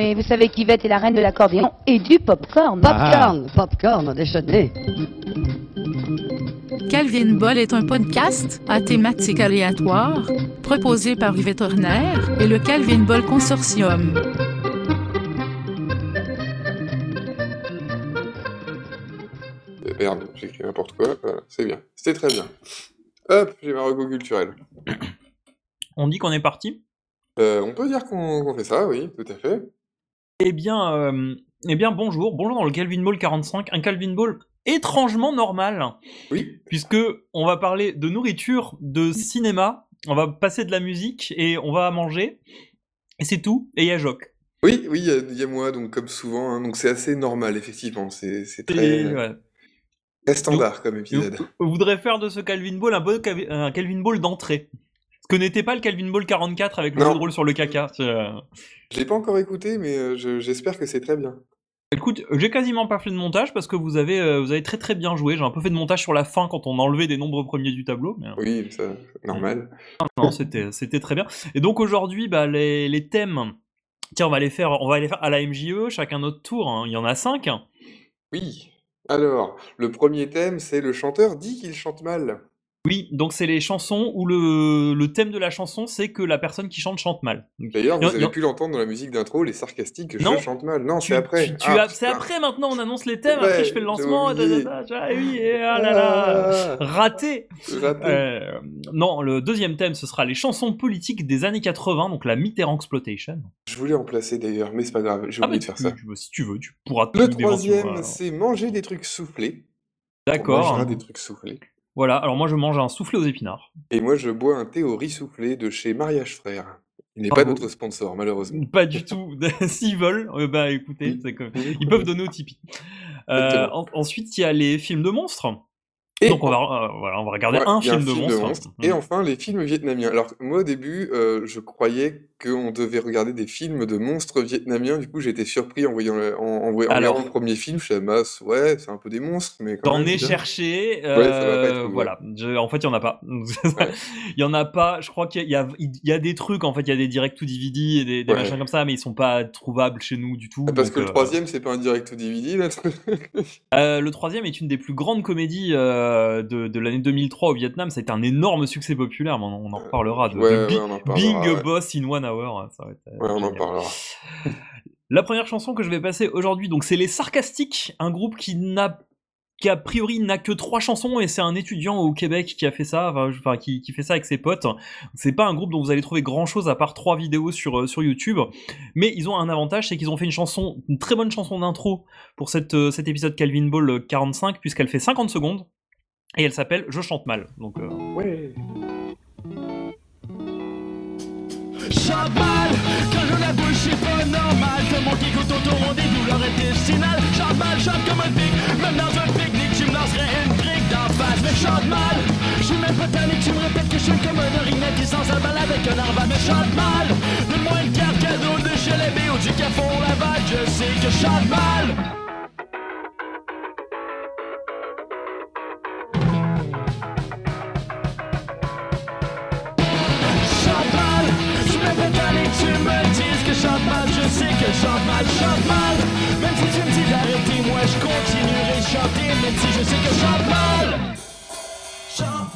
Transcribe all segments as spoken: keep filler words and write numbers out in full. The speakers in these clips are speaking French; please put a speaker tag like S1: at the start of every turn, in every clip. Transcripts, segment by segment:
S1: mais vous savez qu'Yvette est la reine de l'accordéon et du popcorn.
S2: Popcorn, popcorn, déjeuner.
S3: Calvin Ball est un podcast à thématique aléatoire proposé par Yvette Horner et le Calvin Ball Consortium.
S4: Merde, j'écris n'importe quoi, voilà, c'est bien, c'était très bien. Hop, j'ai ma reco culturelle.
S5: On dit qu'on est parti ?
S4: Euh, on peut dire qu'on qu'on fait ça, oui, tout à fait.
S5: Eh bien, euh, eh bien bonjour, bonjour dans le Calvin Ball quarante-cinq, un Calvin Ball étrangement normal,
S4: Oui.
S5: puisque on va parler de nourriture, de cinéma, on va passer de la musique et on va manger, et c'est tout, et il y a Joc.
S4: Oui, oui, il y, a- il y a moi, donc comme souvent, hein, donc c'est assez normal, effectivement, c'est c'est
S5: Et,
S4: très,
S5: ouais.
S4: très standard comme
S5: Et
S4: épisode.
S5: on, on voudrait faire de ce Calvin Ball un, bon Cavi- un Calvin Ball d'entrée. Ce que n'était pas le Calvin Ball quarante-quatre avec le
S4: Non.
S5: jeu de rôle sur le caca. c'est, euh,
S4: Je l'ai pas encore écouté, mais euh, je- j'espère que c'est très bien.
S5: Écoute, j'ai quasiment pas fait de montage parce que vous avez, euh, vous avez très très bien joué. J'ai un peu fait de montage sur la fin quand on enlevait des nombres premiers du tableau, mais euh,
S4: Oui, ça, c'est normal.
S5: non, c'était c'était très bien. Et donc aujourd'hui, bah, les, les thèmes, tiens, on va les faire, on va les faire à la M J E, chacun notre tour. hein. Il y en a cinq.
S4: Oui. Alors, le premier thème, c'est le chanteur dit qu'il chante mal.
S5: Oui, donc c'est les chansons où le, le thème de la chanson, c'est que la personne qui chante chante mal. Donc,
S4: D'ailleurs,
S5: y en-
S4: vous
S5: y
S4: avez
S5: en-
S4: pu l'entendre dans la musique d'intro, les sarcastiques,
S5: Non.
S4: je chante mal. Non,
S5: tu-
S4: c'est après.
S5: tu- tu
S4: Ah,
S5: as- c'est
S4: putain.
S5: après maintenant, on annonce les thèmes,
S4: Ouais,
S5: après je fais le
S4: j'avais
S5: lancement.
S4: oublié.
S5: da, da, da, ah oui, et ah là là,
S4: Ah,
S5: raté.
S4: raté.
S5: Euh, non, le deuxième thème, ce sera les chansons politiques des années quatre-vingts, donc la Mitterrand Exploitation.
S4: Je voulais en placer d'ailleurs, mais c'est pas grave, j'ai
S5: Ah
S4: oublié
S5: bah,
S4: de faire
S5: tu-
S4: ça.
S5: tu- si tu veux, tu pourras.
S4: Le
S5: tout
S4: troisième,
S5: éventuellement-
S4: c'est manger des trucs soufflés. On
S5: D'accord.
S4: mangera des trucs soufflés.
S5: Voilà, alors moi je mange un soufflé aux épinards.
S4: Et moi, je bois un thé au riz soufflé de chez Mariage Frères. Il n'est pas
S5: Bravo.
S4: notre sponsor, malheureusement.
S5: Pas du tout. S'ils veulent, euh, bah écoutez,
S4: Oui.
S5: c'est comme- ils peuvent donner au Tipeee. Euh,
S4: Exactement.
S5: en- ensuite, il y a les films de monstres.
S4: Et
S5: Donc on va, euh, voilà, on va regarder
S4: Ouais,
S5: un
S4: il y a
S5: film, de, monstres.
S4: Et
S5: Mm.
S4: enfin, les films vietnamiens. Alors, moi, au début, euh, je croyais qu'on devait regarder des films de monstres vietnamiens. Du coup, j'ai été surpris en voyant le, en, en, voyant- en
S5: Alors.
S4: regardant le premier film. Je suis ah, ouais, c'est un peu des monstres, mais quand
S5: J'en
S4: même,
S5: ai
S4: bien.
S5: cherché,
S4: Ouais, ça va pas
S5: euh,
S4: être ouvert.
S5: voilà. Je- en fait, il y en a pas. Il y en a pas. Je crois qu'il y a, il y a des trucs. En fait, il y a des direct to D V D et des, des
S4: Ouais.
S5: machins comme ça, mais ils sont pas trouvables chez nous du tout.
S4: Ah, parce
S5: donc,
S4: que le
S5: euh,
S4: troisième, c'est pas un direct D V D, là.
S5: euh, le troisième est une des plus grandes comédies euh, de, de l'année deux mille trois au Vietnam. Ça a été un énorme succès populaire. Mais on, on en reparlera. De,
S4: ouais,
S5: de Bi-
S4: ouais, on en parlera,
S5: Being a
S4: ouais.
S5: Boss in One Hour. Ça va être, euh,
S4: Ouais, on en
S5: génial.
S4: parlera.
S5: La première chanson que je vais passer aujourd'hui, donc c'est les Sarcastiques, un groupe qui n'a qui a priori n'a que trois chansons et c'est un étudiant au Québec qui a fait ça, enfin, enfin, qui, qui fait ça avec ses potes. C'est pas un groupe dont vous allez trouver grand chose à part trois vidéos sur, euh, sur YouTube, mais ils ont un avantage, c'est qu'ils ont fait une chanson, une très bonne chanson d'intro pour cette, euh, cet épisode Calvin Ball quarante-cinq, puisqu'elle fait cinquante secondes et elle s'appelle Je chante mal. Donc, euh,
S4: Ouais.
S6: Chante mal, quand je la bouche c'est pas normal. Tout le monde qui écoute autour ont des douleurs intestinales. Chante mal, chante comme un pic, même dans un pique-nique tu me lancerais une brique d'en face. Mais chante mal, je suis même pas tanné que tu me répètes que je suis comme un orinette qui s'en sale mal avec un arval. Mais chante mal, donne-moi une carte cadeau de chez les B ou du Cafon Laval. Je sais que je chante mal. Chante mal, je suis même pas tanné que tu me dises que je chante mal. Je sais que je chante mal, je chante mal. Même si tu me dis d'arrêter, moi je continuerai de chanter. Même si je sais que je chante mal. Chante.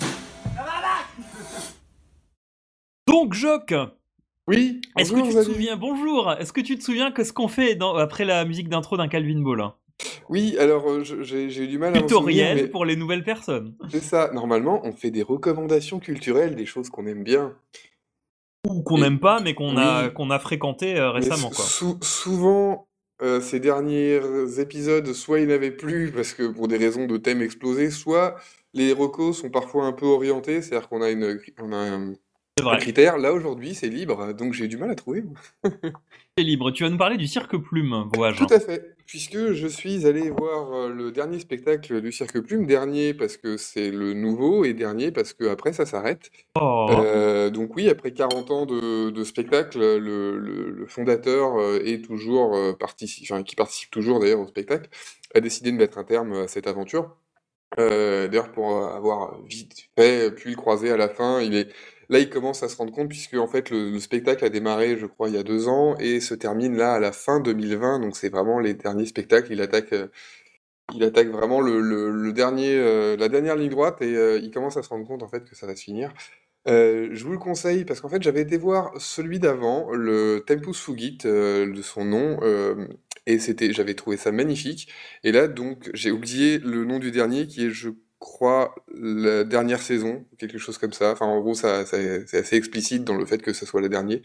S5: donc Joc,
S4: Oui,
S5: est-ce que
S4: bonjour,
S5: tu te
S4: Xavier.
S5: souviens, bonjour, est-ce que tu te souviens que ce qu'on fait dans- après la musique d'intro d'un Calvin Ball hein
S4: Oui, alors euh, je- j'ai j'ai eu du mal à m'en
S5: Tutoriel
S4: souvenir, mais
S5: pour les nouvelles personnes.
S4: c'est ça. Normalement, on fait des recommandations culturelles, des choses qu'on aime bien.
S5: Ou qu'on
S4: Et-
S5: n'aime pas, mais qu'on a,
S4: Oui.
S5: qu'on a fréquenté euh,
S4: Mais
S5: récemment.
S4: sou-
S5: Quoi.
S4: sou- souvent, euh, ces derniers épisodes, soit ils n'avaient plus parce que pour des raisons de thème explosé, soit les recos sont parfois un peu orientés, c'est-à-dire qu'on a une, on a un,
S5: C'est
S4: un
S5: vrai,
S4: critère. Là aujourd'hui, c'est libre, donc j'ai du mal à trouver. moi.
S5: c'est libre. Tu vas nous parler du Cirque Plume, vois-je.
S4: Tout à fait, puisque je suis allé voir euh, le dernier spectacle du Cirque Plume, dernier parce que c'est le nouveau et dernier parce que après ça s'arrête.
S5: Oh.
S4: Euh, donc oui, après quarante ans de, de spectacle, le, le- le fondateur euh, est toujours euh, partici- enfin, qui participe toujours d'ailleurs au spectacle, a décidé de mettre un terme à cette aventure. Euh, d'ailleurs, pour avoir vite fait pu le croiser à la fin, il est là, ils commencent à se rendre compte, puisque en fait, le, le spectacle a démarré, je crois, il y a deux ans, et se termine là à la fin deux mille vingt, donc c'est vraiment les derniers spectacles. Il attaque, euh, il attaque vraiment le, le- le dernier, euh, la dernière ligne droite, et euh, il commence à se rendre compte en fait que ça va se finir. Euh, je vous le conseille parce qu'en fait, j'avais été voir celui d'avant, le Tempus Fugit, euh, de son nom, euh, et c'était, j'avais trouvé ça magnifique. Et là, donc, j'ai oublié le nom du dernier, qui est, je crois, la dernière saison, quelque chose comme ça. Enfin, en gros, ça, ça- c'est assez explicite dans le fait que ce soit la dernière.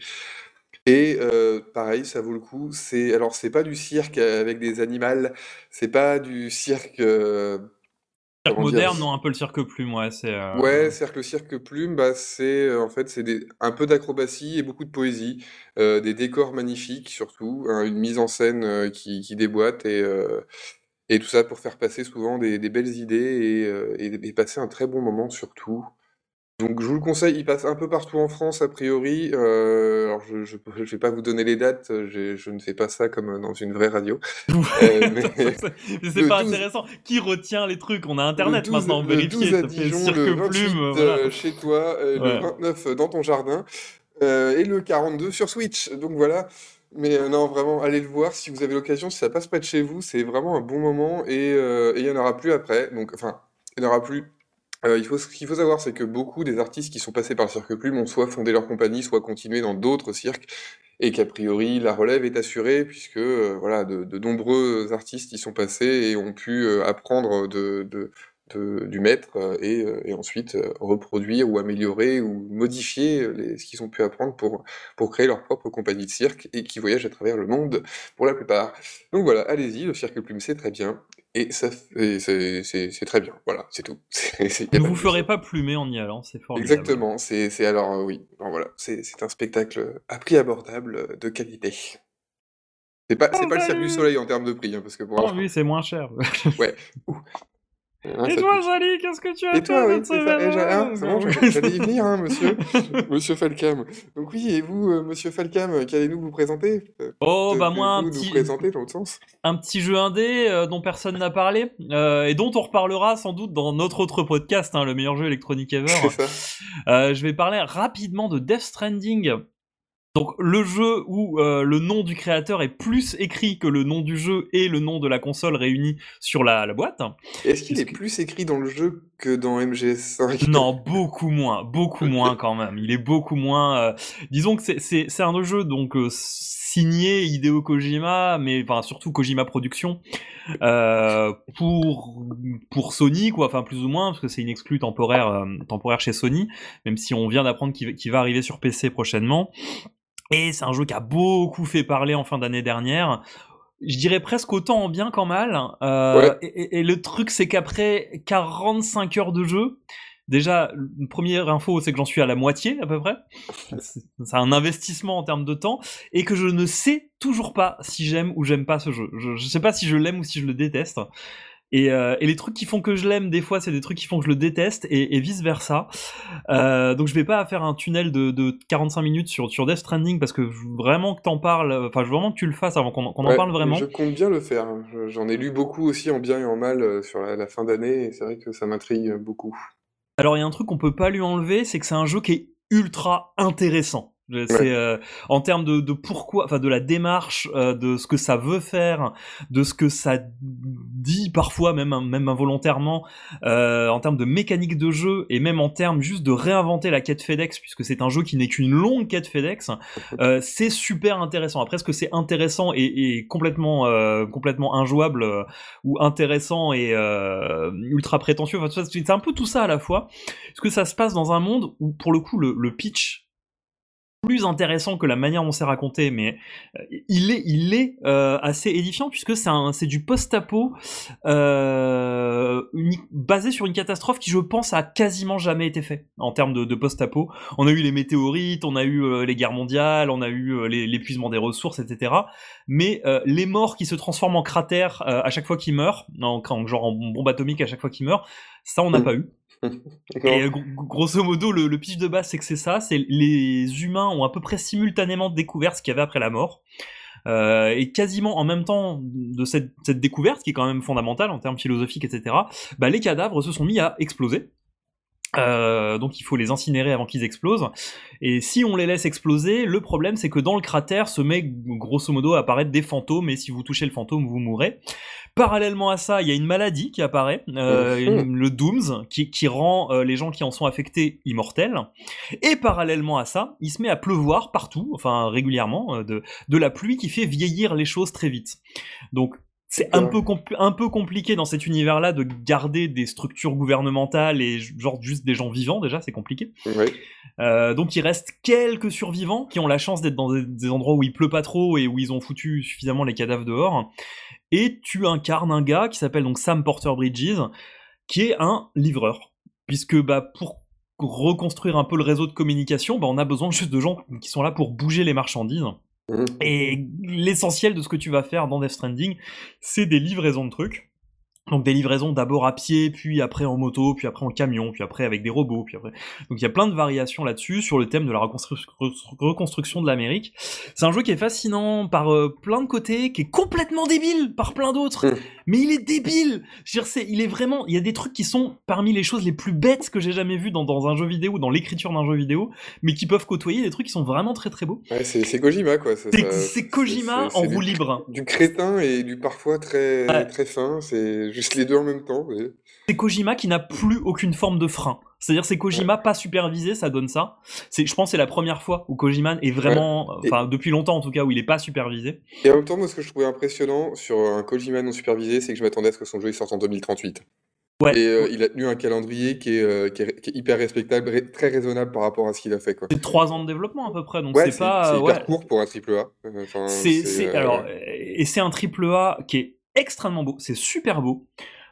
S4: Et euh, pareil, ça vaut le coup. C'est, alors, c'est pas du cirque avec des animaux, c'est pas du cirque. euh,
S5: Cirque
S4: comment dire?
S5: moderne, non, un peu le cirque plume, ouais, c'est... euh,
S4: Ouais, c'est-à-dire que le cirque plume, bah, c'est euh, en fait c'est des- un peu d'acrobatie et beaucoup de poésie, euh, des décors magnifiques surtout, hein, une mise en scène euh, qui, qui déboîte et, euh, et tout ça pour faire passer souvent des, des belles idées et, euh, et, et passer un très bon moment surtout. Donc je vous le conseille, il passe un peu partout en France a priori. euh, alors je, je, je vais pas vous donner les dates, euh, j'ai- je ne fais pas ça comme dans une vraie radio. Euh, mais
S5: Mais c'est
S4: le
S5: pas
S4: douze
S5: intéressant. Qui retient les trucs? On a
S4: Le
S5: internet
S4: douze,
S5: maintenant,
S4: le douze
S5: vérifier.
S4: à
S5: Ça fait
S4: Dijon,
S5: cirque
S4: le
S5: plume,
S4: vingt-huit
S5: euh, voilà.
S4: euh, chez toi, euh, le
S5: Ouais.
S4: vingt-neuf dans ton jardin, euh, et le quarante-deux sur Switch. Donc voilà. Mais euh, non, vraiment, allez le voir si vous avez l'occasion, si ça passe près de chez vous, c'est vraiment un bon moment et euh, et il y en aura plus après. Donc, enfin, il n'y en aura plus. Euh, il faut, ce qu'il faut savoir, c'est que beaucoup des artistes qui sont passés par le Cirque Plume ont soit fondé leur compagnie, soit continué dans d'autres cirques, et qu'a priori la relève est assurée, puisque euh, voilà, de, de nombreux artistes y sont passés et ont pu euh, apprendre de, de- de- du maître euh, et, euh, et ensuite euh, reproduire ou améliorer ou modifier euh, les- ce qu'ils ont pu apprendre pour, pour créer leur propre compagnie de cirque et qui voyagent à travers le monde pour la plupart. Donc voilà, allez-y, le Cirque Plume c'est très bien. Et ça, f- et c'est c'est- c'est très bien, voilà, c'est tout. C'est- c'est- y a
S5: Ne
S4: pas
S5: vous
S4: de
S5: ferez
S4: plus.
S5: pas plumer en y allant, c'est formidable.
S4: Exactement, c'est c'est alors euh, oui, bon, voilà, c'est c'est un spectacle à prix abordable euh, de qualité. C'est pas c'est
S5: Oh,
S4: pas le Cirque du
S5: salut!
S4: Soleil en termes de prix, hein, parce que pour
S5: Oh
S4: avoir...
S5: oui, c'est moins cher.
S4: Ouais, ouh, hein,
S5: Et
S4: ça
S5: toi,
S4: pique.
S5: Zali, qu'est-ce que tu as
S4: Et toi,
S5: fait
S4: oui,
S5: cette
S4: c'est ça.
S5: semaine?
S4: Eh, j'a- hein,
S5: Ah,
S4: c'est bon,
S5: non.
S4: j'allais j'allais y venir, hein, monsieur, monsieur Falcam. Donc oui, et vous, euh, monsieur Falcam, qu'allez-nous vous présenter? Euh,
S5: Oh, bah moi, un
S4: Devez-vous nous
S5: petit,
S4: présenter dans l'autre sens?
S5: un petit jeu indé euh, dont personne n'a parlé, euh, et dont on reparlera sans doute dans notre autre podcast, hein, le meilleur jeu électronique ever.
S4: C'est ça.
S5: Euh, je vais parler rapidement de Death Stranding. Donc le jeu où euh, le nom du créateur est plus écrit que le nom du jeu et le nom de la console réunis sur la, la boîte.
S4: Est-ce qu'il est
S5: Puisque-
S4: plus écrit dans le jeu que dans M G S cinq?
S5: Non, beaucoup moins, beaucoup moins quand même. Il est beaucoup moins. euh, Disons que c'est c'est c'est un jeu donc euh, signé Hideo Kojima, mais enfin surtout Kojima Productions euh, pour pour Sony quoi, enfin plus ou moins parce que c'est une exclue temporaire euh, temporaire chez Sony, même si on vient d'apprendre qu'il qu'il va arriver sur P C prochainement. Et c'est un jeu qui a beaucoup fait parler en fin d'année dernière. Je dirais presque autant en bien qu'en mal. Euh,
S4: Ouais.
S5: et, et- et le truc, c'est qu'après quarante-cinq heures de jeu, déjà, une première info, c'est que j'en suis à la moitié à peu près. C'est c'est un investissement en termes de temps. Et que je ne sais toujours pas si j'aime ou j'aime pas ce jeu. Je, je sais pas si je l'aime ou si je le déteste. Et, euh, et les trucs qui font que je l'aime, des fois, c'est des trucs qui font que je le déteste, et, et vice versa. Euh, donc je vais pas faire un tunnel de, de quarante-cinq minutes sur, sur Death Stranding parce que je veux vraiment que t'en parles, enfin je veux vraiment que tu le fasses avant qu'on qu'on en
S4: Ouais,
S5: parle vraiment.
S4: je compte bien le faire. hein. Je- J'en ai lu beaucoup aussi en bien et en mal euh, sur la, la fin d'année, et c'est vrai que ça m'intrigue euh, beaucoup.
S5: Alors il y a un truc qu'on peut pas lui enlever, c'est que c'est un jeu qui est ultra intéressant. C'est
S4: Ouais.
S5: euh, en termes de, de pourquoi, enfin de la démarche, euh, de ce que ça veut faire, de ce que ça dit parfois même même involontairement, euh, en termes de mécanique de jeu et même en termes juste de réinventer la quête FedEx puisque c'est un jeu qui n'est qu'une longue quête FedEx. Euh, c'est super intéressant. Après, est-ce que c'est intéressant et, et complètement euh, complètement injouable euh, ou intéressant et euh, ultra prétentieux, enfin, tout ça, c'est un peu tout ça à la fois. Est-ce que ça se passe dans un monde où pour le coup le, le pitch plus intéressant que la manière dont c'est raconté, mais euh, il est, il est euh, assez édifiant puisque c'est un, c'est du post-apo euh, uni- basé sur une catastrophe qui, je pense, a quasiment jamais été fait en termes de, de post-apo. On a eu les météorites, on a eu euh, les guerres mondiales, on a eu euh, les- l'épuisement des ressources, et cetera. Mais euh, les morts qui se transforment en cratères euh, à chaque fois qu'ils meurent, en, en- genre en bombe atomique à chaque fois qu'ils meurent, ça on n'a
S4: Mm.
S5: pas eu.
S4: Non.
S5: Et euh, gro- grosso modo, le, le pitch de base, c'est que c'est ça, c'est les humains ont à peu près simultanément découvert ce qu'il y avait après la mort. Euh, et quasiment en même temps de cette, cette découverte, qui est quand même fondamentale en termes philosophiques, et cetera, bah, les cadavres se sont mis à exploser. Euh, donc il faut les incinérer avant qu'ils explosent. Et si on les laisse exploser, le problème c'est que dans le cratère se met grosso modo à apparaître des fantômes, et si vous touchez le fantôme, vous mourrez. Parallèlement à ça, il y a une maladie qui apparaît, euh, une- le Dooms, qui, qui rend euh, les gens qui en sont affectés immortels. Et parallèlement à ça, il se met à pleuvoir partout, enfin régulièrement, euh, de, de la pluie qui fait vieillir les choses très vite. Donc c'est un peu, compl- un peu compliqué dans cet univers-là de garder des structures gouvernementales et genre juste des gens vivants, déjà, c'est compliqué.
S4: Ouais.
S5: Euh, donc il reste quelques survivants qui ont la chance d'être dans des, des endroits où il pleut pas trop et où ils ont foutu suffisamment les cadavres dehors. Et tu incarnes un gars qui s'appelle donc Sam Porter Bridges, qui est un livreur. Puisque bah, pour reconstruire un peu le réseau de communication, bah, on a besoin juste de gens qui sont là pour bouger les marchandises.
S4: Mhm.
S5: Et l'essentiel de ce que tu vas faire dans Death Stranding, c'est des livraisons de trucs. Donc des livraisons d'abord à pied, puis après en moto, puis après en camion, puis après avec des robots, puis après... Donc il y a plein de variations là-dessus sur le thème de la reconstru- reconstruction de l'Amérique. C'est un jeu qui est fascinant par euh, plein de côtés, qui est complètement débile par plein d'autres,
S4: Mm.
S5: mais il est débile. Je veux dire, c'est, il est vraiment... Il y a des trucs qui sont parmi les choses les plus bêtes que j'ai jamais vues dans, dans un jeu vidéo, dans l'écriture d'un jeu vidéo, mais qui peuvent côtoyer des trucs qui sont vraiment très très beaux.
S4: Ouais, c'est, c'est Kojima, quoi. Ça,
S5: C'est,
S4: ça-
S5: c'est Kojima
S4: c'est-
S5: en
S4: c'est
S5: roue
S4: du,
S5: libre.
S4: du crétin et du parfois très,
S5: Ouais.
S4: très fin. C'est juste les deux en même temps. et-
S5: C'est Kojima qui n'a plus aucune forme de frein. C'est-à-dire c'est Kojima pas supervisé, ça donne ça. C'est, je pense que c'est la première fois où Kojima est vraiment,
S4: Et-
S5: enfin depuis longtemps en tout cas, où il est pas supervisé.
S4: Et en même temps, moi, ce que je trouvais impressionnant sur un Kojima non supervisé, c'est que je m'attendais à ce que son jeu il sorte en deux mille trente-huit.
S5: Ouais.
S4: Et euh, il a tenu un calendrier qui est, euh, qui est, qui est hyper respectable, ré- très raisonnable par rapport à ce qu'il a fait, quoi.
S5: C'est trois ans de développement à peu près, donc
S4: Ouais,
S5: c'est
S4: c'est
S5: pas,
S4: c'est hyper
S5: ouais.
S4: court pour un triple A. Euh, Enfin,
S5: C'est,
S4: c'est,
S5: c'est,
S4: euh,
S5: alors, et c'est un triple A qui est extrêmement beau, c'est super beau.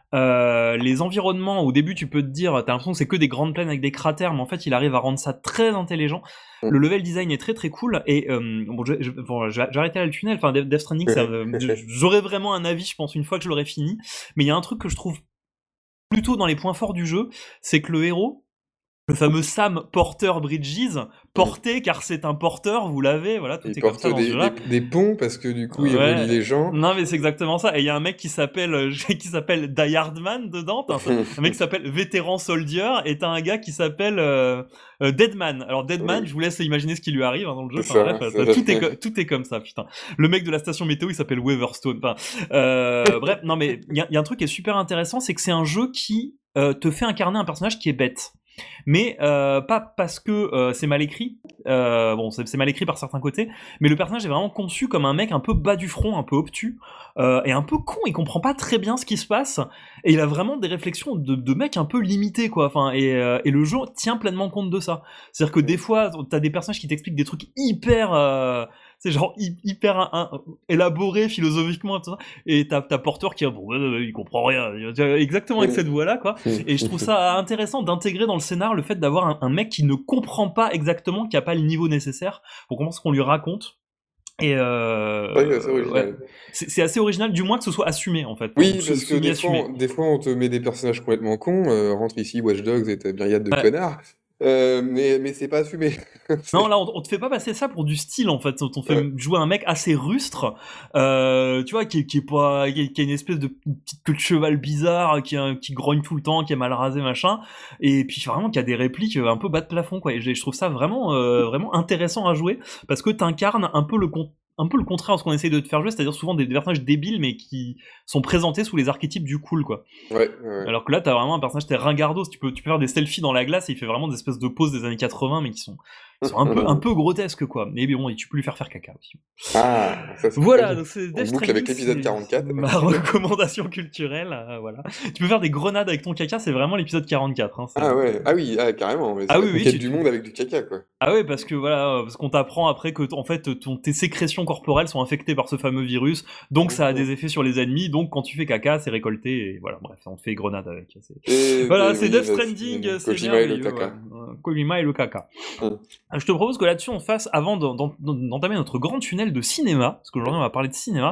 S5: Euh, les environnements, au début, tu peux te dire, t'as l'impression que c'est que des grandes plaines avec des cratères, mais en fait, il arrive à rendre ça très intelligent.
S4: Mm.
S5: Le level design est très très cool. Et euh, bon, je, je, bon, je vais je vais arrêter là le tunnel. Enfin, Death Death Stranding, ça, euh, j'aurai vraiment un avis, je pense, une fois que je l'aurai fini. Mais il y a un truc que je trouve plutôt dans les points forts du jeu, c'est que le héros, le fameux Sam Porter Bridges, porté car c'est un porteur, vous l'avez, voilà, tout
S4: il
S5: est comme
S4: porte
S5: ça dans ce
S4: des,
S5: jeu-là.
S4: des, des ponts parce que du coup, il
S5: Ouais.
S4: relie les gens.
S5: Non mais c'est exactement ça. Et il y a un mec qui s'appelle euh, qui s'appelle Die Hardman dedans. T'as un, un mec qui s'appelle Vétéran Soldier et t'as un gars qui s'appelle euh, euh, Deadman. Alors Deadman,
S4: Ouais.
S5: je vous laisse imaginer ce qui lui arrive hein, dans le jeu.
S4: C'est
S5: Enfin,
S4: ça,
S5: bref,
S4: ça,
S5: t'as-
S4: ça.
S5: tout est co- tout est comme ça, putain. Le mec de la station météo, il s'appelle Weatherstone. Enfin, euh, bref, non mais il y, a- il y a un truc qui est super intéressant, c'est que c'est un jeu qui euh, te fait incarner un personnage qui est bête. Mais euh, pas parce que euh, c'est mal écrit, euh, bon c'est, c'est mal écrit par certains côtés, mais le personnage est vraiment conçu comme un mec un peu bas du front, un peu obtus, euh, et un peu con, il comprend pas très bien ce qui se passe, et il a vraiment des réflexions de, de mec un peu limité quoi, enfin, et, euh, et le jeu tient pleinement compte de ça. C'est-à-dire que des fois, t'as des personnages qui t'expliquent des trucs hyper... Euh, c'est genre hy- hyper un, un, élaboré philosophiquement et tout ça, et t'as, t'as Porter qui bon, euh, il comprend rien, exactement avec cette voix là quoi, et je trouve ça intéressant d'intégrer dans le scénar le fait d'avoir un, un mec qui ne comprend pas exactement, qui a pas le niveau nécessaire pour comprendre ce qu'on lui raconte. Et euh,
S4: Ouais, c'est assez original.
S5: ouais. c'est, c'est assez original, du moins que ce soit assumé en fait.
S4: Oui,
S5: Se-
S4: parce que des
S5: semi-assumé.
S4: fois, on, des fois, on te met des personnages complètement cons. euh, rentre ici, Watch Dogs et t'as une myriade de
S5: Ouais.
S4: connards. Euh, mais, mais c'est pas assumé. C'est-
S5: Non, là, on, on te fait pas passer ça pour du style, en fait. On te fait
S4: Ouais.
S5: jouer un mec assez rustre, euh, tu vois, qui, est- qui est pas, qui, est- qui a une espèce de petite queue de cheval bizarre, qui, a- qui grogne tout le temps, qui est mal rasé, machin. Et puis, vraiment, qui a des répliques un peu bas de plafond, quoi. Et je, je trouve ça vraiment, euh, vraiment intéressant à jouer, parce que t'incarnes un peu le con- un peu le contraire de ce qu'on essaye de te faire jouer, c'est-à-dire souvent des, des personnages débiles, mais qui sont présentés sous les archétypes du cool, quoi.
S4: Ouais, ouais.
S5: Alors que là, t'as vraiment un personnage, t'es ringardos, tu peux, tu peux faire des selfies dans la glace et il fait vraiment des espèces de poses des années quatre-vingts, mais qui sont, qui sont un peu, un peu grotesques, quoi. Et bon, et tu peux lui faire faire caca aussi.
S4: Ah, ça c'est
S5: Voilà,
S4: pas
S5: donc c'est
S4: En
S5: Death
S4: boucle avec
S5: Stranding,
S4: l'épisode
S5: c'est
S4: quarante-quatre.
S5: ma recommandation culturelle, euh, voilà. Tu peux faire des grenades avec ton caca, c'est vraiment l'épisode quarante-quatre, hein. c'est-
S4: Ah ouais, ah oui, ah, carrément. Mais c'est
S5: Ah
S4: la
S5: oui, oui,
S4: conquête
S5: tu-
S4: du monde avec du caca, quoi.
S5: Ah ouais, parce que voilà, parce qu'on t'apprend après que, t- en fait, ton, tes sécrétions corporelles sont infectées par ce fameux virus, donc ça a des effets sur les ennemis, donc quand tu fais caca, c'est récolté, et voilà, bref, on te fait grenade avec. c'est-
S4: Et-
S5: Voilà,
S4: et
S5: c'est
S4: oui,
S5: Death
S4: bah,
S5: Stranding,
S4: c'est
S5: c'est
S4: Kojima et le
S5: merveilleux,
S4: caca.
S5: ouais. Euh, Kojima et le caca.
S4: Hum.
S5: Je te propose que là-dessus, on fasse, avant d'en- d'en- d'entamer notre grand tunnel de cinéma, parce qu'aujourd'hui on va parler de cinéma,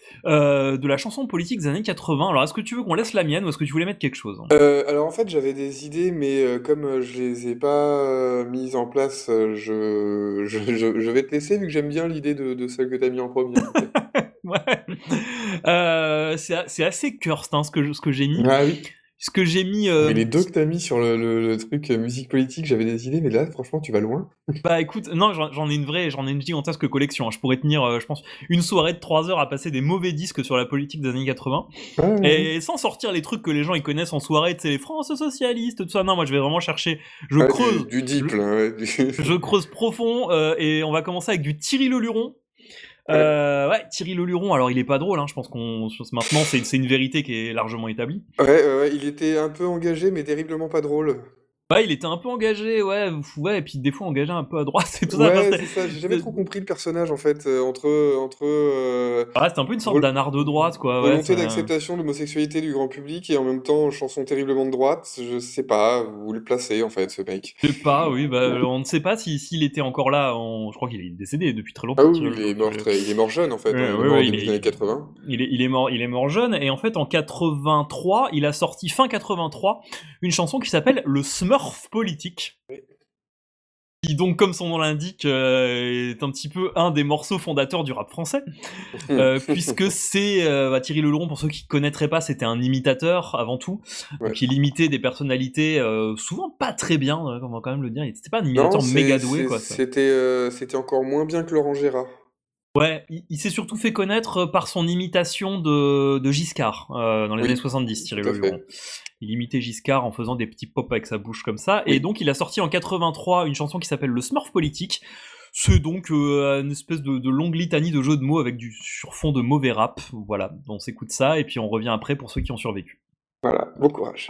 S5: euh, de la chanson politique des années quatre-vingts. Alors, est-ce que tu veux qu'on laisse la mienne, ou est-ce que tu voulais mettre quelque chose?
S4: Euh, alors en fait j'avais des idées mais euh, comme euh, je les ai pas euh, mises en place, euh, je, je, je, je vais te laisser vu que j'aime bien l'idée de, de celle que t'as mis en premier. en fait.
S5: Ouais. Euh, c'est a- c'est assez cursed, hein, ce que, je- ce que j'ai mis.
S4: Ah oui.
S5: puisque j'ai mis... euh,
S4: Mais les deux que t'as mis sur le, le- le truc euh, musique politique, j'avais des idées, mais là, franchement, tu vas loin.
S5: Bah écoute, non, j'en j'en ai une vraie, j'en ai une gigantesque collection. hein. Je pourrais tenir, euh, je pense, une soirée de trois heures à passer des mauvais disques sur la politique des années quatre-vingts.
S4: Ouais, ouais, ouais.
S5: Et sans sortir les trucs que les gens ils connaissent en soirée, tu sais, les France socialistes, tout ça. Non, moi je vais vraiment chercher, je
S4: Ouais,
S5: creuse,
S4: du, du deep,
S5: je,
S4: là, ouais, du-
S5: je creuse profond, euh, et on va commencer avec du Thierry Leluron.
S4: Ouais.
S5: Euh, ouais, Thierry Leluron, alors il est pas drôle, hein, je pense qu'on, je pense maintenant c'est c'est une vérité qui est largement établie.
S4: Ouais, ouais, ouais, il était un peu engagé, mais terriblement pas drôle.
S5: Ouais, il était un peu engagé, ouais, ouais, et puis des fois engagé un peu à droite, et tout ça. Enfin,
S4: Ouais,
S5: c'était
S4: c'est ça, j'ai jamais
S5: c'est-
S4: trop compris le personnage, en fait, euh, entre, entre euh,
S5: ouais, c'était un peu une sorte
S4: vol-
S5: d'anard de droite, quoi, ouais.
S4: volonté
S5: ça-
S4: d'acceptation de l'homosexualité du grand public et en même temps chanson terriblement de droite. Je sais pas où le placer, en fait, ce mec.
S5: Je sais pas, oui, bah, on ne sait pas si s'il était encore là. En... Je crois qu'il est décédé depuis très
S4: Ah
S5: longtemps.
S4: oui,
S5: ce-
S4: il est
S5: ce-
S4: mort très, il est mort jeune, en fait,
S5: Ouais,
S4: hein, il est
S5: ouais,
S4: mort au
S5: ouais,
S4: début
S5: il
S4: des
S5: est-
S4: années quatre-vingts.
S5: Il est, il est mort, il est mort jeune, et en fait en quatre-vingt-trois, il a sorti fin quatre-vingt-trois une chanson qui s'appelle Le Smurf politique. Qui donc, comme son nom l'indique, euh, est un petit peu un des morceaux fondateurs du rap français, euh, puisque c'est euh, bah, Thierry Leluron, pour ceux qui ne connaîtraient pas, c'était un imitateur avant tout,
S4: Ouais.
S5: donc il imitait des personnalités euh, souvent pas très bien, euh, on va quand même le dire. C'était pas un
S4: Non,
S5: imitateur
S4: c'est-
S5: méga doué,
S4: c'est-
S5: quoi. ça.
S4: c'était euh, c'était encore moins bien que Laurent Gérard.
S5: Ouais, il, il s'est surtout fait connaître par son imitation de, de Giscard euh, dans les
S4: Oui,
S5: années soixante-dix, Thierry
S4: tout à
S5: Leluron.
S4: fait.
S5: Il imitait Giscard en faisant des petits pop avec sa bouche comme ça. Et
S4: Oui.
S5: donc il a sorti en quatre-vingt-trois une chanson qui s'appelle Le Smurf politique. C'est donc euh, une espèce de, de longue litanie de jeux de mots avec du surfond de mauvais rap. Voilà, on s'écoute ça et puis on revient après pour ceux qui ont survécu.
S4: Voilà, bon courage.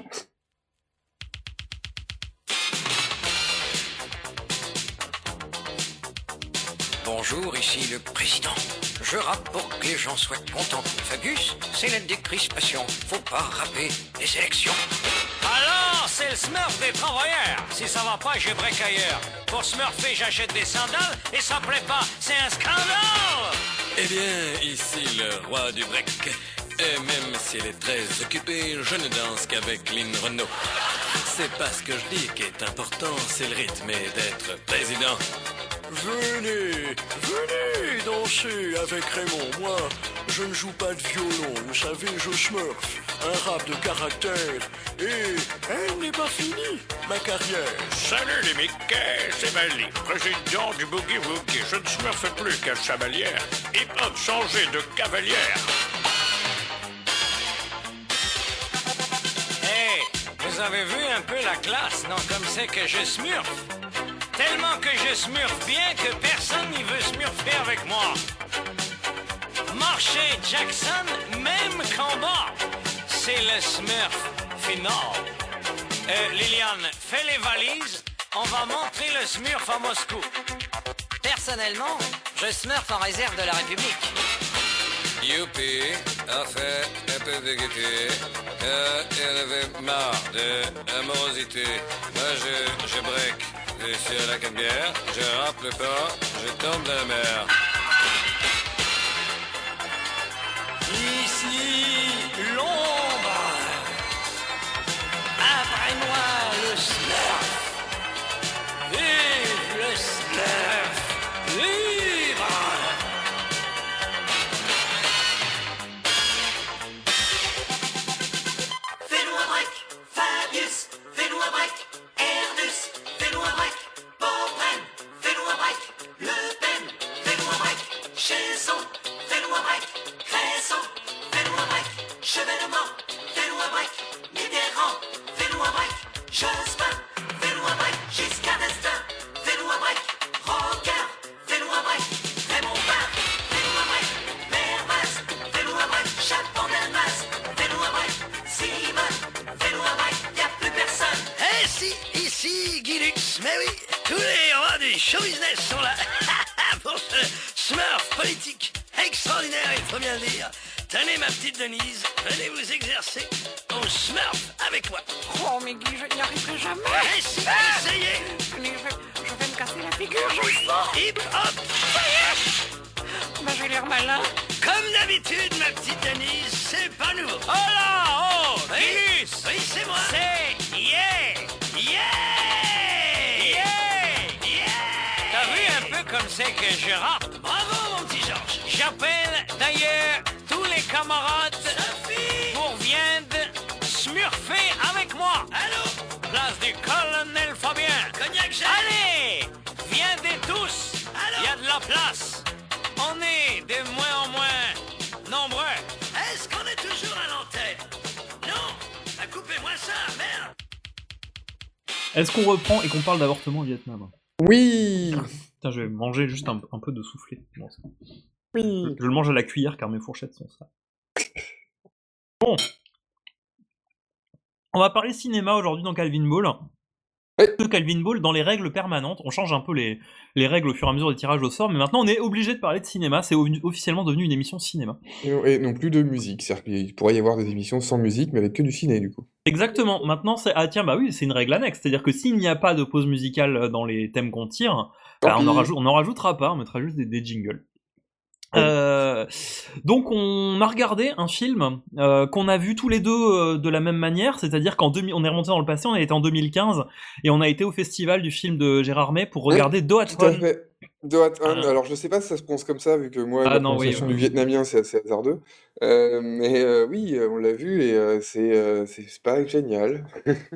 S7: Bonjour, ici le président. Je rappe pour que les gens soient contents. Fagus, c'est la décrispation. Faut pas rapper les élections.
S6: Alors, c'est le Smurf des travailleurs. Si ça va pas, j'ai break ailleurs. Pour smurfer, j'achète des sandales et ça plaît pas, c'est un scandale.
S8: Eh bien, ici le roi du break. Et même s'il est très occupé, je ne danse qu'avec Lynn Renault. C'est pas ce que je dis qui est important, c'est le rythme et d'être président.
S9: Venez, venez danser avec Raymond. Moi, je ne joue pas de violon, vous savez, je smurf. Un rap de caractère. Et elle n'est pas finie, ma carrière.
S6: Salut les Mickey, c'est Mali, président du Boogie Woogie. Je ne smurfe plus qu'à Chavalière. Hip hop changé de cavalière. Hey, vous avez vu un peu la classe, non? Comme c'est que je smurfe. Tellement que je smurfe bien que personne n'y veut smurfer avec moi. Marché Jackson, même combat. C'est le smurf final. Euh, Liliane, fais les valises. On va montrer le smurf à Moscou.
S7: Personnellement, je smurf en réserve de la République.
S8: Youpi, enfin, un peu de gaieté. Euh, il en avait marre de amorosité. Moi, je, je break euh, sur la canebière, je rappe le corps, je tombe dans la mer.
S6: Ici, l'ombre. Après moi, le smurf. Vive le smurf. Libre.
S10: Fais-nous un break, Fabius, fais-nous un break, Ernus, fais-nous un break, Beaubraine, fais-nous un break, Le Pen, fais-nous un break, Chesson, fais-nous un break, Cresson, fais-nous un break, Chevènement, fais-nous un break, Mitterrand, fais-nous un break, Jospin, fais-nous un break, Giscard d'Estaing, fais-nous un break, Rocker, fais-nous un break, Raymond Barre, fais-nous un break, Mermas, fais-nous un break, Chapondelmas, fais-nous un break, Simon, fais-nous un break, y'a plus personne.
S6: Eh si, ici Guy Lux, mais oui, tous les rois du show business sont là pour ce smurf politique extraordinaire, il faut bien le dire. Tenez ma petite Denise, venez vous exercer au smurf avec moi.
S11: Oh, mais Guy, je n'y arriverai jamais.
S6: Eh si, essayez.
S11: Mais je, je vais me casser la figure, je le sens.
S6: Hip hop.
S11: Ça y est. Bah, j'ai l'air malin.
S6: Comme d'habitude, ma petite Denise, c'est pas nouveau. Oh là, oh, Guy Lux. Oui, c'est moi. C'est yeah, yeah, yeah, yeah. T'as vu un peu comme c'est que je rappe? Bravo, mon petit Georges. J'appelle d'ailleurs tous les camarades pour viendre smurfer à Allez, viendez tous. Il y a de la place. On est de moins en moins nombreux.
S10: Est-ce qu'on est toujours à l'antenne? Non. Bah, coupez-moi ça, merde.
S5: Est-ce qu'on reprend et qu'on parle d'avortement au Vietnam?
S4: Oui.
S5: Putain, je vais manger juste un, un peu de soufflé. Bon, c'est bon.
S4: Oui.
S5: Je, je le mange à la cuillère car mes fourchettes sont ça. Bon. On va parler cinéma aujourd'hui dans Calvin Ball.
S4: Ouais.
S5: De Calvin Ball, dans les règles permanentes, on change un peu les, les règles au fur et à mesure des tirages au sort, mais maintenant on est obligé de parler de cinéma, c'est au- officiellement devenu une émission cinéma.
S4: Et non, et non plus de musique. C'est-à-dire qu'il pourrait y avoir des émissions sans musique, mais avec que du ciné, du coup.
S5: Exactement, maintenant c'est... Ah tiens, bah oui, c'est une règle annexe, c'est-à-dire que s'il n'y a pas de pause musicale dans les thèmes qu'on tire, bah, on, en rajoute, on en rajoutera pas, on mettra juste des, des jingles. Euh, donc on a regardé un film euh, qu'on a vu tous les deux euh, de la même manière, c'est-à-dire qu'en deux mille on est remonté dans le passé, on a été en deux mille quinze et on a été au festival du film de Gérard May pour regarder
S4: Oui,
S5: Doat
S4: tout à
S5: Hon.
S4: fait. Doat Hon.
S5: Ah.
S4: Alors je sais pas si ça se prononce comme ça, vu que moi
S5: Ah
S4: la
S5: non, oui,
S4: prononciation
S5: oui.
S4: du vietnamien c'est assez hasardeux. Euh, mais euh, oui, euh, on l'a vu et euh, c'est euh, c'est c'est pas génial.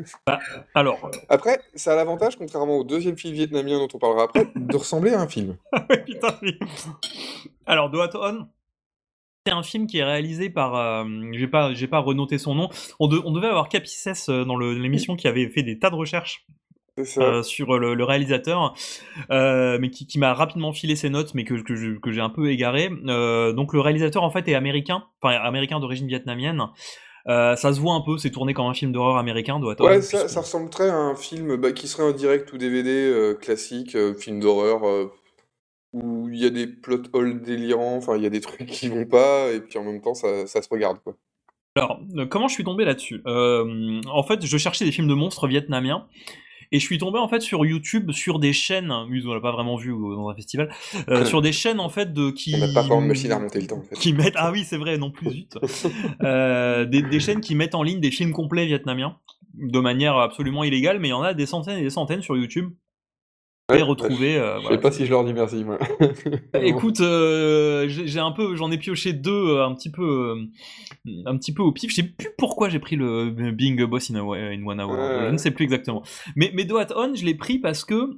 S5: Alors,
S4: Après, ça a l'avantage, contrairement au deuxième film vietnamien dont on parlera après, de ressembler à un film.
S5: putain, oui. Alors Doat Hon, c'est un film qui est réalisé par, euh, j'ai pas, j'ai pas renoté son nom. On, de- on devait avoir Capicès euh, dans le- l'émission qui avait fait des tas de recherches
S4: C'est ça.
S5: euh, sur le, le réalisateur, euh, mais qui, qui m'a rapidement filé ses notes, mais que, que, je- que j'ai un peu égaré. Euh, donc le réalisateur en fait est américain, enfin américain d'origine vietnamienne. Euh, ça se voit un peu, c'est tourné comme un film d'horreur américain, Doat Hon.
S4: Ouais, ça,
S5: puisque-
S4: ça ressemble très à un film bah, qui serait un direct ou D V D euh, classique, euh, film d'horreur, euh, où il y a des plot holes délirants, enfin il y a des trucs qui vont pas, et puis en même temps ça, ça se regarde, quoi.
S5: Alors, euh, comment je suis tombé là-dessus? Euh, En fait, je cherchais des films de monstres vietnamiens. Et je suis tombé en fait sur YouTube, sur des chaînes, oui, on l'a pas vraiment vu euh, dans un festival, euh, sur des chaînes en fait de qui
S4: On n'a pas vraiment de machine à remonter le temps, en fait.
S5: qui mettent, ah oui c'est vrai, non plus zut, euh, des, des chaînes qui mettent en ligne des films complets vietnamiens de manière absolument illégale, mais il y en a des centaines et des centaines sur YouTube. Et retrouver. Euh,
S4: Je
S5: voilà.
S4: sais pas si je leur dis merci, moi.
S5: Écoute, euh, j'ai j'ai un peu, j'en ai pioché deux, euh, un petit peu, euh, un petit peu au pif. Je sais plus pourquoi j'ai pris le Being a Boss in, a, wa- in One Hour.
S4: Ouais.
S5: Je ne sais plus exactement. Mais, mais Doat Hon, je l'ai pris parce que,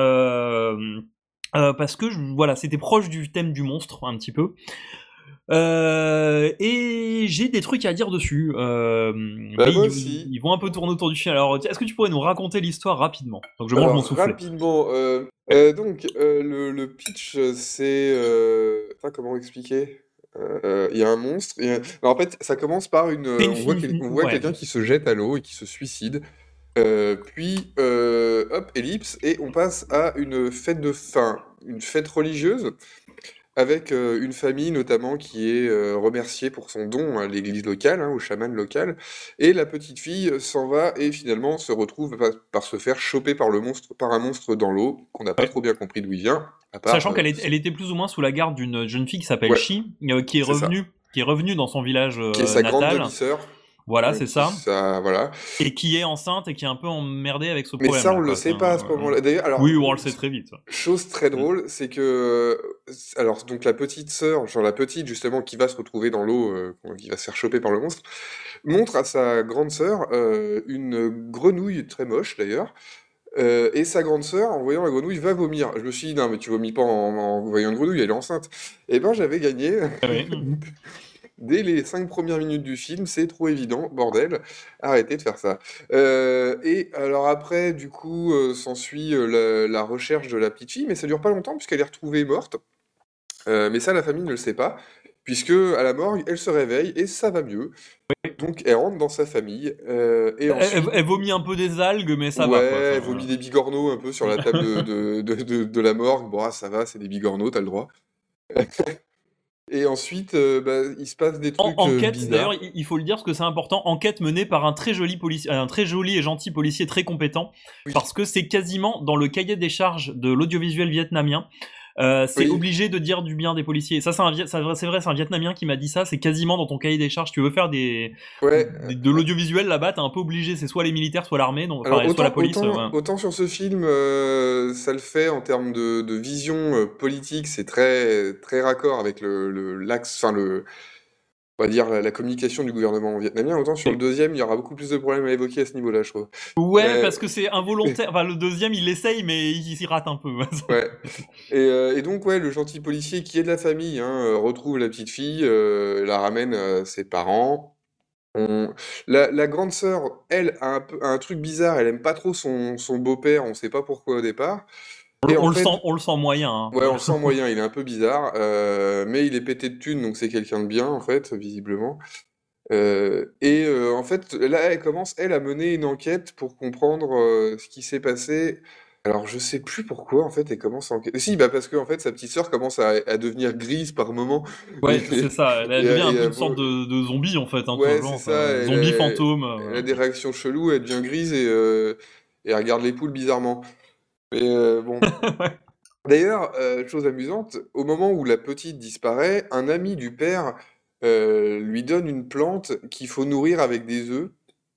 S5: euh, euh, parce que, je- voilà, c'était proche du thème du monstre un petit peu. Euh, et j'ai des trucs à dire dessus. Euh,
S4: Bah,
S5: mais
S4: moi
S5: ils,
S4: aussi.
S5: ils vont un peu tourner autour du film. Alors, tiens, est-ce que tu pourrais nous raconter l'histoire rapidement? Donc, je mange
S4: Alors,
S5: mon soufflet.
S4: rapidement, euh, euh, donc, euh, le, le pitch, euh, c'est... Euh... Enfin, comment expliquer? Euh, Il y a un monstre. et, euh, alors, en fait, ça commence par une...
S5: C'est une
S4: on voit,
S5: fille-
S4: quel- on voit
S5: ouais.
S4: quelqu'un qui se jette à l'eau et qui se suicide. Euh, puis, euh, hop, ellipse, et on passe à une fête de fin, une fête religieuse, avec euh, une famille notamment qui est euh, remerciée pour son don à l'église locale, hein, au chaman local, et la petite fille s'en va et finalement se retrouve par, par se faire choper par le monstre, par un monstre dans l'eau, qu'on n'a pas
S5: Ouais.
S4: trop bien compris d'où il vient, à part,
S5: Sachant
S4: euh,
S5: qu'elle est- elle était plus ou moins sous la garde d'une jeune fille qui s'appelle
S4: Ouais.
S5: Chi, euh, qui est
S4: C'est ça.
S5: revenue, qui est revenue dans son village euh,
S4: qui est sa grande
S5: natal.
S4: demi-sœur.
S5: Voilà,
S4: euh,
S5: c'est
S4: qui-
S5: ça.
S4: ça, voilà.
S5: Et qui est enceinte et qui est un peu emmerdée avec ce
S4: Mais
S5: problème.
S4: ça, on le sait pas à ce moment-là. D'ailleurs, alors,
S5: Oui, on le sait très vite.
S4: chose très drôle, c'est que alors donc la petite sœur, genre la petite justement qui va se retrouver dans l'eau, euh, qui va se faire choper par le monstre, montre à sa grande sœur euh, une grenouille très moche d'ailleurs. Euh, et sa grande sœur, en voyant la grenouille, va vomir. Je me suis dit, non, mais tu vomis pas en, en voyant une grenouille, elle est enceinte. Et ben, j'avais gagné. Dès les cinq premières minutes du film, c'est trop évident, bordel, arrêtez de faire ça. Euh, et alors après, du coup, euh, s'ensuit euh, la, la recherche de la petite fille, mais ça dure pas longtemps puisqu'elle est retrouvée morte. Euh, mais ça, la famille ne le sait pas, puisque à la morgue, elle se réveille et ça va mieux. Donc elle rentre dans sa famille. euh, et
S5: Elle,
S4: ensuite...
S5: elle- elle vomit un peu des algues, mais ça
S4: ouais,
S5: va. Quoi.
S4: elle vomit des bigorneaux un peu sur la table de, de, de, de- de la morgue. Bon, ah, ça va, c'est des bigorneaux, t'as le droit. Et ensuite, euh, bah, il se passe des
S5: En,
S4: trucs euh,
S5: enquête,
S4: bizarres.
S5: d'ailleurs, il il faut le dire parce que c'est important. Enquête menée par un très joli policier, un très joli et gentil policier très compétent, parce que c'est quasiment dans le cahier des charges de l'audiovisuel vietnamien. Euh, c'est
S4: Oui.
S5: obligé de dire du bien des policiers. Ça, c'est un, Viet- c'est vrai, c'est vrai, c'est un Vietnamien qui m'a dit ça. C'est quasiment dans ton cahier des charges. Tu veux faire des,
S4: Ouais.
S5: des- de l'audiovisuel là-bas, t'es un peu obligé. C'est soit les militaires, soit l'armée, donc,
S4: Alors,
S5: enfin, soit
S4: autant,
S5: la police.
S4: autant,
S5: euh, ouais.
S4: autant sur ce film, euh, ça le fait en termes de, de vision euh, politique, c'est très, très raccord avec le, le, l'axe, enfin le, on va dire, la, la communication du gouvernement vietnamien. Autant sur le deuxième, il y aura beaucoup plus de problèmes à évoquer à ce niveau-là, je trouve.
S5: Ouais,
S4: Euh,
S5: parce que c'est involontaire. Enfin, le deuxième, il essaye, mais il s'y rate un peu.
S4: Ouais. Et, euh, et donc, ouais, le gentil policier qui est de la famille hein, euh, retrouve la petite fille, euh, la ramène à ses parents. On- La, la grande sœur, elle, a un, peu, a un truc bizarre. Elle aime pas trop son, son beau-père. On sait pas pourquoi au départ.
S5: On,
S4: Et
S5: on
S4: en
S5: le
S4: fait,
S5: sent, on le sent moyen. Hein.
S4: ouais, on le sent moyen. Il est un peu bizarre, euh, mais il est pété de thunes, donc c'est quelqu'un de bien en fait, visiblement. Euh, et euh, en fait, là, elle commence, elle, à mener une enquête pour comprendre euh, ce qui s'est passé. Alors, je sais plus pourquoi, en fait, elle commence à enquêter. Si, bah parce que en fait, sa petite sœur commence à, à devenir grise par moment.
S5: Ouais,
S4: Et,
S5: c'est ça. Elle
S4: et-
S5: devient
S4: et
S5: un peu
S4: elle
S5: une sorte de, de zombie en fait, hein, tout
S4: Ouais,
S5: simplement,
S4: c'est
S5: quoi.
S4: ça. Elle,
S5: Zombie
S4: elle-
S5: fantôme.
S4: elle
S5: euh.
S4: a des réactions cheloues, elle devient grise et, euh, et elle regarde les poules bizarrement. Mais euh, bon. D'ailleurs, euh, chose amusante, au moment où la petite disparaît, un ami du père euh, lui donne une plante qu'il faut nourrir avec des œufs.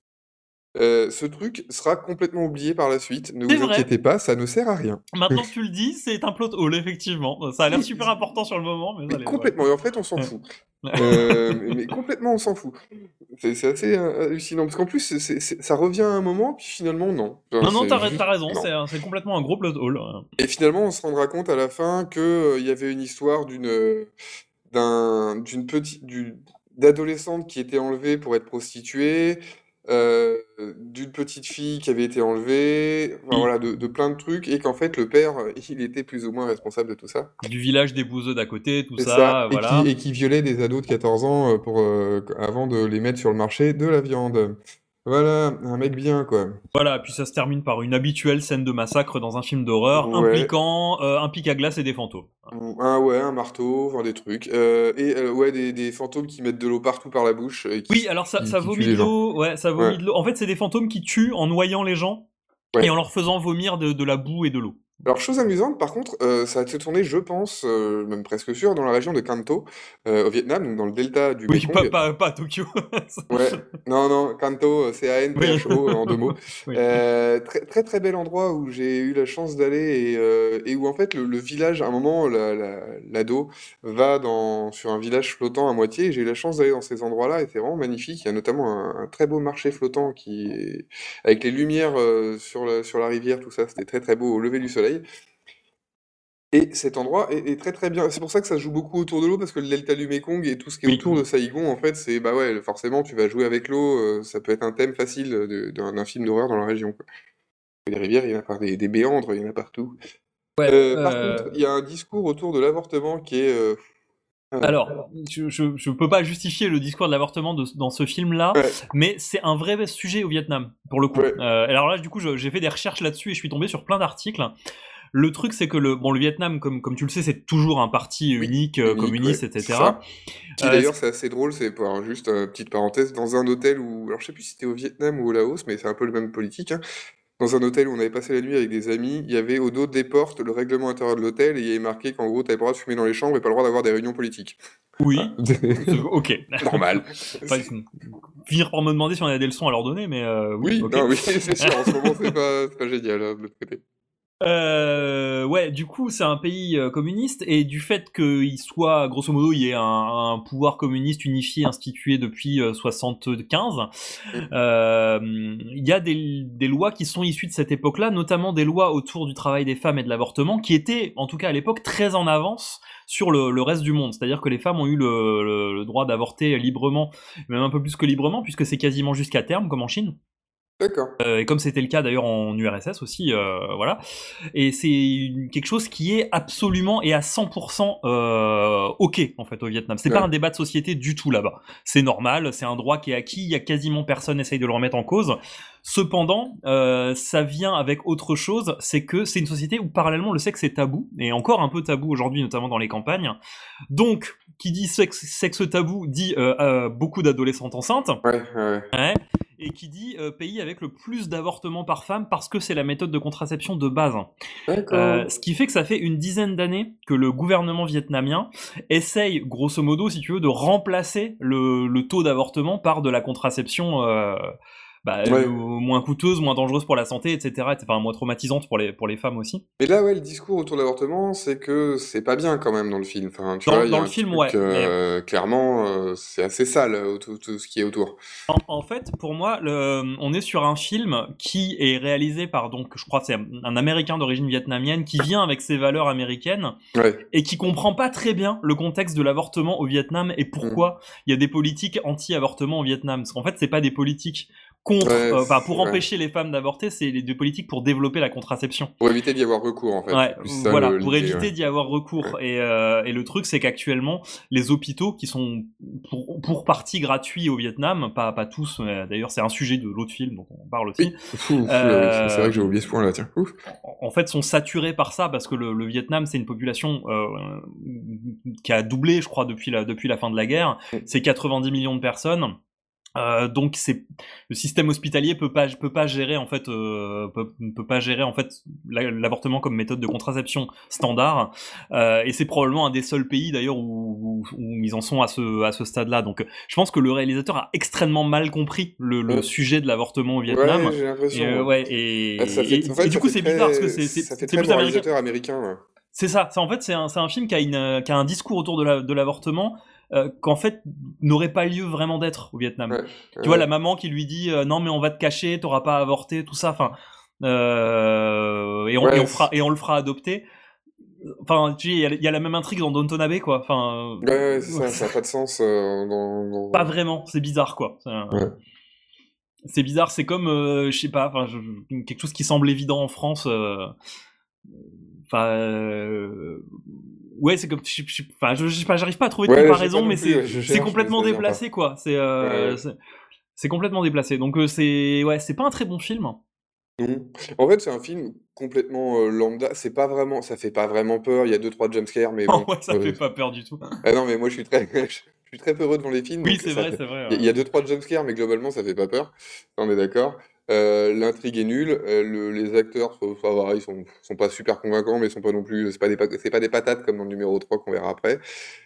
S4: Euh, ce truc sera complètement oublié par la suite. Ne
S5: C'est
S4: vous
S5: vrai.
S4: inquiétez pas, ça ne sert à rien.
S5: Maintenant que tu le dis, c'est un plot hole, effectivement. Ça a l'air super important sur le moment, mais,
S4: Mais
S5: allez,
S4: complètement, et en fait, on s'en
S5: ouais.
S4: fout. Euh, mais, mais complètement, on s'en fout. C'est c'est assez euh, hallucinant, parce qu'en plus, c'est- c'est- c'est- ça revient à un moment, puis finalement, non. Enfin,
S5: Non, non,
S4: c'est
S5: t'as ra-
S4: juste-
S5: t'as raison,
S4: non.
S5: c'est un- c'est complètement un gros plot hole.
S4: Et finalement, on se rendra compte à la fin que euh, il y avait une histoire d'une euh, d'un d'une petite du- d'adolescente qui était enlevée pour être prostituée, euh, d'une petite fille qui avait été enlevée, enfin, voilà, de, de plein de trucs, et qu'en fait le père, euh, il était plus ou moins responsable de tout ça.
S5: Du village des bouseux d'à côté, tout
S4: C'est
S5: ça,
S4: ça, et
S5: voilà.
S4: qui, et qui violait des ados de quatorze ans euh, pour, euh, avant de les mettre sur le marché de la viande. Voilà, un mec bien, quoi.
S5: Voilà, puis ça se termine par une habituelle scène de massacre dans un film d'horreur
S4: Ouais.
S5: impliquant euh, un pic à glace et des fantômes.
S4: Un, ouais, un marteau, enfin des trucs. Euh, et euh, ouais, des, des fantômes qui mettent de l'eau partout par la bouche. Et qui,
S5: Oui, alors ça,
S4: qui-
S5: ça
S4: qui
S5: vomit
S4: tuent
S5: de
S4: les gens.
S5: l'eau. Ouais, ça vomit
S4: Ouais.
S5: de l'eau. En fait, c'est des fantômes qui tuent en noyant les gens
S4: Ouais.
S5: et en leur faisant vomir de, de la boue et de l'eau.
S4: Alors, chose amusante, par contre, euh, ça a été tourné, je pense, euh, même presque sûr, dans la région de Kanto, euh, au Vietnam, donc dans le delta du
S5: Oui, pas,
S4: Mekong.
S5: pas, pas à Tokyo.
S4: Ouais, non, non, Kanto, C A N T H O,
S5: Oui.
S4: en deux mots.
S5: Oui.
S4: Euh, très, très, très bel endroit où j'ai eu la chance d'aller et, euh, et où, en fait, le, le village, à un moment, la- la- l'ado va dans, sur un village flottant à moitié et j'ai eu la chance d'aller dans ces endroits-là et c'est vraiment magnifique. Il y a notamment un, un très beau marché flottant qui est, avec les lumières euh, sur la, sur la rivière, tout ça, c'était très, très beau au lever du soleil. Et cet endroit est, est très très bien. C'est pour ça que ça se joue beaucoup autour de l'eau, parce que le delta du Mekong et tout ce qui est
S5: Oui.
S4: autour de Saïgon, en fait, c'est bah ouais, forcément, tu vas jouer avec l'eau. euh, ça peut être un thème facile de- d'un d'un film d'horreur dans la région, quoi. Et des rivières, il y en a par des, des béandres, il y en a partout.
S5: Ouais,
S4: Euh, par
S5: euh,
S4: contre, il y a un discours autour de l'avortement qui est. euh, euh,
S5: Alors, je, je, je peux pas justifier le discours de l'avortement de- dans ce film-là,
S4: Ouais.
S5: mais c'est un vrai sujet au Vietnam, pour le coup.
S4: Ouais.
S5: Euh, alors là, du coup, je- j'ai fait des recherches là-dessus et je suis tombé sur plein d'articles. Le truc, c'est que le, bon, le Vietnam, comme, comme tu le sais, c'est toujours un parti
S4: Oui,
S5: unique, euh,
S4: unique,
S5: communiste,
S4: ouais,
S5: et
S4: c'est
S5: cetera.
S4: ça. Qui
S5: Euh,
S4: d'ailleurs, c'est assez drôle, c'est pour alors, juste euh, petite parenthèse, dans un hôtel où. Alors, je sais plus si c'était au Vietnam ou au Laos, mais c'est un peu le même politique, hein. Dans un hôtel où on avait passé la nuit avec des amis, il y avait au dos des portes le règlement intérieur de l'hôtel et il y avait marqué qu'en gros, t'avais pas le droit de fumer dans les chambres et pas le droit d'avoir des réunions politiques.
S5: Oui,
S4: Ah.
S5: c'est- ok.
S4: Normal.
S5: Enfin, ils sont- finir par me demander si on a des leçons à leur donner, mais euh, oui,
S4: Oui,
S5: ok.
S4: non, oui, c'est sûr, en ce moment, c'est pas, c'est pas génial, hein, de l'autre côté.
S5: Euh, ouais, du coup, c'est un pays euh, communiste et du fait qu'il soit, grosso modo, il y ait un, un pouvoir communiste unifié institué depuis euh, soixante-quinze, euh, il y a des, des lois qui sont issues de cette époque-là, notamment des lois autour du travail des femmes et de l'avortement, qui étaient, en tout cas à l'époque, très en avance sur le, le reste du monde. C'est-à-dire que les femmes ont eu le, le, le droit d'avorter librement, même un peu plus que librement, puisque c'est quasiment jusqu'à terme, comme en Chine.
S4: D'accord.
S5: Euh, et comme c'était le cas d'ailleurs en U R S S aussi, euh, voilà. Et c'est une- quelque chose qui est absolument et à cent pour cent euh, ok en fait au Vietnam. C'est
S4: Ouais.
S5: pas un débat de société du tout là-bas. C'est normal, c'est un droit qui est acquis. Il y a quasiment personne essaye de le remettre en cause. Cependant, euh, ça vient avec autre chose, c'est que c'est une société où parallèlement le sexe est tabou et encore un peu tabou aujourd'hui, notamment dans les campagnes. Donc, qui dit sexe, sexe tabou dit euh, euh, beaucoup d'adolescentes enceintes.
S4: Ouais, ouais.
S5: Ouais. Et qui dit euh, pays avec le plus d'avortements par femme parce que c'est la méthode de contraception de base.
S4: D'accord.
S5: Euh, ce qui fait que ça fait une dizaine d'années que le gouvernement vietnamien essaye, grosso modo, si tu veux, de remplacer le, le taux d'avortement par de la contraception euh, bah,
S4: Ouais.
S5: euh, moins coûteuse, moins dangereuse pour la santé, et cetera. Enfin, moins traumatisante pour les, pour les femmes aussi.
S4: Mais là, ouais, le discours autour de l'avortement, c'est que c'est pas bien quand même dans le film. Enfin, tu
S5: Dans-
S4: vois, il y
S5: dans
S4: a
S5: le
S4: un
S5: film,
S4: truc,
S5: ouais,
S4: euh, clairement, euh, c'est assez sale, euh, tout, tout ce qui est autour.
S5: En, en fait, pour moi, le, on est sur un film qui est réalisé par, donc, je crois que c'est un, un Américain d'origine vietnamienne qui vient avec ses valeurs américaines
S4: Ouais.
S5: et qui comprend pas très bien le contexte de l'avortement au Vietnam et pourquoi il y a des politiques anti-avortement au Vietnam. Parce qu'en fait, c'est pas des politiques contre,
S4: Ouais,
S5: euh, enfin, pour
S4: ouais.
S5: empêcher les femmes d'avorter, c'est des politiques pour développer la contraception.
S4: Pour éviter d'y avoir recours, en fait.
S5: Ouais,
S4: C'est plus ça,
S5: voilà,
S4: le-
S5: pour
S4: l'idée,
S5: éviter
S4: ouais.
S5: d'y avoir recours. Et, euh, et le truc, c'est qu'actuellement, les hôpitaux qui sont pour, pour partie gratuits au Vietnam, pas, pas tous, mais d'ailleurs c'est un sujet de l'autre film dont on parle aussi,
S4: Oui. Ouf, ouf,
S5: Euh,
S4: oui, c'est vrai que j'ai oublié ce point-là, tiens. Ouf.
S5: en- en fait sont saturés par ça parce que le, le Vietnam c'est une population euh, qui a doublé, je crois, depuis la, depuis la fin de la guerre. C'est quatre-vingt-dix millions de personnes. Euh, donc c'est le système hospitalier peut pas peut pas gérer en fait euh, peut, peut pas gérer en fait la- l'avortement comme méthode de contraception standard euh, et c'est probablement un des seuls pays d'ailleurs où, où, où ils en sont à ce à ce stade-là. Donc je pense que le réalisateur a extrêmement mal compris le, le
S4: Ouais.
S5: sujet de l'avortement au Vietnam.
S4: Ouais, j'ai l'impression.
S5: Et, euh, ouais, et,
S4: Ah, ça fait-
S5: et-
S4: en fait,
S5: et du
S4: ça
S5: coup
S4: fait
S5: c'est
S4: très-
S5: bizarre parce que c'est c'est
S4: ça fait
S5: c'est
S4: très
S5: plus américain.
S4: moralisateur américain. ouais.
S5: C'est ça, c'est en fait c'est un, c'est un film qui a, une, qui a un discours autour de, la, de l'avortement euh, qu'en fait n'aurait pas lieu vraiment d'être au Vietnam.
S4: Ouais.
S5: Tu vois
S4: Ouais.
S5: la maman qui lui dit euh, non mais on va te cacher, t'auras pas à avorter, tout ça, enfin euh, et, on,
S4: Ouais,
S5: et on fera et on le fera adopter. Enfin tu sais, il y, a- il y a la même intrigue dans Downton Abbey quoi. Enfin
S4: Ouais, ouais, c'est ça, ça n'a pas de sens euh, dans, dans-
S5: pas vraiment, c'est bizarre quoi. C'est, un-
S4: Ouais.
S5: c'est bizarre, c'est comme euh, je sais pas, enfin je- quelque chose qui semble évident en France. euh, Enfin, euh, ouais, c'est comme, je, je, enfin, je, je sais pas, j'arrive pas à trouver de
S4: Ouais, je sais
S5: comparaison,
S4: pas non
S5: mais
S4: plus,
S5: c'est,
S4: ouais, je
S5: c'est
S4: cherche,
S5: complètement
S4: mais ça vient
S5: déplacé, quoi. C'est, euh,
S4: Ouais.
S5: c'est, c'est complètement déplacé. Donc euh, c'est, ouais, c'est pas un très bon film.
S4: Non. En fait, c'est un film complètement euh, lambda. C'est pas vraiment, ça fait pas vraiment peur. Il y a deux trois jumpscares, mais bon.
S5: Oh, ouais, ça
S4: euh,
S5: fait pas peur du tout.
S4: Ah non, mais moi je suis très, je suis très peureux devant les films.
S5: Oui,
S4: donc
S5: c'est
S4: ça
S5: vrai,
S4: fait-
S5: c'est vrai.
S4: Il y a-
S5: ouais.
S4: il y a deux trois jumpscares, mais globalement ça fait pas peur. On est d'accord. Euh, l'intrigue est nulle. euh, le- les acteurs, ça, ça va, ils sont, sont pas super convaincants, mais ils sont pas non plus. C'est pas des, pa- c'est pas des patates comme dans le numéro trois qu'on verra après.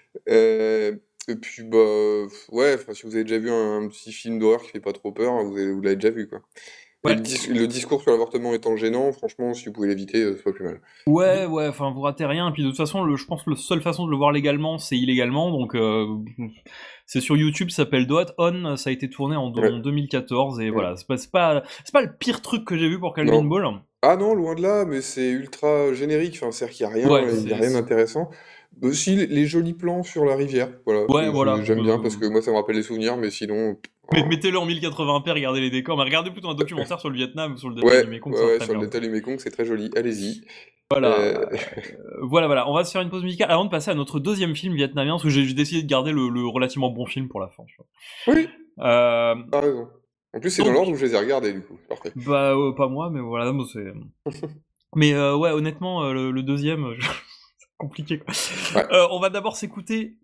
S4: Euh, et puis bah ouais, enfin, si vous avez déjà vu un, un petit film d'horreur qui fait pas trop peur, vous, avez- vous l'avez déjà vu quoi. Et
S5: Ouais.
S4: le, dis- le discours sur l'avortement étant gênant, franchement, si vous pouvez l'éviter, euh, c'est pas plus mal.
S5: Ouais, ouais, enfin, vous ratez rien. Et puis de toute façon, le, je pense que la seule façon de le voir légalement, c'est illégalement. Donc, euh, c'est sur YouTube, ça s'appelle Dot On. Ça a été tourné en,
S4: Ouais.
S5: en deux mille quatorze. Et
S4: Ouais.
S5: voilà, c'est pas, c'est pas, c'est pas le pire truc que j'ai vu pour Calvin
S4: Non.
S5: Ball.
S4: Ah non, loin de là, mais c'est ultra générique, enfin, c'est-à-dire qu'il n'y a rien,
S5: Ouais,
S4: il y a
S5: c'est-
S4: rien d'intéressant. Aussi, les, les jolis plans sur la rivière, voilà.
S5: Ouais,
S4: c'est-
S5: voilà.
S4: c'est- J'aime bien
S5: Euh,
S4: parce que moi, ça me rappelle des souvenirs, mais sinon.
S5: Mais mettez-le en mille quatre-vingts p, regardez les décors. Mais regardez plutôt un documentaire sur le Vietnam ou sur le delta
S4: Ouais,
S5: du Mekong.
S4: ouais,
S5: ça
S4: ouais,
S5: serait
S4: sur le
S5: bien.
S4: delta du Mekong, c'est très joli, allez-y.
S5: Voilà.
S4: Euh,
S5: Euh, voilà, voilà. On va se faire une pause musicale avant de passer à notre deuxième film vietnamien, parce que j'ai j'ai décidé de garder le, le relativement bon film pour la fin. Tu vois.
S4: Oui,
S5: Euh,
S4: t'as raison. En plus, c'est dans
S5: Donc-
S4: l'ordre où je les ai regardés, du coup, c'est parfait.
S5: bah, euh, pas moi, mais voilà, moi, c'est. Mais euh, ouais, honnêtement, euh, le, le deuxième, euh, c'est compliqué. Quoi.
S4: Ouais.
S5: Euh, on va d'abord s'écouter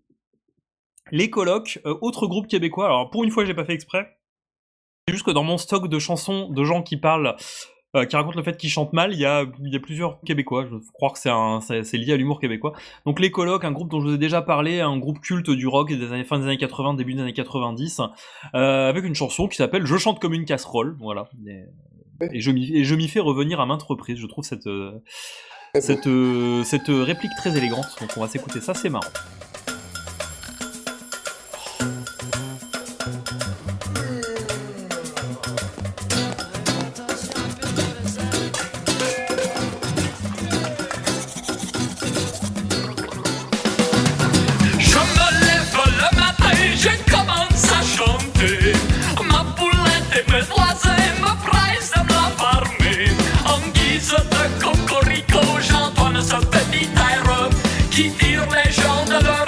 S5: Les Colocs, euh, autre groupe québécois. Alors pour une fois, j'ai pas fait exprès. C'est juste que dans mon stock de chansons de gens qui parlent, euh, qui racontent le fait qu'ils chantent mal, il y a, il y a plusieurs Québécois. Je crois que c'est, un, c'est, c'est lié à l'humour québécois. Donc Les Colocs, un groupe dont je vous ai déjà parlé, un groupe culte du rock des années, fin des années quatre-vingts, début des années quatre-vingt-dix, euh, avec une chanson qui s'appelle Je chante comme une casserole. Voilà. Et, et je m'y, et je m'y fais revenir à maintes reprises. Je trouve cette, euh,
S4: Très beau.
S5: cette, euh, cette réplique très élégante. Donc on va s'écouter ça, c'est marrant.
S6: Je me lève le matin, je commence à chanter. Ma poulette et mes voisins me pressent de me la farmer. En guise de cocorico, j'entonne ce petit air qui tire les gens de leur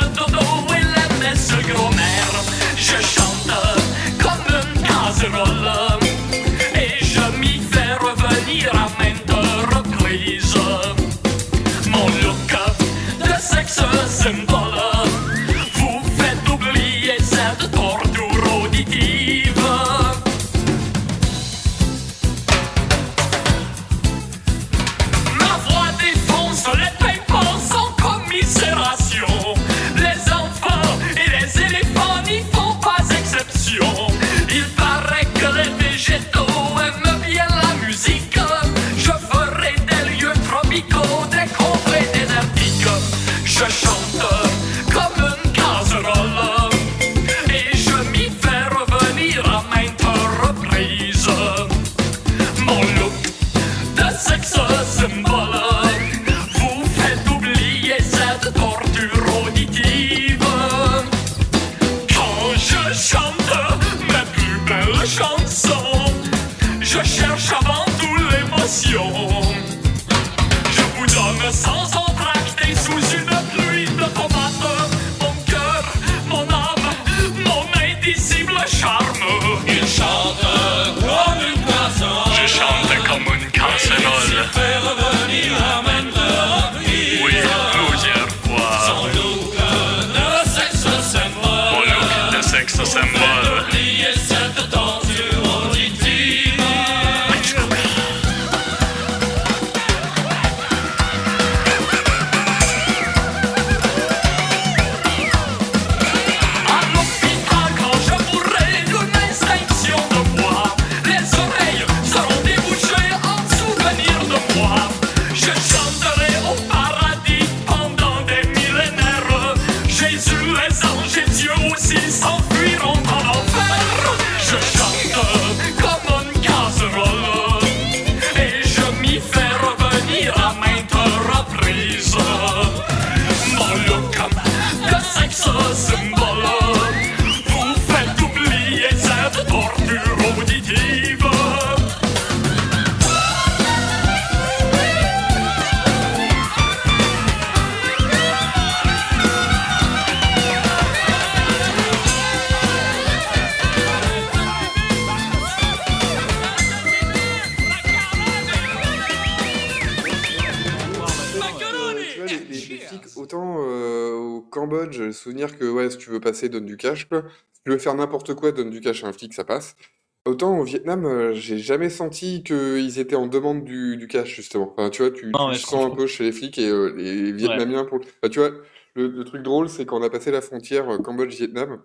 S6: chante mes plus belles chansons. Je cherche avant tout l'émotion. Je vous donne sans entracter sous une pluie de tomates mon cœur, mon âme, mon indicible charme. Il chante comme une casserole. Je chante comme une casserole. Fait revenir la même reprise. Oui, plusieurs fois. Son look de sexe symbole. Mon look de sexe symbole. Faites oublier cette tenture auditive. À l'hôpital, quand je mourrai d'une extinction de voix, les oreilles seront débouchées en souvenir de moi. Je chanterai au paradis pendant des millénaires. Jésus, les anges et Dieu aussi s'enfuiront en enfer. Je chante comme une casserole et je m'y fais revenir à maintes reprises. Mon look de sexe symbole vous fait oublier cette torture auditive.
S4: Euh, tu vois, les, les- les flics, autant euh, au Cambodge, j'ai le souvenir que ouais, si tu veux passer, donne du cash, quoi. Si tu veux faire n'importe quoi, donne du cash à un flic, ça passe. Autant au Vietnam, euh, j'ai jamais senti qu'ils étaient en demande du, du cash, justement. Enfin, tu vois, tu,
S5: Non,
S4: tu
S5: ouais,
S4: le
S5: je
S4: sens un
S5: comprends.
S4: peu chez les flics et euh, les Vietnamiens pour. Enfin, tu vois, le, le truc drôle, c'est quand on a passé la frontière euh, Cambodge-Vietnam.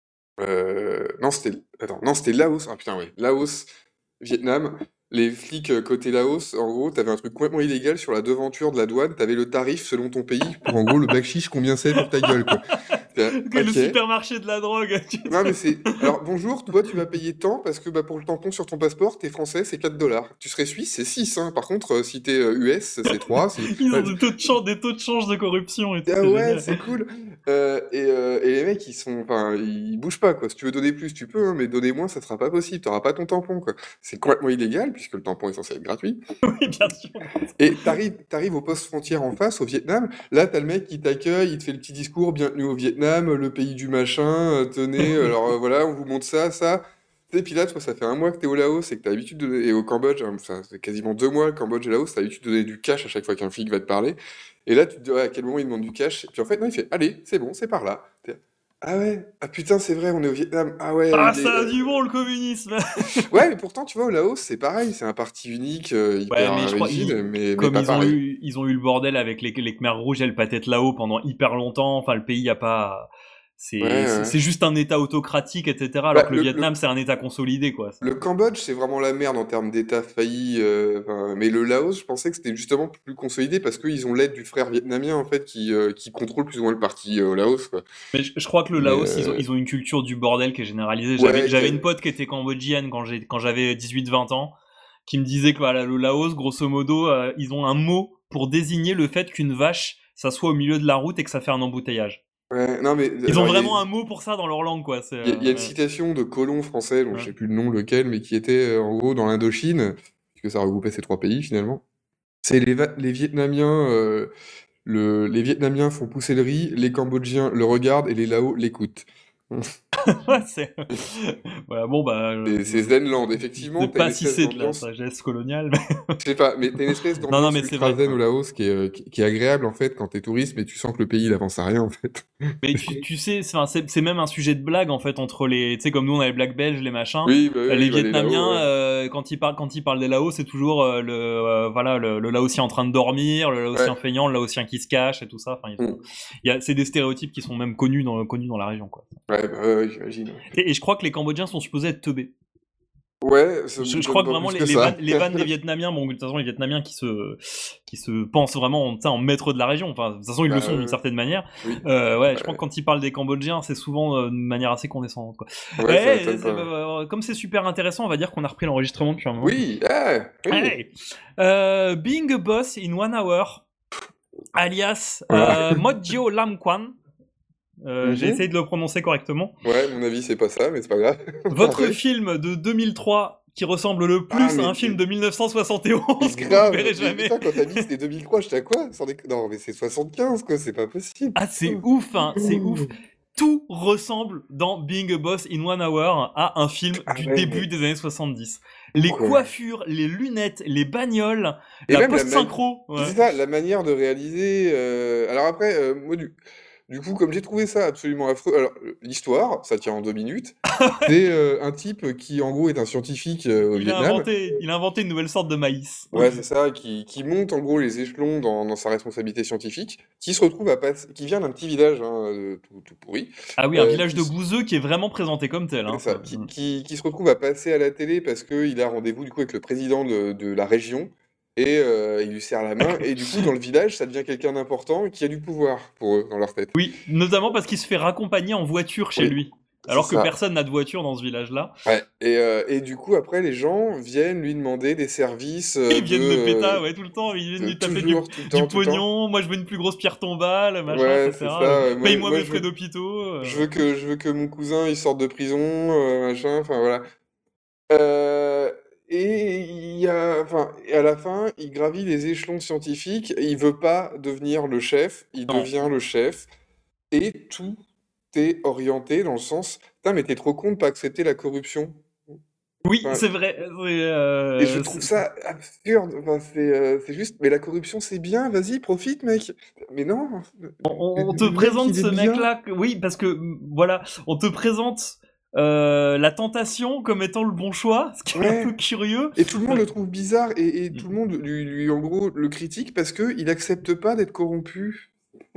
S4: Euh, non, c'était. Attends, non, c'était Laos. Ah putain, ouais. Laos, Vietnam. Les flics euh, côté Laos, en gros, t'avais un truc complètement illégal sur la devanture de la douane. T'avais le tarif selon ton pays pour, en gros, le bakchich, combien c'est pour ta gueule, quoi. T'es là,
S5: Que le
S4: ok.
S5: supermarché de la drogue. tu-
S4: Non, mais c'est. Alors, bonjour, toi, tu vas payer tant parce que bah, pour le tampon sur ton passeport, t'es français, c'est quatre dollars. Tu serais suisse, c'est six. Hein. Par contre, euh, si t'es euh, U S, c'est trois. Si...
S5: Ils ont
S4: Ouais.
S5: des taux, de change, des taux de change de corruption et tout.
S4: Ah
S5: C'est
S4: ouais,
S5: génial.
S4: c'est cool. Euh, et, euh, et les mecs, ils sont, enfin, ils bougent pas, quoi. Si tu veux donner plus, tu peux, hein, mais donner moins, ça sera pas possible. T'auras pas ton tampon, quoi. C'est complètement illégal puisque le tampon est censé être gratuit.
S5: Oui, bien sûr.
S4: Et t'arrives, t'arrives au poste frontière en face, au Vietnam. Là, t'as le mec qui t'accueille, il te fait le petit discours, bienvenue au Vietnam, le pays du machin. euh, tenez, alors euh, voilà, on vous montre ça, ça. Tu sais, puis là, toi, ça fait un mois que t'es au Laos et que t'as l'habitude de, et au Cambodge, hein, ça fait quasiment deux mois, le Cambodge et Laos, t'as l'habitude de donner du cash à chaque fois qu'un flic va te parler. Et là, tu te dis, ouais, à quel moment il demande du cash? Et puis en fait, non, il fait, allez, c'est bon, c'est par là. T'es là, ah ouais, ah putain, c'est vrai, on est au Vietnam. Ah ouais,
S5: Ah,
S4: les-
S5: ça a du bon le communisme.
S4: ouais, mais pourtant, tu vois, au Laos, c'est pareil, c'est un parti unique, euh,
S5: Ouais,
S4: hyper
S5: mais je crois
S4: rigide,
S5: ils-
S4: mais, mais
S5: comme
S4: pas
S5: ils ont
S4: pareil.
S5: eu ils ont eu le bordel avec les les Khmers rouges et le Pathet Lao pendant hyper longtemps. Enfin, le pays a pas. C'est
S4: Ouais,
S5: c'est
S4: ouais.
S5: c'est juste un État autocratique, et cetera. Alors
S4: Bah,
S5: que le,
S4: le-
S5: Vietnam, c'est un État consolidé, quoi.
S4: Le Cambodge, c'est vraiment la merde en termes d'État failli. euh, enfin, mais le Laos, je pensais que c'était justement plus consolidé parce qu'ils ont l'aide du frère vietnamien en fait qui, euh, qui contrôle plus ou moins le parti euh, au Laos, quoi.
S5: Mais je, je crois que le
S4: Mais,
S5: Laos, ils, ont,
S4: euh,
S5: ils ont une culture du bordel qui est généralisée.
S4: Ouais,
S5: J'avais j'avais
S4: qui-
S5: une pote qui était cambodgienne quand j'ai quand j'avais dix-huit vingt ans, qui me disait que voilà, le Laos, grosso modo, euh, ils ont un mot pour désigner le fait qu'une vache, ça soit au milieu de la route et que ça fait un embouteillage.
S4: Ouais, non, mais,
S5: Ils
S4: alors,
S5: ont
S4: il y a-
S5: vraiment un mot pour ça dans leur langue, quoi. C'est,
S4: Il y, a- il y a une
S5: euh,
S4: citation de colon français, dont
S5: Ouais.
S4: je sais plus le nom lequel, mais qui était euh, en gros dans l'Indochine, puisque ça regroupait ces trois pays finalement. C'est les, Va- les Vietnamiens, euh, le, les Vietnamiens font pousser le riz, les Cambodgiens le regardent et les Laos l'écoutent.
S5: ouais, c'est... voilà, bon, bah...
S4: C'est
S5: je-
S4: c'est Zenland,
S5: je
S4: effectivement.
S5: sais
S4: T'as une
S5: pas si
S4: espèce
S5: c'est de la
S4: d'ambiance.
S5: sagesse coloniale, mais...
S4: Je sais pas, mais t'as une espèce
S5: non,
S4: d'ambiance
S5: mais c'est
S4: ultra
S5: vrai.
S4: zen au Laos qui est, euh, qui, qui est agréable en fait quand t'es touriste, mais tu sens que le pays il avance à rien en fait.
S5: Mais tu, tu sais, c'est, enfin, c'est, c'est même un sujet de blague, en fait, entre les... Tu sais, comme nous, on a les blagues belges, les machins.
S4: Oui, bah, oui,
S5: Euh, les
S4: bah, les
S5: Vietnamiens,
S4: Laos, ouais.
S5: euh, quand, ils parlent, quand ils parlent des Laos, c'est toujours euh, le, euh, voilà, le, le Laotien en train de dormir, le Laotien
S4: Ouais.
S5: feignant, le Laotien qui se cache et tout ça. Enfin, ils ont-
S4: Mm.
S5: il y a, c'est des stéréotypes qui sont même connus dans, connus dans la région, quoi.
S4: Ouais, bah ouais, ouais, j'imagine.
S5: Et, et je crois que les Cambodgiens sont supposés être teubés.
S4: Ouais, ça me
S5: Je, je
S4: donne
S5: crois que
S4: pas
S5: vraiment
S4: plus
S5: les,
S4: que
S5: les,
S4: ça.
S5: vannes, les vannes des Vietnamiens, bon, de toute façon, les Vietnamiens qui se, qui se pensent vraiment, tu sais, en maître de la région. Enfin, de toute façon, ils
S4: Bah,
S5: le sont d'une
S4: ouais.
S5: certaine manière.
S4: Oui.
S5: Euh, ouais, je
S4: Ouais.
S5: crois que quand ils parlent des Cambodgiens, c'est souvent euh, d'une manière assez condescendante, quoi.
S4: Ouais,
S5: Ouais,
S4: ça m'étonne
S5: c'est-
S4: pas.
S5: euh, comme c'est super intéressant, on va dire qu'on a repris l'enregistrement depuis un moment.
S4: Oui, ah, oui.
S5: Hey. Euh, being a boss in one hour, alias
S4: Voilà.
S5: euh, Modjo Lam Quan. Euh,
S4: Mhm.
S5: J'ai essayé de le prononcer correctement.
S4: Ouais, à mon avis, c'est pas ça, mais c'est pas grave.
S5: Votre
S4: Pareil.
S5: film de deux mille trois qui ressemble le plus
S4: Ah, mais-
S5: à un film de mille neuf cent soixante et onze
S4: C'est
S5: que vous
S4: grave.
S5: verrez
S4: Mais
S5: jamais.
S4: putain, quand t'as dit que c'était deux mille trois, j'étais à quoi? Sans déc- Non, mais c'est soixante-quinze, quoi, c'est pas possible.
S5: Ah, c'est ouf, hein, c'est ouf. Tout ressemble dans Being a Boss in One Hour à un film
S4: Ah
S5: du
S4: ouais,
S5: début
S4: mais-
S5: des années soixante-dix. Les
S4: Ouais.
S5: coiffures, les lunettes, les bagnoles,
S4: Et
S5: la
S4: même la
S5: post-synchro.
S4: ma-
S5: ouais.
S4: C'est ça, la manière de réaliser. euh, Alors après, euh, moi, du... du coup, comme j'ai trouvé ça absolument affreux. Alors, euh, l'histoire, ça tient en deux minutes. C'est euh, un type qui, en gros, est un scientifique euh, au
S5: Il a,
S4: Vietnam.
S5: inventé, il a inventé une nouvelle sorte de maïs.
S4: Ouais, c'est ça, qui, qui monte en gros les échelons dans, dans sa responsabilité scientifique, qui se retrouve à passer, qui vient d'un petit village hein, euh, tout, tout pourri.
S5: Ah oui, un
S4: Euh,
S5: village de
S4: qui-
S5: bouseux qui est vraiment présenté comme tel. Hein.
S4: C'est ça, qui, qui, qui se retrouve à passer à la télé parce qu'il a rendez-vous du coup avec le président de, de la région et euh, il lui serre la main et du coup dans le village ça devient quelqu'un d'important et qui a du pouvoir pour eux dans leur tête.
S5: Oui, notamment parce qu'il se fait raccompagner en voiture chez
S4: Oui,
S5: lui. Alors
S4: c'est
S5: que
S4: ça.
S5: personne n'a de voiture dans ce village-là.
S4: Ouais. Et, euh, et du coup après les gens viennent lui demander des services. euh,
S5: Ils viennent
S4: de,
S5: le péta,
S4: euh,
S5: ouais, tout le temps. Ils viennent
S4: de-
S5: lui taper du,
S4: toujours, tout le
S5: du
S4: temps, tout le temps.
S5: pognon. Moi, je veux une plus grosse pierre tombale, machin,
S4: Ouais,
S5: et
S4: c'est
S5: cetera.
S4: ça. ouais. Moi,
S5: Paye-moi
S4: moi,
S5: mes
S4: je
S5: frais
S4: veux,
S5: d'hôpitaux. euh.
S4: je veux que je veux que mon cousin il sorte de prison, euh, machin. Enfin voilà. Euh, et il y a, enfin, et à la fin, il gravit les échelons scientifiques. Et il veut pas devenir le chef, il
S5: Non.
S4: devient le chef. Et tout est orienté dans le sens, putain, mais t'es trop con de pas accepter la corruption.
S5: Oui,
S4: Enfin,
S5: c'est vrai. c'est, euh,
S4: et je trouve
S5: c'est-
S4: ça absurde. Enfin, c'est, euh, c'est juste, mais la corruption c'est bien, vas-y, profite, mec. Mais non.
S5: On, on te
S4: Le mec,
S5: présente
S4: il est
S5: ce
S4: bien.
S5: mec-là, que- oui, parce que mm, voilà, on te présente euh, la tentation comme étant le bon choix, ce qui est
S4: Ouais.
S5: un peu curieux.
S4: Et tout le monde le trouve bizarre et, et tout le monde lui, lui, en gros le critique parce que il accepte pas d'être corrompu.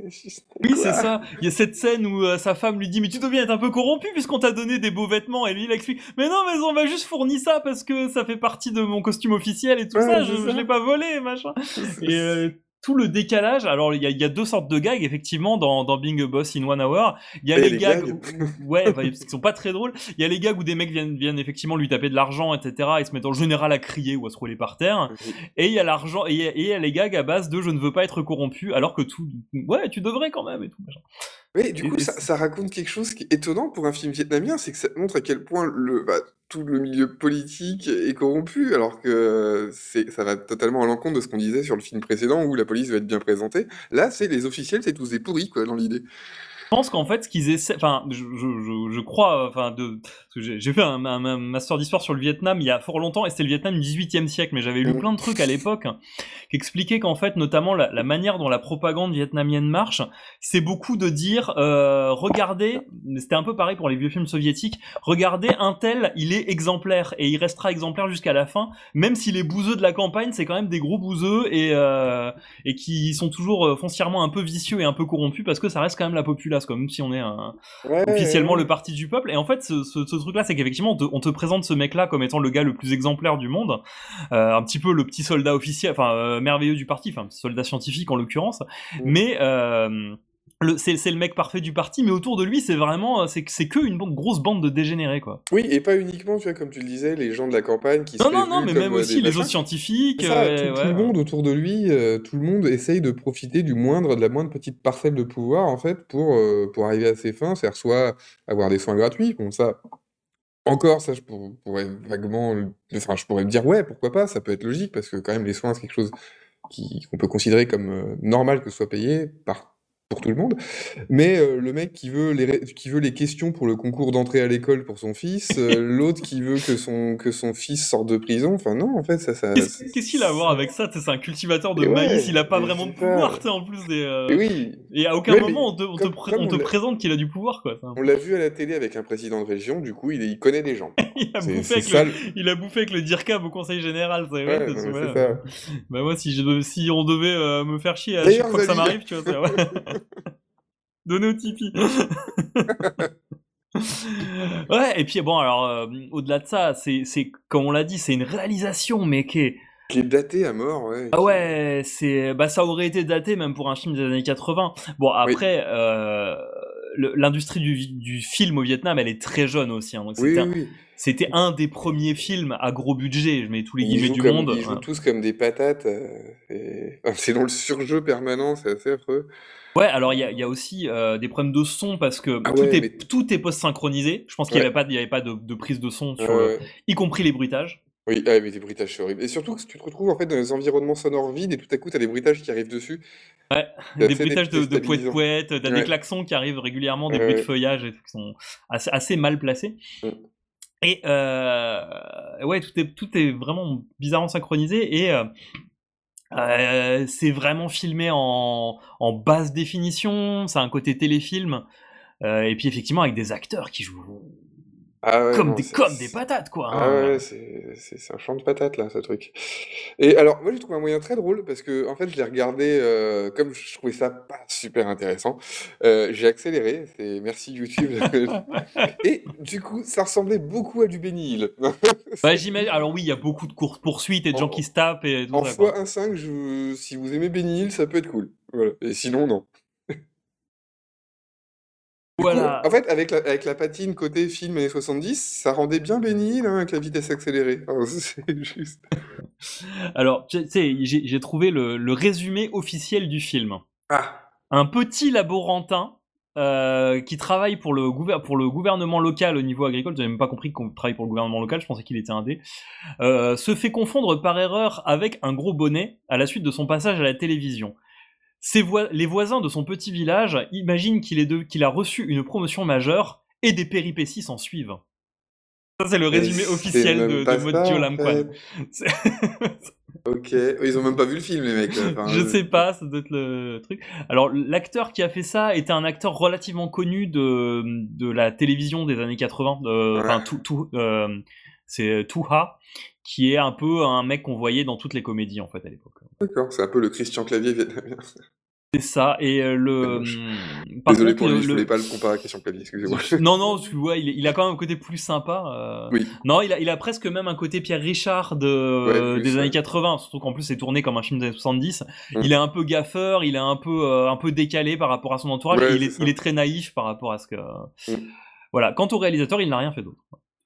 S5: Oui, c'est ça. Il y a cette scène où euh, sa femme lui dit mais tu deviens être un peu corrompu puisqu'on t'a donné des beaux vêtements et lui il explique mais non mais on m'a juste fourni ça parce que ça fait partie de mon costume officiel et tout
S4: Ouais,
S5: ça,
S4: c'est
S5: je,
S4: ça.
S5: je l'ai pas volé machin. Et euh, tout le décalage, alors il y, a- il y a deux sortes de gags effectivement dans, dans Being a Boss in One Hour. Il y a
S4: Et
S5: les,
S4: les
S5: gags,
S4: gags.
S5: où- ouais, enfin, qui sont pas très drôles. Il y a les gags où des mecs viennent, viennent effectivement lui taper de l'argent, et cetera. Et se mettent en général à crier ou à se rouler par terre. Et il y a l'argent, et il y a- et il y a les gags à base de je ne veux pas être corrompu, alors que tout, ouais, tu devrais quand même et tout machin.
S4: Oui, du
S5: Et-
S4: coup,
S5: et
S4: ça,
S5: c'est-
S4: ça raconte quelque chose qui est étonnant pour un film vietnamien, c'est que ça montre à quel point le, bah, tout le milieu politique est corrompu, alors que c'est, ça va totalement à l'encontre de ce qu'on disait sur le film précédent où la police va être bien présentée. Là, c'est les officiels, c'est tous des pourris, quoi, dans l'idée.
S5: Je pense qu'en fait, ce qu'ils essaient, enfin, je, je, je, je crois, enfin, de, parce que j'ai j'ai fait un, un- un master d'histoire sur le Vietnam il y a fort longtemps, et c'était le Vietnam du dix-huitième siècle, mais j'avais lu
S4: Mm.
S5: plein de trucs à l'époque hein, qui expliquaient qu'en fait, notamment la, la manière dont la propagande vietnamienne marche, c'est beaucoup de dire, euh, regardez, c'était un peu pareil pour les vieux films soviétiques, regardez un tel, il est exemplaire, et il restera exemplaire jusqu'à la fin, même si les bouseux de la campagne, c'est quand même des gros bouseux, et, euh, et qui sont toujours euh, foncièrement un peu vicieux et un peu corrompus, parce que ça reste quand même la populace, comme si on est un,
S4: Ouais,
S5: officiellement
S4: ouais.
S5: le parti du peuple. Et en fait, ce, ce, ce truc-là, c'est qu'effectivement, on te, on te présente ce mec-là comme étant le gars le plus exemplaire du monde, euh, un petit peu le petit soldat officiel, enfin euh, merveilleux du parti, enfin soldat scientifique en l'occurrence, mais euh, le, c'est, c'est le mec parfait du parti, mais autour de lui, c'est vraiment, c'est, c'est que une bon- grosse bande de dégénérés, quoi.
S4: Oui, et pas uniquement, tu vois, comme tu le disais, les gens de la campagne qui
S5: Non,
S4: seraient
S5: non, non,
S4: vus
S5: mais
S4: comme,
S5: même
S4: euh,
S5: aussi
S4: des
S5: les
S4: machins.
S5: autres scientifiques.
S4: C'est ça,
S5: euh,
S4: tout, tout
S5: ouais,
S4: le monde autour de lui, euh, tout le monde essaye de profiter du moindre, de la moindre petite parcelle de pouvoir, en fait, pour, euh, pour arriver à ses fins, c'est-à-dire soit avoir des soins gratuits, bon ça, encore, ça, je pour- pourrais vaguement, le- enfin, je pourrais me dire, ouais, pourquoi pas, ça peut être logique, parce que quand même, les soins, c'est quelque chose qui, qu'on peut considérer comme euh, normal que ce soit payé par pour tout le monde, mais euh, le mec qui veut les, ré- qui veut les questions pour le concours d'entrée à l'école pour son fils, euh, l'autre qui veut que son, que son fils sorte de prison, enfin non, en fait, ça... ça
S5: Qu'est-ce, qu'est-ce qu'il a à voir avec ça? Tu sais, c'est un cultivateur de
S4: Et ouais,
S5: maïs, il a pas
S4: mais
S5: vraiment de
S4: c'est ça.
S5: pouvoir, tu sais, en plus des. euh,
S4: Et oui,
S5: Et à aucun
S4: Ouais, mais
S5: moment on te, on te,
S4: comme-
S5: pré-
S4: comme
S5: on
S4: on
S5: te
S4: l'a-
S5: présente qu'il a du pouvoir, quoi. C'est un-
S4: on l'a vu à la télé avec un président de région, du coup, il, il connaît des gens.
S5: Il a,
S4: C'est-
S5: bouffé
S4: c'est
S5: avec
S4: ça,
S5: le,
S4: le-
S5: il a bouffé avec le DIRCAB au conseil général, c'est
S4: Ouais,
S5: vrai,
S4: non,
S5: c'est
S4: mais
S5: ouais.
S4: c'est ça.
S5: Bah moi, si, je, devais- si on devait euh, me faire chier à
S4: D'ailleurs,
S5: chaque fois que ça
S4: Xavier.
S5: m'arrive, tu vois, c'est ouais. Donner au Tipeee. Ouais, et puis bon, alors, euh, au-delà de ça, c'est, c'est, comme on l'a dit, c'est une réalisation, mais qui est...
S4: Qui est daté à mort, ouais.
S5: Ah ouais, c'est, bah ça aurait été daté même pour un film des années quatre-vingts. Bon, après, euh, le- l'industrie du, du film au Vietnam, elle est très jeune aussi. Hein, donc
S4: Oui,
S5: c'était,
S4: oui,
S5: un,
S4: oui.
S5: c'était un des premiers films à gros budget, je mets tous les
S4: Ils
S5: guillemets
S4: jouent,
S5: du
S4: comme,
S5: monde.
S4: ils jouent
S5: hein.
S4: tous comme des patates. euh, et... enfin, c'est dans le surjeu permanent, c'est assez affreux.
S5: Ouais, alors il y a, il y a aussi euh, des problèmes de son parce que
S4: Ah
S5: tout
S4: ouais,
S5: est,
S4: mais...
S5: tout est post-synchronisé. Je pense qu'il n'y
S4: Ouais.
S5: avait pas, il y avait pas de, de prise de son, sur,
S4: Ouais,
S5: le-
S4: ouais.
S5: y compris les bruitages.
S4: Oui, ah, mais des bruitages, c'est horrible. Et surtout que tu te retrouves en fait dans des environnements sonores vides et tout à coup, t'as des bruitages qui arrivent dessus.
S5: Ouais,
S4: C'est
S5: des
S4: assez
S5: bruitages de, de
S4: déstabilisant.
S5: poète-poète, t'as des
S4: Ouais.
S5: klaxons qui arrivent régulièrement, des
S4: Ouais,
S5: bruits de
S4: ouais.
S5: feuillage et tout qui sont assez, assez mal placés.
S4: Mm.
S5: Et euh, ouais, tout est, tout est vraiment bizarrement synchronisé et euh, euh, c'est vraiment filmé en, en basse définition, ça a un côté téléfilm, euh, et puis effectivement avec des acteurs qui jouent
S4: Ah ouais,
S5: comme,
S4: non,
S5: des,
S4: c'est...
S5: comme des patates, quoi.
S4: Ah
S5: hein.
S4: ouais, c'est c'est- c'est un champ de patates là, ce truc. Et alors, moi j'ai trouvé un moyen très drôle parce que en fait, je l'ai regardé euh, comme je trouvais ça pas super intéressant. euh, j'ai accéléré, c'est merci YouTube. Et du coup, ça ressemblait beaucoup à du Benny Hill.
S5: Bah, j'imagine. Alors oui, il y a beaucoup de courses poursuites et de gens
S4: En,
S5: qui se tapent et tout
S4: en
S5: ça, quoi.
S4: fois un virgule cinq, je... si vous aimez Benny Hill, ça peut être cool. Voilà. Et sinon, non. Du coup,
S5: Voilà.
S4: en fait, avec la, avec la patine côté film années soixante-dix, ça rendait bien Benny Hill hein, avec la vitesse accélérée. Alors, c'est juste...
S5: Alors, tu sais, j'ai j'ai trouvé le, le résumé officiel du film.
S4: Ah,
S5: Un petit laborantin euh, qui travaille pour le, gouver- pour le gouvernement local au niveau agricole, j'avais même pas compris qu'on travaille pour le gouvernement local, je pensais qu'il était indé, euh, se fait confondre par erreur avec un gros bonnet à la suite de son passage à la télévision. Ses voi- les voisins de son petit village imaginent qu'il est de- qu'il a reçu une promotion majeure et des péripéties s'en suivent. Ça, c'est le
S4: mais
S5: résumé
S4: c'est
S5: officiel
S4: même
S5: de,
S4: pas
S5: de
S4: ça
S5: Modio
S4: en
S5: Lamquan.
S4: fait. Ok, ils ont même pas vu le film, les mecs. Enfin,
S5: Je
S4: euh,
S5: sais pas, ça doit être le truc. Alors, l'acteur qui a fait ça était un acteur relativement connu de, de la télévision des années quatre-vingts. de- Enfin,
S4: ouais.
S5: tout, tout, euh, c'est Touha, qui est un peu un mec qu'on voyait dans toutes les comédies, en fait, à l'époque.
S4: D'accord, c'est un peu le Christian Clavier vietnamien.
S5: C'est ça, et euh,
S4: C'est
S5: le...
S4: moche.
S5: Par
S4: Désolé
S5: contre,
S4: pour
S5: le-
S4: lui, je
S5: le-
S4: voulais pas le comparer à Christian Clavier, excusez-moi.
S5: Non, non, tu vois, il, est- il a quand même un côté plus sympa. euh.
S4: Oui,
S5: Non, il a, il a presque même un côté Pierre Richard de,
S4: ouais, plus,
S5: des années
S4: ouais.
S5: quatre-vingts, surtout qu'en plus c'est tourné comme un film des années soixante-dix.
S4: Mm.
S5: Il est un peu gaffeur, il est un peu, euh, un peu décalé par rapport à son entourage, et
S4: Ouais,
S5: il
S4: c'est
S5: est,
S4: ça.
S5: il est très naïf par rapport à ce que...
S4: Mm.
S5: Voilà, quant au réalisateur, il n'a rien fait d'autre.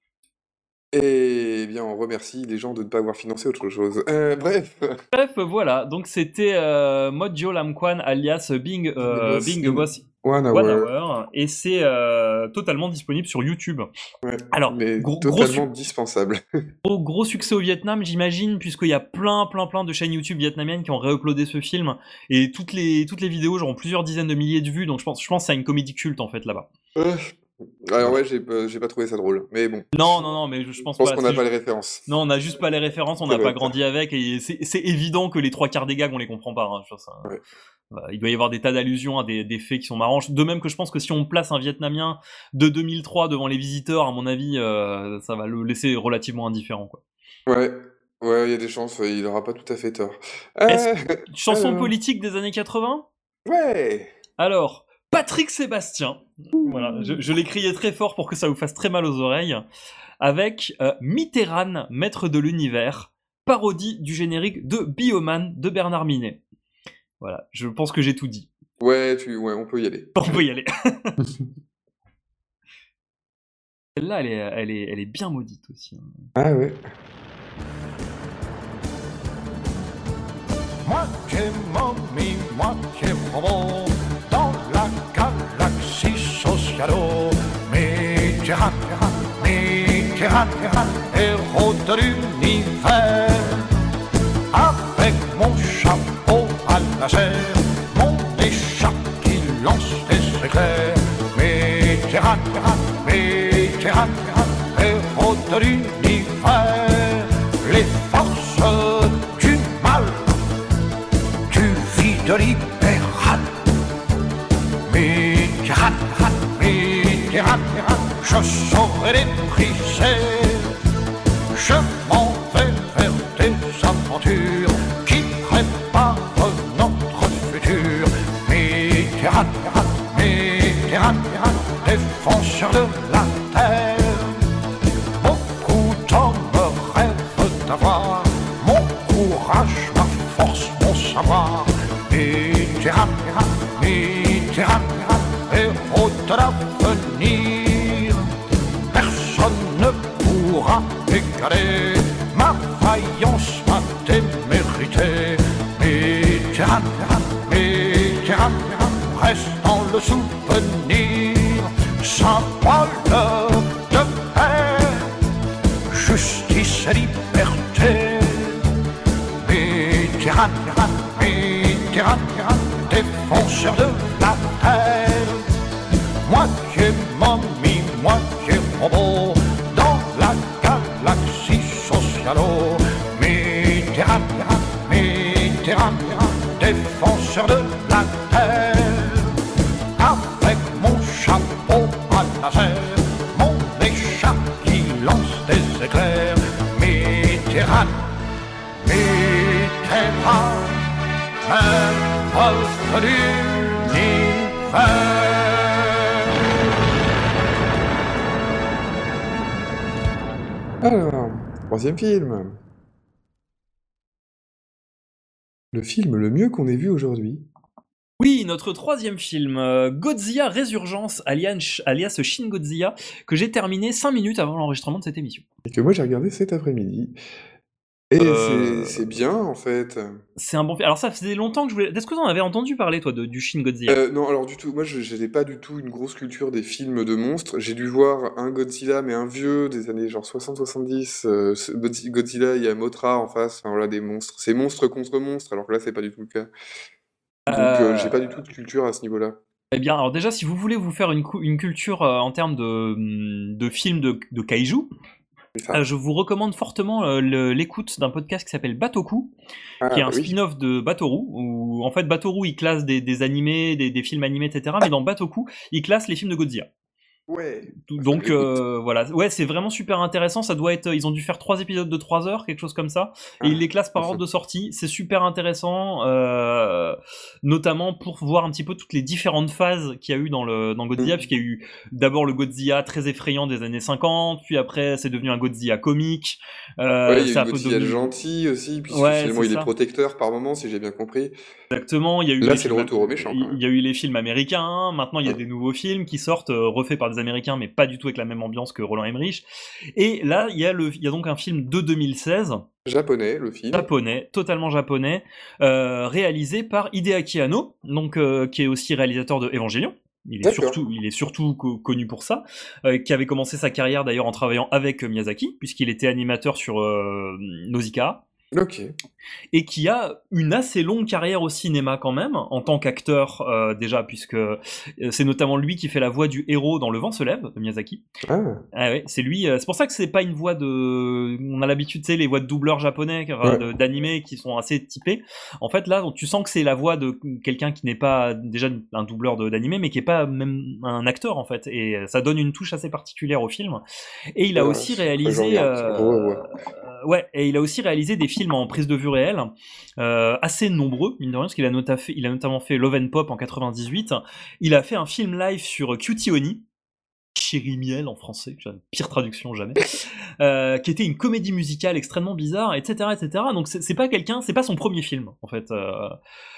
S4: Eh bien, on remercie les gens de ne pas avoir financé autre chose. Euh, bref,
S5: Bref, voilà, donc c'était euh, Mojo Lamquan alias Bing, euh,
S4: Boss
S5: Bing
S4: in
S5: Boss
S4: One
S5: One
S4: Hour.
S5: Hour, et c'est euh, totalement disponible sur YouTube.
S4: Ouais,
S5: Alors,
S4: mais
S5: gros, gros, su-
S4: totalement dispensable.
S5: gros, gros succès au Vietnam, j'imagine, puisqu'il y a plein, plein, plein de chaînes YouTube vietnamiennes qui ont réuploadé ce film, et toutes les, toutes les vidéos genre, ont plusieurs dizaines de milliers de vues, donc je pense, je pense que c'est une comédie culte en fait là-bas.
S4: Euh, Alors ouais, j'ai pas, j'ai pas trouvé ça drôle, mais bon,
S5: Non, non, non, mais je, je
S4: je
S5: pense
S4: pense
S5: pas.
S4: qu'on
S5: c'est
S4: n'a pas
S5: ju-
S4: les références.
S5: Non, on n'a juste pas les références, on
S4: C'est
S5: n'a pas
S4: vrai.
S5: grandi avec, et c'est c'est évident que les trois quarts des gags, on les comprend pas. hein, je pense, hein.
S4: Ouais.
S5: Bah, il doit y avoir des tas d'allusions à des, des faits qui sont marrants. De même que je pense que si on place un Vietnamien de deux mille trois devant les visiteurs, à mon avis, euh, ça va le laisser relativement indifférent, quoi.
S4: Ouais, ouais, il y a des chances, il aura pas tout à fait tort.
S5: Est-ce-
S4: Euh,
S5: Chanson
S4: alors,
S5: politique des années quatre-vingts?
S4: ouais,
S5: Alors, Patrick Sébastien, voilà, je, je l'ai crié très fort pour que ça vous fasse très mal aux oreilles, avec euh, Mitterrand, maître de l'univers, parodie du générique de Bioman de Bernard Minet. Voilà, je pense que j'ai tout dit.
S4: ouais, tu, ouais, on peut y aller.
S5: On peut y aller. Celle-là, elle est, elle, est, elle est bien maudite aussi. hein.
S4: Ah ouais.
S9: Moitié momie, moitié robot, dans la galaxie socialo. Mitterrand, Mitterrand, héros de l'univers. Avec mon chapeau à laser, mon écharpe qui lance des éclairs. Mitterrand, Mitterrand, héros de l'univers. Les forces du mal, du vide libéral. Mitterrand, Mitterrand, je saurai les briser. Je m'en vais vers des aventures qui préparent notre futur. Mitterrand, Mitterrand, défenseur de la terre. Beaucoup d'hommes rêvent d'avoir mon courage, ma force, mon savoir. Mitterrand, Mitterrand, héros de
S6: l'avenir. Personne ne pourra égaler ma vaillance, ma témérité. Mitterrand, Mitterrand, reste dans le souvenir. Symbole de paix, justice et liberté. Mitterrand, Mitterrand, défenseur de la terre. Moitié momie, moitié robot, dans la galaxie socialo. Mitterrand, Mitterrand, défenseur de la terre. Avec mon chapeau à laser, mon écharpe qui lance des éclairs. Mitterrand, Mitterrand, maître de l'univers.
S4: Alors, troisième film. Le film le mieux qu'on ait vu aujourd'hui.
S5: Oui, notre troisième film, euh, Godzilla Résurgence, alias, alias Shin Godzilla, que j'ai terminé cinq minutes avant l'enregistrement de cette émission.
S4: Et que moi j'ai regardé cet après-midi. Et
S5: Euh,
S4: c'est c'est bien en fait.
S5: C'est un bon film. Alors ça faisait longtemps que je voulais... Est-ce que tu en avais entendu parler, toi, de, du Shin Godzilla?
S4: Euh, non, alors du tout. Moi, je n'ai pas du tout une grosse culture des films de monstres. J'ai dû voir un Godzilla, mais un vieux des années genre soixante soixante-dix. Euh, ce Godzi- Godzilla, il y a Mothra en face. Enfin voilà, des monstres. C'est monstre contre monstre, alors que là, c'est pas du tout le cas. Donc, euh, j'ai pas du tout de culture à ce niveau-là.
S5: Eh bien, alors déjà, si vous voulez vous faire une, cou- une culture euh, en termes de, de films de, de kaiju, euh, je vous recommande fortement euh, le- l'écoute d'un podcast qui s'appelle Batoku,
S4: Ah,
S5: qui est un
S4: oui.
S5: spin-off de Batoru, où en fait Batoru il classe des, des animés, des, des films animés, et cetera. Mais dans Batoku, il classe les films de Godzilla.
S4: Ouais.
S5: Tout- Donc euh, voilà, ouais, c'est vraiment super intéressant. Ça doit être, ils ont dû faire trois épisodes de trois heures, quelque chose comme ça, et ils les classent par ordre de sortie. C'est super intéressant, euh, notamment pour voir un petit peu toutes les différentes phases qu'il y a eu dans le dans Godzilla, puisqu'il y a eu d'abord le Godzilla très effrayant des années cinquante, puis après c'est devenu un Godzilla comique. Euh,
S4: Ouais, il y
S5: c'est
S4: a
S5: un
S4: eu
S5: peu
S4: Godzilla
S5: devenu-
S4: gentil aussi, puisque
S5: Ouais,
S4: finalement
S5: c'est
S4: il est
S5: ça.
S4: protecteur par moment, si j'ai bien compris.
S5: Exactement, il y a eu
S4: Là,
S5: les
S4: c'est le
S5: films-
S4: retour au méchant, quand
S5: Il il y a eu les films américains, maintenant il y a des nouveaux films qui sortent euh, refaits par des Américains, mais pas du tout avec la même ambiance que Roland Emmerich. Et là, il y a le, il y a donc un film de deux mille seize.
S4: Japonais, le film.
S5: Japonais, totalement japonais, euh, réalisé par Hideaki Anno, donc euh, qui est aussi réalisateur de Evangelion. Il est
S4: D'accord.
S5: surtout, il est surtout co- connu pour ça, euh, qui avait commencé sa carrière d'ailleurs en travaillant avec euh, Miyazaki, puisqu'il était animateur sur euh, Nausicaa.
S4: Ok.
S5: Et qui a une assez longue carrière au cinéma quand même, en tant qu'acteur euh, déjà, puisque euh, c'est notamment lui qui fait la voix du héros dans Le vent se lève, de Miyazaki.
S4: Ah.
S5: Ah ouais, c'est lui. euh, C'est pour ça que c'est pas une voix de. On a l'habitude, tu sais, les voix de doubleurs japonais, enfin,
S4: Ouais.
S5: de- d'animés qui sont assez typés. En fait, là, tu sens que c'est la voix de quelqu'un qui n'est pas déjà un doubleur de- d'animé, mais qui est pas même un acteur en fait. Et ça donne une touche assez particulière au film. Et il a
S4: Ah,
S5: aussi
S4: c'est- après, je
S5: réalisé.
S4: regarde, c'est beau, ouais.
S5: euh, ouais, et il a aussi réalisé des films en prise de vue réelle, euh, assez nombreux, mine de rien, parce qu'il a, nota- fait- il a notamment fait Love and Pop en quatre-vingt-dix-huit. Il a fait un film live sur Cutie Oni, Chéri Miel en français, j'ai la pire traduction jamais, euh, qui était une comédie musicale extrêmement bizarre, et cetera, et cetera. Donc c'est c'est pas quelqu'un, c'est pas son premier film en fait. Euh,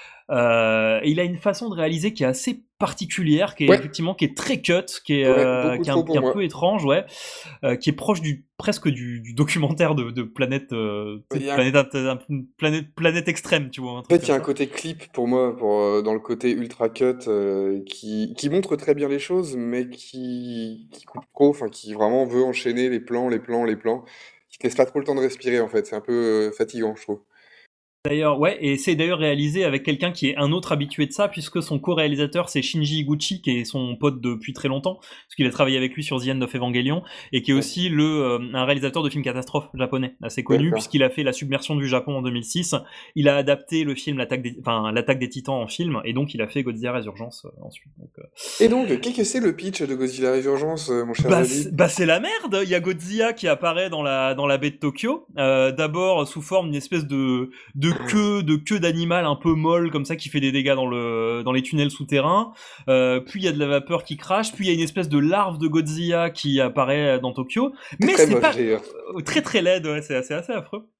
S5: euh, et il a une façon de réaliser qui est assez particulière, qui est
S4: Ouais.
S5: effectivement qui est très cut, qui est,
S4: Ouais,
S5: euh,
S4: beaucoup
S5: qui est un,
S4: trop pour
S5: qui est un
S4: moi.
S5: peu étrange, ouais, euh, qui est proche du presque du, du documentaire de, de planète, euh,
S4: Il y a un-
S5: planète, un- planète, planète extrême, tu vois. Un
S4: En
S5: truc
S4: fait, il y a un
S5: comme ça.
S4: côté clip pour moi, pour, euh, dans le côté ultra cut, euh, qui, qui montre très bien les choses, mais qui, qui coupe trop, enfin, qui vraiment veut enchaîner les plans, les plans, les plans, qui te laisse pas trop le temps de respirer, en fait. C'est un peu euh, fatigant, je trouve.
S5: D'ailleurs, ouais, et c'est d'ailleurs réalisé avec quelqu'un qui est un autre habitué de ça, puisque son co-réalisateur c'est Shinji Higuchi, qui est son pote depuis très longtemps, parce qu'il a travaillé avec lui sur The End of Evangelion, et qui est aussi le euh, un réalisateur de films catastrophes japonais, assez connu,
S4: D'accord.
S5: puisqu'il a fait La Submersion du Japon en deux mille six. Il a adapté le film L'attaque des, enfin, L'attaque des Titans en film, et donc il a fait Godzilla Résurgence euh, ensuite. Donc, euh,
S4: Et donc, qu'est-ce que c'est le pitch de Godzilla Résurgence, euh, mon cher
S5: Bah,
S4: David?
S5: c'est- bah, c'est la merde. Il y a Godzilla qui apparaît dans la dans la baie de Tokyo. Euh, D'abord sous forme d'une espèce de de queue de queue d'animal un peu molle comme ça qui fait des dégâts dans le dans les tunnels souterrains. Euh, puis il y a de la vapeur qui crache. Puis il y a une espèce de larve de Godzilla qui apparaît dans Tokyo. Mais
S4: Très
S5: c'est
S4: moche,
S5: pas
S4: d'ailleurs.
S5: euh, très très laide. Ouais, c'est assez assez affreux.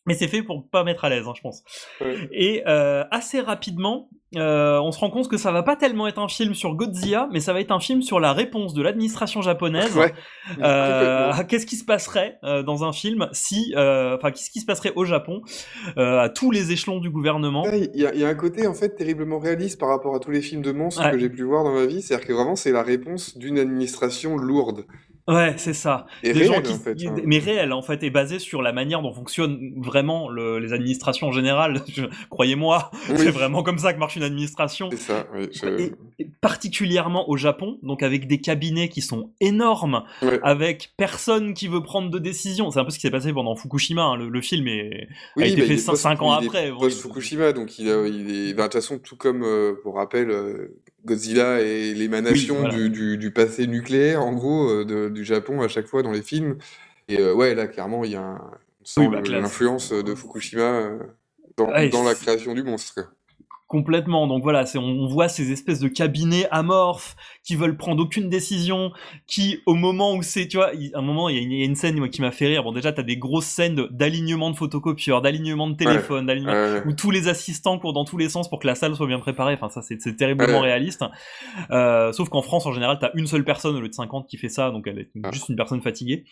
S5: Mais c'est fait pour pas mettre à l'aise, hein, je pense.
S4: Ouais.
S5: Et euh, assez rapidement, euh, on se rend compte que ça va pas tellement être un film sur Godzilla, mais ça va être un film sur la réponse de l'administration japonaise.
S4: Ouais,
S5: Euh,
S4: complètement.
S5: qu'est-ce qui se passerait euh, dans un film si, euh, enfin, qu'est-ce qui se passerait au Japon euh, à tous les échelons du gouvernement.
S4: Ouais, Il y a, il y a un côté en fait terriblement réaliste par rapport à tous les films de monstres
S5: Ouais.
S4: que j'ai pu voir dans ma vie, c'est-à-dire que vraiment c'est la réponse d'une administration lourde
S5: Ouais, c'est ça.
S4: et
S5: Des gens
S4: réelle
S5: qui,
S4: en fait. hein.
S5: mais réel en fait, et basé sur la manière dont fonctionnent vraiment le- les administrations en général. Je- Croyez-moi,
S4: Oui,
S5: c'est vraiment comme ça que marche une administration.
S4: c'est ça. Oui, je-
S5: Et, et particulièrement au Japon, donc avec des cabinets qui sont énormes,
S4: ouais.
S5: avec personne qui veut prendre de décision. C'est un peu ce qui s'est passé pendant Fukushima. hein. Le, le film est, a
S4: Oui,
S5: été
S4: bah,
S5: fait
S4: il est post,
S5: cinq ans
S4: il est
S5: après. Bon,
S4: post
S5: il-
S4: Fukushima, donc il a, il est, bah, de toute façon tout comme euh, pour rappel, euh, Godzilla est
S5: Oui,
S4: l'émanation
S5: voilà.
S4: du, du, du passé nucléaire en gros euh, de- du Japon à chaque fois dans les films. Et euh, ouais, là clairement il y a, un, on sent
S5: Oui, bah
S4: le-
S5: classe.
S4: l'influence de Fukushima euh, dans,
S5: Ouais,
S4: dans la
S5: c'est-
S4: création du monstre.
S5: Complètement. Donc voilà, c'est, on, on voit ces espèces de cabinets amorphes qui veulent prendre aucune décision, qui au moment où c'est, tu vois, il- à un moment il y a une, il y a une scène moi, qui m'a fait rire. Bon déjà t'as des grosses scènes de- d'alignement de photocopieurs, d'alignement de téléphone, d'alignement
S4: Ouais,
S5: où tous les assistants courent dans tous les sens pour que la salle soit bien préparée. Enfin ça c'est, c'est terriblement
S4: Ouais.
S5: réaliste. Euh, sauf qu'en France en général t'as une seule personne au lieu de cinquante qui fait ça, donc elle est
S4: Ah.
S5: juste une personne fatiguée.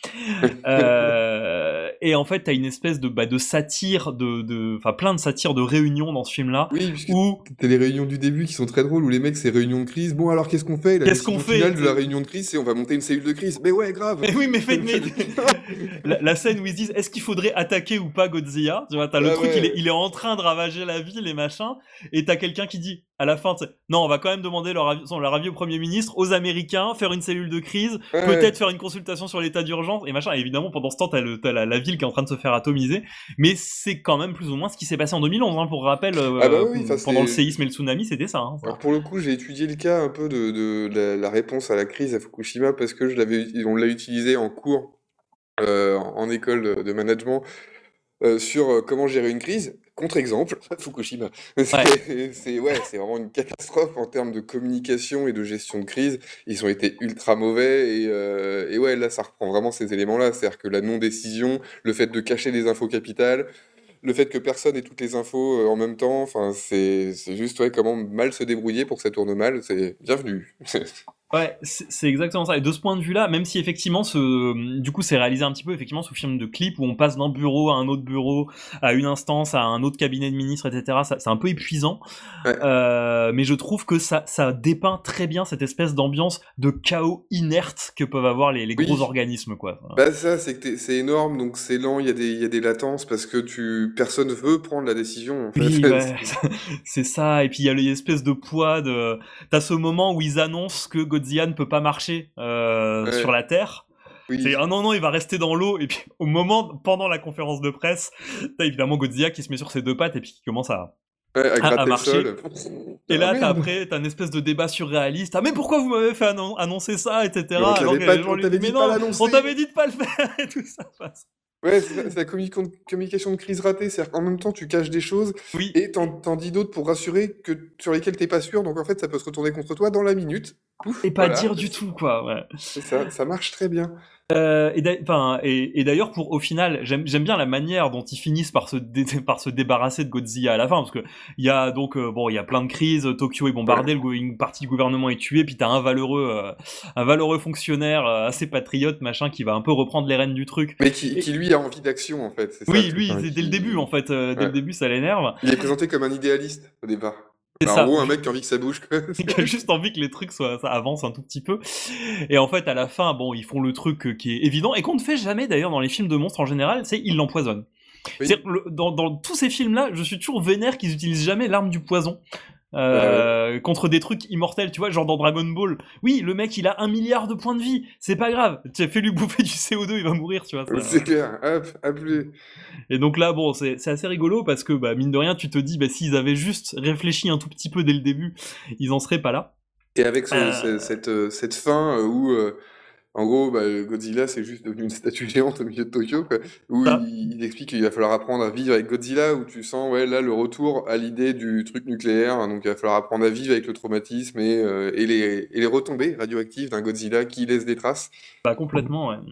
S5: Euh, et en fait t'as une espèce de, bah, de satire, de, de, enfin plein de satires de réunions dans ce film-là.
S4: Oui, puisque
S5: Où
S4: t'as les réunions du début qui sont très drôles où les mecs c'est réunion de crise. Bon alors qu'est-ce qu'on fait? La
S5: Qu'est-ce qu'on
S4: décision
S5: fait
S4: finale de la réunion de crise c'est on va monter une cellule de crise. Mais ouais, grave.
S5: Mais oui, mais faites, mais la, la scène où ils se disent est-ce qu'il faudrait attaquer ou pas Godzilla? Tu vois, t'as le
S4: Ah
S5: truc,
S4: ouais.
S5: il est, il est en train de ravager la ville et machin, et t'as quelqu'un qui dit à la fin, tu sais, non, on va quand même demander leur avis, leur avis au Premier ministre, aux Américains, faire une cellule de crise,
S4: Ouais.
S5: peut-être faire une consultation sur l'état d'urgence et machin. Et évidemment, pendant ce temps, t'as, le, t'as la, la ville qui est en train de se faire atomiser, mais c'est quand même plus ou moins ce qui s'est passé en deux mille onze. Hein, pour rappel, euh,
S4: Ah bah oui, ça,
S5: pendant le
S4: c'est-
S5: séisme et le tsunami, c'était ça. Hein, ça.
S4: Alors pour le coup, j'ai étudié le cas un peu de, de la, la réponse à la crise à Fukushima parce que je l'avais, on l'a utilisé en cours euh, en école de, de management euh, sur euh, comment gérer une crise. Contre-exemple, Fukushima. C'est c'est- ouais, c'est vraiment une catastrophe en termes de communication et de gestion de crise. Ils ont été ultra mauvais et, euh, et ouais, là, ça reprend vraiment ces éléments-là. C'est-à-dire que la non-décision, le fait de cacher des infos capitales, le fait que personne ait toutes les infos euh, en même temps, enfin, c'est c'est juste ouais, comment mal se débrouiller pour que ça tourne mal. C'est bienvenue.
S5: Ouais, c'est c'est exactement ça. Et de ce point de vue-là, même si effectivement, ce, du coup, c'est réalisé un petit peu effectivement sous film de clip où on passe d'un bureau à un autre bureau, à une instance, à un autre cabinet de ministre, et cetera. Ça, c'est un peu épuisant,
S4: Ouais.
S5: euh, mais je trouve que ça, ça dépeint très bien cette espèce d'ambiance de chaos inerte que peuvent avoir les, les
S4: Oui.
S5: gros organismes, quoi.
S4: Bah ça, c'est que t'es- c'est énorme, donc c'est lent, il y a des, il y a des latences parce que tu, personne veut prendre la décision. En fait.
S5: Oui, ouais, c'est ça. Et puis il y a l'espèce de poids de. T'as ce moment où ils annoncent que Godzilla ne peut pas marcher euh,
S4: Ouais.
S5: sur la Terre.
S4: Oui.
S5: C'est ah non non, il va rester dans l'eau. Et puis au moment, pendant la conférence de presse, t'as évidemment Godzilla qui se met sur ses deux pattes et puis qui commence à
S4: Ouais, à
S5: à,
S4: gratter
S5: à
S4: le
S5: marcher.
S4: sol.
S5: Et là,
S4: Ah,
S5: t'as
S4: merde.
S5: après, t'as une espèce de débat surréaliste. Ah mais pourquoi vous m'avez fait annon- annoncer ça, et cetera.
S4: Mais on
S5: Alors
S4: t'avait
S5: que
S4: pas-
S5: les gens
S4: on
S5: lui
S4: t'avait
S5: disent,
S4: dit
S5: mais
S4: de pas
S5: non,
S4: l'annoncer.
S5: on t'avait dit de pas le faire et tout ça. Enfin, c'est-
S4: Ouais, c'est ça, c'est la communication, communication de crise ratée. C'est-à-dire qu'en même temps, tu caches des choses
S5: Oui.
S4: et t'en, t'en dis d'autres pour rassurer que sur lesquelles t'es pas sûr. Donc en fait, ça peut se retourner contre toi dans la minute. Pouf,
S5: Et pas
S4: voilà.
S5: dire du tout, quoi. Ouais.
S4: C'est ça, ça marche très bien.
S5: Euh, et, d'a- enfin, et, et d'ailleurs, pour au final, j'aime j'aime bien la manière dont ils finissent par se, dé- par se débarrasser de Godzilla à la fin, parce que il y a donc euh, bon, il y a plein de crises. Tokyo est bombardé, le go- une partie du gouvernement est tuée, puis t'as un valeureux, euh, un valeureux fonctionnaire euh, assez patriote, machin, qui va un peu reprendre les rênes du truc.
S4: Mais qui, qui lui a envie d'action en fait. C'est ça,
S5: Oui,
S4: le truc,
S5: lui,
S4: hein,
S5: c'est
S4: qui-
S5: dès le début en fait. euh, dès
S4: Ouais.
S5: le début, ça l'énerve.
S4: Il est présenté comme un idéaliste au départ.
S5: C'est
S4: Bah,
S5: ça.
S4: En gros, un mec qui a envie que ça bouge. Quoi.
S5: Qui a juste envie que les trucs soient, ça avance un tout petit peu. Et en fait, à la fin, bon, ils font le truc euh, qui est évident et qu'on ne fait jamais d'ailleurs dans les films de monstres en général, c'est ils l'empoisonnent.
S4: Oui.
S5: C'est-à-dire, le- dans, dans tous ces films-là, je suis toujours vénère qu'ils utilisent jamais l'arme du poison. Euh, contre des trucs immortels, tu vois, genre dans Dragon Ball. Oui, le mec, il a un milliard de points de vie, c'est pas grave. Tu as fait lui bouffer du C O deux, il va mourir, tu vois. ça-
S4: C'est clair. Hop, appelez.
S5: Et donc là, bon, c'est c'est assez rigolo parce que, bah, mine de rien, tu te dis, bah, s'ils avaient juste réfléchi un tout petit peu dès le début, ils en seraient pas là.
S4: Et avec ce-
S5: Euh.
S4: ce- cette, euh, cette fin euh, où euh, En gros, bah, Godzilla, c'est juste devenu une statue géante au milieu de Tokyo, quoi, où
S5: Ça.
S4: il, il explique qu'il va falloir apprendre à vivre avec Godzilla, où tu sens, ouais, là, le retour à l'idée du truc nucléaire, hein, donc il va falloir apprendre à vivre avec le traumatisme et, euh, et, les, et les retombées radioactives d'un Godzilla qui laisse des traces.
S5: Bah complètement, ouais.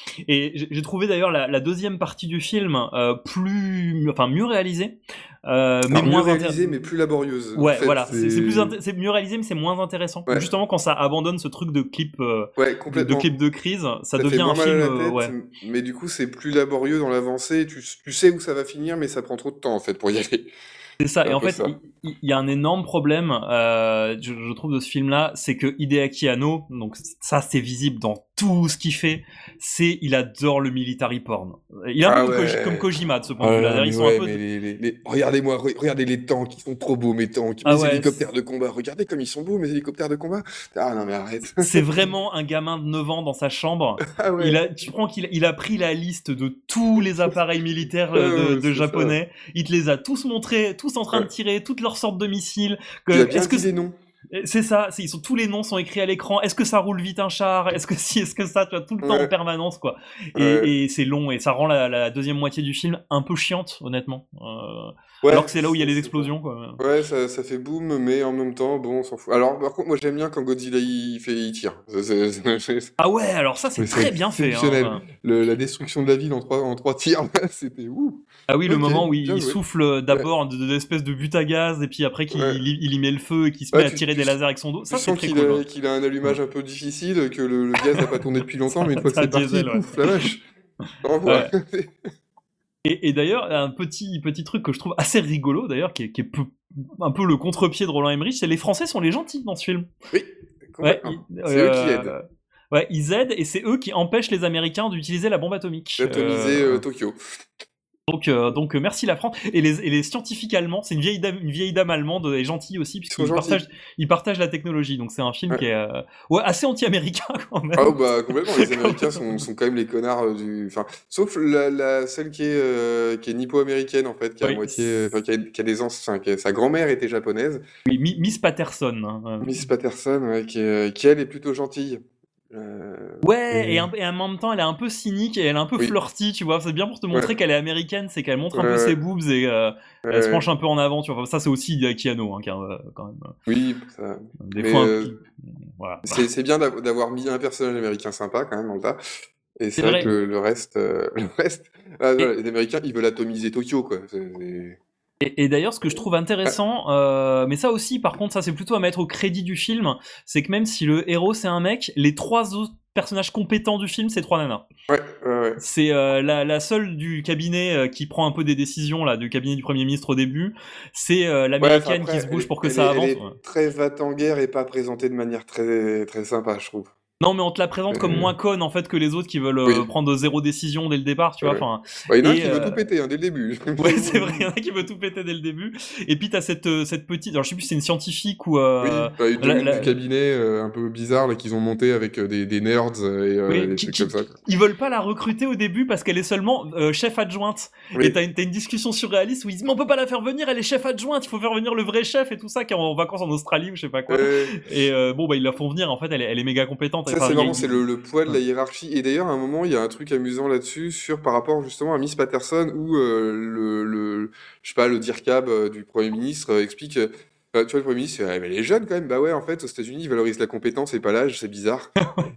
S5: Et j'ai j'ai trouvé d'ailleurs la, la deuxième partie du film euh, plus, enfin mieux réalisée, euh, mais
S4: Alors, mieux
S5: moins
S4: réalisée,
S5: intér-
S4: mais plus laborieuse. En
S5: Ouais,
S4: fait,
S5: voilà, c'est c'est plus
S4: c'est...
S5: inté- c'est mieux réalisé, mais c'est moins intéressant.
S4: Ouais,
S5: Justement, quand ça abandonne ce truc de clip, euh,
S4: ouais,
S5: de, de
S4: complètement.
S5: clip de crise, ça
S4: Ça fait
S5: devient
S4: moins
S5: un
S4: mal à
S5: film,
S4: la
S5: euh,
S4: tête,
S5: ouais.
S4: m- mais du coup, c'est plus laborieux dans l'avancée. Tu, tu sais où ça va finir, mais ça prend trop de temps, en fait, pour y aller.
S5: C'est ça,
S4: C'est
S5: et
S4: un
S5: en
S4: peu
S5: fait,
S4: ça.
S5: il il- il y a un énorme problème, euh, je, je trouve, de ce film-là, c'est que Hideaki Anno, donc ça c'est visible dans tout ce qu'il fait, c'est il adore le military porn. Il est un
S4: Ah
S5: peu comme, Koji- comme
S4: ouais.
S5: Kojima de ce point
S4: Oh
S5: de vue-là.
S4: là là,
S5: D'ailleurs,
S4: mais
S5: ils sont un
S4: ouais,
S5: peu.
S4: mais
S5: de-
S4: les, les, les- regardez-moi, re- regardez les tanks, ils sont trop beaux, mes tanks.
S5: Ah
S4: Mes
S5: ouais,
S4: hélicoptères de combat, regardez comme ils sont beaux, mes hélicoptères de combat. Ah non, mais arrête.
S5: c'est vraiment un gamin de neuf ans dans sa chambre.
S4: Ah
S5: Il
S4: ouais.
S5: a, tu prends qu'il il a pris la liste de tous les appareils militaires
S4: Ouais,
S5: euh, de,
S4: ouais,
S5: de
S4: c'est ça.
S5: japonais. Il te les a tous montrés, tous en train de
S4: Ouais.
S5: tirer, toutes leurs sortes de missiles.
S4: Il a
S5: Que,
S4: bien
S5: est-ce que
S4: dit les noms.
S5: c'est ça, c'est- ils sont, tous les noms sont écrits à l'écran. Est-ce que ça roule vite un char? Est-ce que si, est-ce que ça, tu vois, tout le temps en
S4: Ouais,
S5: permanence, quoi. Et,
S4: ouais.
S5: et c'est long et ça rend la, la deuxième moitié du film un peu chiante, honnêtement. Euh,
S4: Ouais,
S5: alors que c'est là où il y a
S4: c'est
S5: les
S4: c'est ça.
S5: explosions, quoi.
S4: Ouais, ça, ça fait boum, mais en même temps, bon, on s'en fout. Alors, par contre, moi, j'aime bien quand Godzilla, il fait, il tire. C'est c'est- c'est- c'est-
S5: Ah ouais, alors ça c'est
S4: mais
S5: très
S4: c'est
S5: bien fait, hein.
S4: exceptionnel.
S5: Enfin,
S4: Le- la destruction de la ville en trois, en trois tirs, là, c'était ouh.
S5: Ah oui, le
S4: Ok,
S5: moment où
S4: bien
S5: il
S4: joué.
S5: souffle
S4: Ouais,
S5: d'abord de, de l'espèce de but à gaz et puis après qu'il
S4: ouais.
S5: il, il y met le feu et qu'il se
S4: Ouais,
S5: met à
S4: tu,
S5: tirer
S4: tu,
S5: des lasers avec son dos,
S4: tu
S5: ça c'est
S4: sens
S5: très
S4: qu'il
S5: cool,
S4: a,
S5: hein.
S4: qu'il a un allumage un peu difficile, que le, le gaz n'a pas tourné depuis longtemps, mais une fois que
S5: C'est un
S4: c'est parti,
S5: diesel, ouais.
S4: pouf, la vache. Au revoir.
S5: Ouais. Et, et d'ailleurs, un petit, petit truc que je trouve assez rigolo, d'ailleurs, qui est, qui est peu- un peu le contre-pied de Roland Emmerich, c'est les Français sont les gentils dans ce film.
S4: Oui,
S5: Ouais,
S4: complètement.
S5: ils,
S4: C'est eux qui
S5: euh,
S4: aident.
S5: ouais, ils aident et c'est eux qui empêchent les Américains d'utiliser la bombe atomique.
S4: D'atomiser
S5: Euh,
S4: euh, Tokyo.
S5: donc, euh, donc euh, merci la France. Et les, et les scientifiques allemands, c'est une vieille dame, une vieille dame allemande et gentille aussi,
S4: Ils sont
S5: puisqu'ils
S4: gentils.
S5: partagent, ils partagent la technologie. Donc c'est un film
S4: Ouais.
S5: qui est euh, ouais, assez anti-américain quand même.
S4: Ah oh, bah complètement, les
S5: Quand
S4: Américains
S5: même.
S4: sont, sont quand même les connards euh, du... Enfin, sauf la, la celle qui est, euh, qui est nippo-américaine en fait, qui a à
S5: Oui,
S4: moitié... euh, Enfin, qui a, qui a des anciens... Enfin, qui a- sa grand-mère était japonaise.
S5: oui, Mi- Miss Patterson, hein, euh.
S4: Miss Patterson, ouais, qui, est- qui elle est plutôt gentille. Euh,
S5: Ouais, et,
S4: et...
S5: un- et en même temps, elle est un peu cynique et elle est un peu
S4: Oui,
S5: flirty, tu vois. C'est bien pour te
S4: ouais,
S5: montrer qu'elle est américaine, c'est qu'elle montre un
S4: ouais,
S5: peu ses
S4: ouais,
S5: boobs et euh,
S4: ouais,
S5: elle se
S4: ouais.
S5: penche un peu en avant, tu vois. Enfin, ça, c'est aussi Hideaki Anno, hein, car, euh, quand même.
S4: Oui, ça...
S5: Des
S4: Mais
S5: fois, un
S4: euh,
S5: petit... Voilà.
S4: c'est c'est bien d'av- d'avoir mis un personnage américain sympa quand même dans le tas. Et
S5: C'est
S4: c'est vrai que
S5: vrai.
S4: le, le reste... euh, le reste... Ah,
S5: Et,
S4: voilà, les Américains, ils veulent atomiser Tokyo, quoi. C'est- c'est-
S5: Et, et d'ailleurs, ce que je trouve
S4: Ah,
S5: intéressant, euh, mais ça aussi, par contre, ça c'est plutôt à mettre au crédit du film, c'est que même si le héros c'est un mec, les trois autres personnages compétents du film, c'est trois nanas.
S4: ouais, ouais, ouais.
S5: C'est euh, la, la seule du cabinet euh, qui prend un peu des décisions là, du cabinet du Premier ministre au début. C'est euh,
S4: Ouais, enfin
S5: l'américaine qui
S4: après,
S5: se
S4: elle
S5: bouge
S4: est,
S5: pour que
S4: elle
S5: ça
S4: est, elle
S5: avance.
S4: est
S5: Ouais.
S4: très va-t-en-guerre et pas présentée de manière très, très sympa, je trouve.
S5: Non, mais on te la présente comme
S4: Euh,
S5: moins conne en fait que les autres qui veulent
S4: Oui,
S5: euh, prendre zéro décision dès le départ, tu vois.
S4: ouais.
S5: Enfin,
S4: Ouais, il y en a un
S5: et
S4: qui veut tout
S5: euh,
S4: péter hein, dès le début.
S5: ouais, c'est vrai, il y en a qui veut tout péter dès le début. Et puis t'as cette euh, cette petite, alors je sais plus si c'est une scientifique ou
S4: Oui,
S5: euh,
S4: bah, du,
S5: la-
S4: du
S5: la-
S4: cabinet euh, un peu bizarre là, qu'ils ont monté avec euh, des, des nerds euh, et euh,
S5: oui,
S4: des
S5: qui,
S4: trucs
S5: qui,
S4: comme ça, quoi.
S5: ils veulent pas la recruter au début parce qu'elle est seulement euh, chef adjointe. Et
S4: Oui,
S5: t'as une, t'as une discussion surréaliste où ils disent mais on peut pas la faire venir, elle est chef adjointe, il faut faire venir le vrai chef et tout ça qui est en vacances en Australie ou je sais pas quoi.
S4: euh,
S5: Et euh, bon bah ils la font venir, en fait elle est, elle est méga compétente.
S4: ça
S5: Enfin,
S4: c'est
S5: il y a-
S4: marrant, c'est le,
S5: il-
S4: le poids de la hiérarchie. Et d'ailleurs, à un moment, il y a un truc amusant là-dessus sur par rapport justement à Miss Patterson où euh, le, le, je sais pas, le dircab euh, du Premier ministre euh, explique. euh, euh, tu vois, le Premier ministre, ah, mais elle est jeune quand même. Bah ouais, en fait, aux États-Unis, ils valorisent la compétence et pas l'âge, c'est bizarre.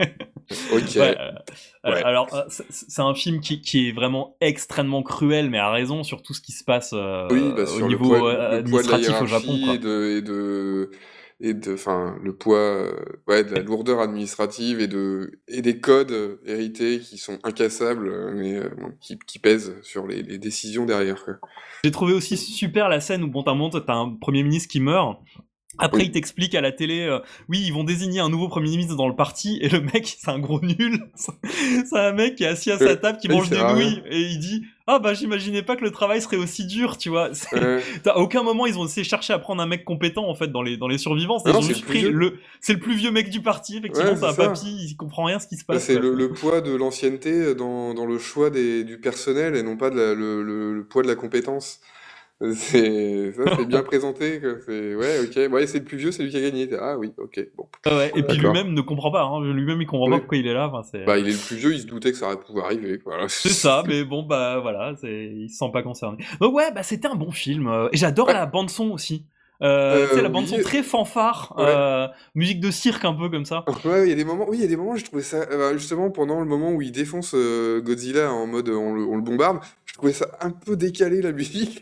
S4: Ok,
S5: Ouais, euh, euh,
S4: ouais.
S5: alors euh, c'est c'est un film qui, qui est vraiment extrêmement cruel, mais à raison sur tout ce qui se passe euh,
S4: Oui, bah,
S5: au
S4: sur le
S5: niveau
S4: poids,
S5: euh,
S4: le poids de la
S5: administratif au Japon,
S4: hiérarchie
S5: quoi.
S4: et de, et de, et de, enfin, le poids, euh, ouais, de la lourdeur administrative et de, et des codes euh, hérités qui sont incassables, euh, mais euh, bon, qui, qui pèsent sur les, les décisions derrière, quoi.
S5: J'ai trouvé aussi super la scène où bon t'as un moment, t'as un premier ministre qui meurt. Après,
S4: Oui,
S5: il t'explique à la télé, euh, oui, ils vont désigner un nouveau premier ministre dans le parti, et le mec, c'est un gros nul. C'est un mec qui est assis à sa
S4: euh,
S5: table, qui
S4: là, il
S5: mange
S4: sert
S5: des
S4: à rien.
S5: nouilles, et il dit, ah bah j'imaginais pas que le travail serait aussi dur, tu vois. C'est-
S4: Euh,
S5: À aucun moment ils ont essayé de chercher à prendre un mec compétent en fait dans les dans les survivants.
S4: ah
S5: Ils
S4: non,
S5: ont
S4: c'est le
S5: juste
S4: plus
S5: pris
S4: vieux.
S5: le, c'est le plus vieux mec du parti. Effectivement,
S4: Ouais,
S5: c'est
S4: c'est
S5: un
S4: ça.
S5: papy, il comprend rien à ce qui se
S4: Bah,
S5: passe,
S4: c'est
S5: quoi.
S4: le, le poids de l'ancienneté dans, dans le choix des, du personnel et non pas de la- le, le, le poids de la compétence. C'est ça, c'est bien présenté. Que c'est ouais, ok. Ouais, c'est le plus vieux, c'est lui qui a gagné. Ah oui, ok, bon.
S5: Ah ouais, et puis
S4: D'accord.
S5: lui-même ne comprend pas, hein. Lui-même il comprend
S4: Oui.
S5: pas pourquoi il est là. Enfin, c'est...
S4: Bah, il est le plus vieux, il se doutait que ça pouvait arriver. Voilà.
S5: C'est ça, mais bon, bah voilà, c'est... il se sent pas concerné. Donc ouais, bah c'était un bon film. euh, Et j'adore
S4: Ouais.
S5: la bande-son aussi. Euh, tu sais,
S4: Euh,
S5: la bande-son
S4: oui.
S5: très fanfare,
S4: Ouais.
S5: euh, musique de cirque un peu comme ça.
S4: Ouais, il y a des moments, oui, il y a des moments, j'ai trouvé ça, euh, bah, justement, pendant le moment où il défonce euh, Godzilla en mode euh, on le, on le bombarde, je trouvais ça un peu décalé la musique.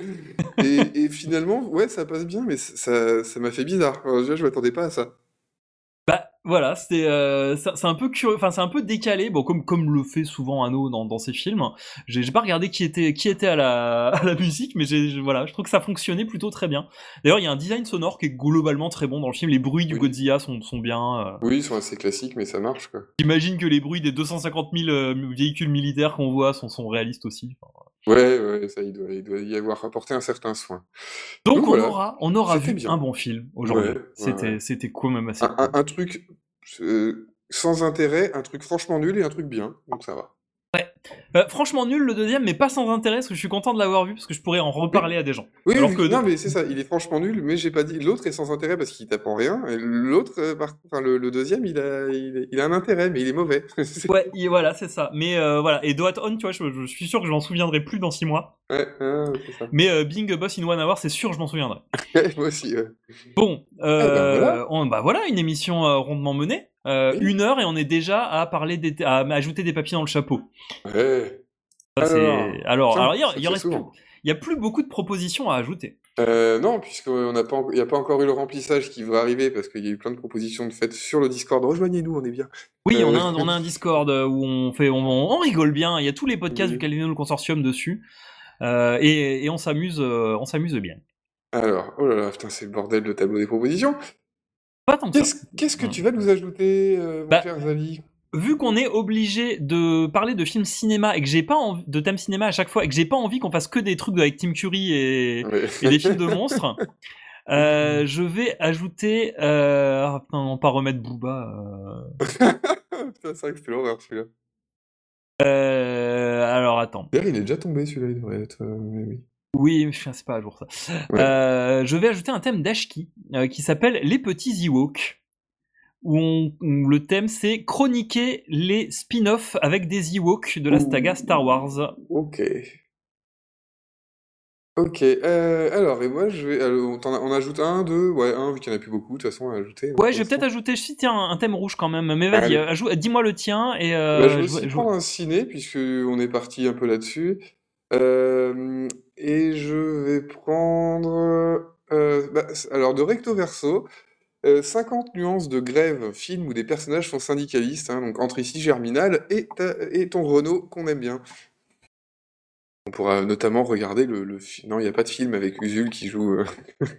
S4: Et, et finalement, ouais, ça passe bien, mais ça, ça m'a fait bizarre. Alors, déjà, je m'attendais pas à ça.
S5: Bah voilà, c'était euh, c'est c'est un peu curieux, enfin c'est un peu décalé, bon comme comme le fait souvent Anno dans dans ses films. J'ai j'ai pas regardé qui était qui était à la à la musique, mais j'ai je- voilà, je trouve que ça fonctionnait plutôt très bien. D'ailleurs, il y a un design sonore qui est globalement très bon dans le film. Les bruits du
S4: Oui.
S5: Godzilla sont sont bien. euh.
S4: Oui, ils sont assez classiques, mais ça marche, quoi.
S5: J'imagine que les bruits des deux cent cinquante mille euh, véhicules militaires qu'on voit sont sont réalistes aussi. Enfin,
S4: Ouais, ouais, ça, il doit, il doit y avoir apporté un certain soin.
S5: Donc,
S4: Donc
S5: on
S4: voilà,
S5: aura on aura
S4: c'était
S5: vu
S4: bien.
S5: un bon film aujourd'hui.
S4: Ouais, ouais,
S5: C'était
S4: ouais.
S5: c'était quand même assez
S4: Un, un-
S5: cool.
S4: un truc euh, sans intérêt, un truc franchement nul et un truc bien, donc ça va.
S5: Euh, franchement nul le deuxième, mais pas sans intérêt, parce que je suis content de l'avoir vu parce que je pourrais en reparler à des gens.
S4: Oui,
S5: Alors
S4: oui,
S5: que
S4: non, mais c'est ça, il est franchement nul, mais j'ai pas dit. L'autre est sans intérêt parce qu'il t'apprend rien, et l'autre, euh, par... enfin, le, le deuxième, il a, il, il a un intérêt, mais il est mauvais. C'est-
S5: ouais, et voilà, c'est ça. Mais euh, voilà, et Doat On, tu vois, je, je suis sûr que je m'en souviendrai plus dans six mois.
S4: Ouais, ah, c'est ça.
S5: Mais euh, Being a Boss in One Hour, c'est sûr, je m'en souviendrai.
S4: Moi aussi, ouais.
S5: Bon, euh,
S4: Eh ben, voilà.
S5: on- bah voilà, une émission euh, rondement menée. Euh,
S4: Oui.
S5: Une heure et on est déjà à parler des, à ajouter des papiers dans le chapeau.
S4: Ouais.
S5: Ça, c'est-
S4: Alors,
S5: alors,
S4: tiens,
S5: alors, il y a-
S4: ça
S5: il y
S4: se
S5: en
S4: fait
S5: reste plus.
S4: souvent.
S5: Il y a plus beaucoup de propositions à ajouter.
S4: Euh, non, puisqu'on n'a pas, en- il n'y a pas encore eu le remplissage qui va arriver, parce qu'il y a eu plein de propositions de faites sur le Discord. Rejoignez-nous, on est bien.
S5: Oui, on a,
S4: Euh,
S5: un, on a un Discord euh, où on fait, on, on rigole bien. Il y a tous les podcasts
S4: Oui.
S5: du Caléno le Consortium dessus, euh, et, et on s'amuse, euh, on s'amuse bien.
S4: Alors, oh là là, putain, c'est le bordel de tableau des propositions.
S5: Pas tant que ça.
S4: Qu'est-ce qu'est-ce que tu vas nous ajouter, euh, mon
S5: Bah,
S4: cher Zali?
S5: Vu qu'on est obligé de parler de films cinéma et que j'ai pas envie, de thème cinéma à chaque fois et que j'ai pas envie qu'on fasse que des trucs avec Tim Curry et,
S4: Ouais.
S5: et des films de monstres, euh, je vais ajouter, euh, ah, putain, on va pas remettre Booba. euh.
S4: Putain, c'est vrai que c'était l'horreur, celui-là.
S5: Euh, alors attends.
S4: D'ailleurs, il est déjà tombé, celui-là, il devrait être... euh, mais oui.
S5: Oui, je c'est pas à jour ça.
S4: Ouais.
S5: Euh, je vais ajouter un thème d'Ashki euh, qui s'appelle Les Petits Ewoks. Où, on, où le thème c'est chroniquer les spin-offs avec des Ewoks de la saga Star Wars.
S4: Ok. Ok, euh, alors, et moi, je vais... alors, on, t'en a- on ajoute un, deux, ouais, un, vu qu'il n'y en a plus beaucoup, de toute façon, à ajouter.
S5: Ouais, je vais peut-être ajouter, si tiens, un, un thème rouge quand même, mais vas-y,
S4: Allez.
S5: euh, ajoute- dis-moi le tien et euh,
S4: Bah, je vais
S5: je-
S4: aussi
S5: je-
S4: prendre un ciné, puisqu'on est parti un peu là-dessus. Euh, et je vais prendre... euh, bah, c- alors, de recto verso, euh, cinquante nuances de grève, film où des personnages sont syndicalistes, hein, donc entre ici Germinal et, ta- et ton Renault qu'on aime bien. On pourra notamment regarder le... le fi- Non, il n'y a pas de film avec Usul qui joue... euh,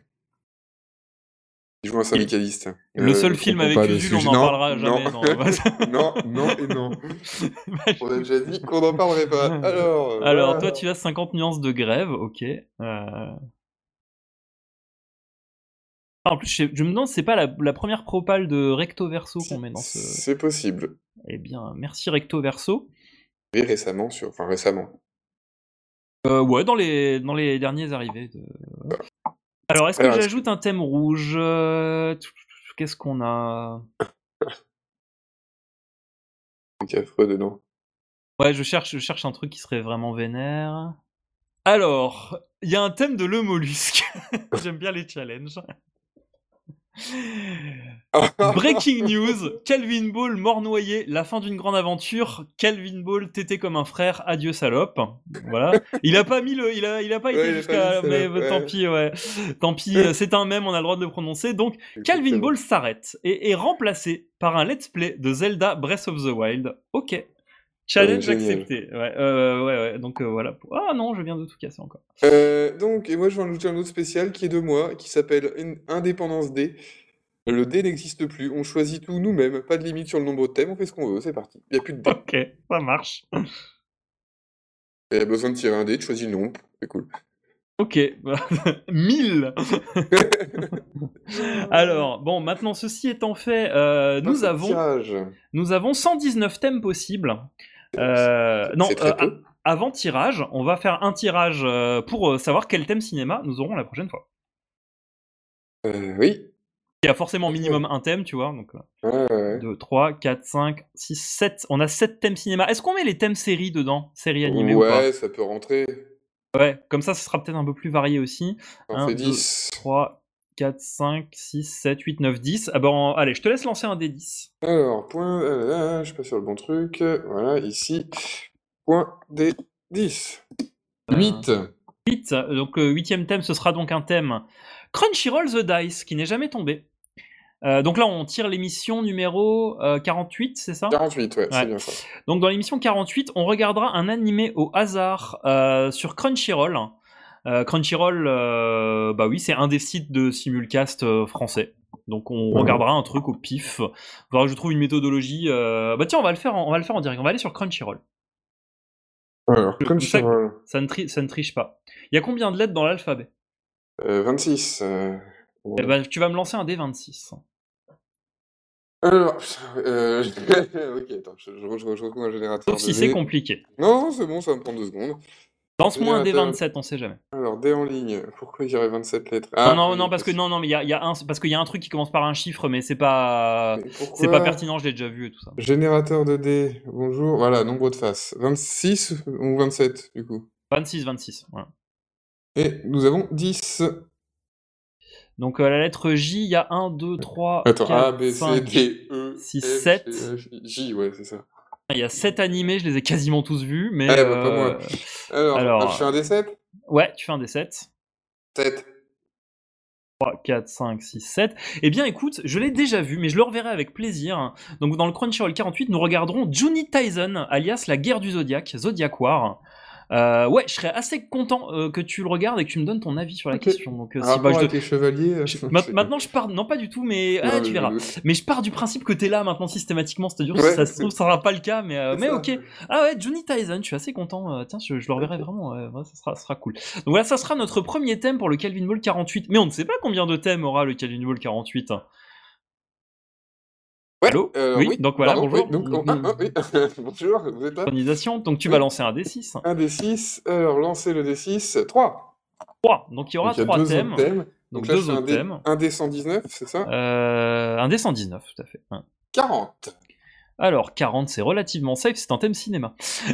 S4: qui joue un syndicaliste.
S5: le
S4: Euh,
S5: seul
S4: ne
S5: film
S4: trompons
S5: avec
S4: pas de
S5: Usul, on
S4: sujet.
S5: n'en
S4: Non,
S5: parlera
S4: non.
S5: jamais. dans-
S4: Non, non et non. On a déjà dit qu'on n'en parlerait pas. Alors, euh,
S5: Alors,
S4: voilà.
S5: toi, tu as cinquante nuances de grève, ok. Euh... Ah, en plus, je, sais- je me demande si c'est pas la, la première propale de Recto Verso qu'on met dans ce...
S4: C'est possible.
S5: Eh bien, merci Recto Verso.
S4: Oui, récemment, sur... enfin récemment.
S5: Euh, ouais, dans les, dans les derniers arrivés. De... Alors, est-ce que
S4: Alors, est-ce
S5: j'ajoute un thème rouge euh, Qu'est-ce qu'on a
S4: C'est affreux dedans.
S5: Ouais, je cherche, je cherche un truc qui serait vraiment vénère. Alors, il y a un thème de le mollusque. J'aime bien les challenges. Breaking news, Calvin Ball mort noyé, la fin d'une grande aventure, Calvin Ball tété comme un frère, adieu salope. Voilà. Il a pas mis le, il a, il a pas été
S4: Ouais, il a
S5: jusqu'à,
S4: pas mis
S5: mais
S4: salope,
S5: euh, tant
S4: ouais.
S5: pis, ouais. Tant pis, euh, c'est un mème, on a le droit de le prononcer. Donc, Calvin
S4: Exactement.
S5: Ball s'arrête et est remplacé par un let's play de Zelda Breath of the Wild. Ok. Challenge
S4: Ouais, génial.
S5: accepté. Ouais, euh, ouais, ouais. Donc euh, voilà. Ah non, je viens de tout casser encore.
S4: Euh, donc, et moi, je vais en ajouter un autre spécial qui est de moi, qui s'appelle In- Indépendance D. Le dé n'existe plus, on choisit tout nous-mêmes, pas de limite sur le nombre de thèmes, on fait ce qu'on veut, c'est parti. Il n'y a plus de dé.
S5: Ok, ça marche.
S4: Il y a besoin de tirer un dé, de choisir le nombre, c'est cool.
S5: Ok, mille. Alors, bon, maintenant, ceci étant fait, euh, nous,
S4: Ah, c'est le
S5: avons,
S4: tirage.
S5: nous avons cent dix-neuf thèmes possibles. Euh, non,
S4: C'est très
S5: euh,
S4: peu.
S5: avant tirage, on va faire un tirage euh, pour euh, savoir quel thème cinéma nous aurons la prochaine fois.
S4: Euh, oui.
S5: Il y a forcément minimum un thème, tu vois. Donc,
S4: Ouais, ouais.
S5: deux, trois, quatre, cinq, six, sept. On a sept thèmes cinéma. Est-ce qu'on met les thèmes séries dedans? Séries animées ou pas?
S4: Ouais, ça peut rentrer.
S5: Ouais, comme ça, ce sera peut-être un peu plus varié aussi.
S4: Ça en
S5: un,
S4: fait
S5: deux,
S4: dix.
S5: trois, quatre, cinq, six, sept, huit, neuf, dix. Ah ben, allez, je te laisse lancer un dé dix.
S4: Alors, point, ah là là, je suis pas sur le bon truc. Voilà, ici. Point des dix. huit.
S5: huit. Donc, euh, huitième thème, ce sera donc un thème Crunchyroll The Dice, qui n'est jamais tombé. Euh, donc là, on tire l'émission numéro euh, quarante-huit, c'est ça?
S4: quarante-huit, ouais, c'est bien ça.
S5: Donc dans l'émission quarante-huit, on regardera un animé au hasard euh, sur Crunchyroll. Euh, Crunchyroll, euh, bah oui, c'est un des sites de simulcast euh, français. Donc on
S4: Ouais.
S5: regardera un truc au pif. Faudra que je trouve une méthodologie. euh, Bah tiens, on va le faire, en, on va le faire en direct. On va aller sur Crunchyroll.
S4: Alors,
S5: Ça,
S4: Crunchyroll.
S5: ça, ne tri- ça ne triche pas. Il y a combien de lettres dans l'alphabet?
S4: Euh, vingt-six. euh, bon.
S5: Eh ben, tu vas me lancer un dé vingt-six.
S4: Alors, euh, ok, attends, je, je, je, je retrouve un générateur
S5: Sauf
S4: de
S5: si c'est
S4: dés.
S5: compliqué.
S4: Non, c'est bon, ça va me prendre deux secondes.
S5: Lance-moi un dé
S4: Générateur-
S5: vingt-sept, on sait jamais.
S4: Alors, dé en ligne, pourquoi il y aurait vingt-sept lettres?
S5: non,
S4: Ah,
S5: non,
S4: oui,
S5: non, parce que non, non, mais il y a, il y a un, parce qu'il y a un truc qui commence par un chiffre, mais c'est pas,
S4: Mais pourquoi
S5: c'est pas pertinent, je l'ai déjà vu et tout ça.
S4: Générateur de dés, bonjour, voilà, nombre de faces. vingt-six ou vingt-sept, du coup.
S5: vingt-six, vingt-six, voilà.
S4: Et nous avons dix.
S5: Donc euh, la lettre J, il y a un, deux, trois,
S4: Attends, A,
S5: quatre,
S4: B, C,
S5: cinq,
S4: D, E,
S5: six,
S4: F,
S5: sept.
S4: G, H, I, J, ouais, c'est ça.
S5: Il y a sept animés, je les ai quasiment tous vus, mais...
S4: Ah, bah, pas
S5: euh,
S4: moi. Alors,
S5: alors,
S4: ah, je fais un D sept?
S5: Ouais, tu fais un dé sept.
S4: sept.
S5: trois, quatre, cinq, six, sept. Eh bien écoute, je l'ai déjà vu, mais je le reverrai avec plaisir. Donc dans le Crunchyroll quarante-huit, nous regarderons Juni Tyson, alias la guerre du Zodiac, Zodiac War. Euh, ouais, je serais assez content euh, que tu le regardes et que tu me donnes ton avis sur la
S4: Ok.
S5: question. Donc, euh,
S4: Un
S5: si,
S4: rapport
S5: bah, je
S4: avec
S5: te-
S4: les chevaliers euh,
S5: je- ma- maintenant je pars, non pas du tout, mais
S4: Non,
S5: ah,
S4: mais
S5: tu
S4: je
S5: verras.
S4: me doute.
S5: Mais je pars du principe que t'es là maintenant systématiquement, c'est-à-dire
S4: Ouais.
S5: si ça se trouve ça sera pas le cas, mais, euh,
S4: C'est
S5: mais
S4: ça.
S5: ok. Ah ouais, Johnny Tyson, je suis assez content. euh, tiens, je, je le reverrai vraiment, euh, ouais, ça, sera, ça sera cool. Donc voilà, ça sera notre premier thème pour le Calvin Ball quarante-huit. Mais on ne sait pas combien de thèmes aura le Calvin Ball quarante-huit.
S4: Ouais,
S5: Allô
S4: euh,
S5: Oui,
S4: oui,
S5: donc voilà,
S4: pardon,
S5: bonjour.
S4: oui, donc, oh, ah, ah, oui. Bonjour, vous êtes là?
S5: Synchronisation, donc tu
S4: Oui.
S5: vas lancer un dé six.
S4: Un D six, alors lancez le D six, trois.
S5: trois. Donc il y aura
S4: Donc, il y a
S5: trois
S4: deux
S5: thèmes.
S4: autres thèmes.
S5: Donc
S4: Donc là, je
S5: deux
S4: fais un
S5: autres
S4: D,
S5: thèmes.
S4: un D cent dix-neuf, c'est ça?
S5: Euh, un dé cent dix-neuf, tout à fait. Ouais.
S4: quarante.
S5: Alors, quarante, c'est relativement safe, c'est un thème cinéma.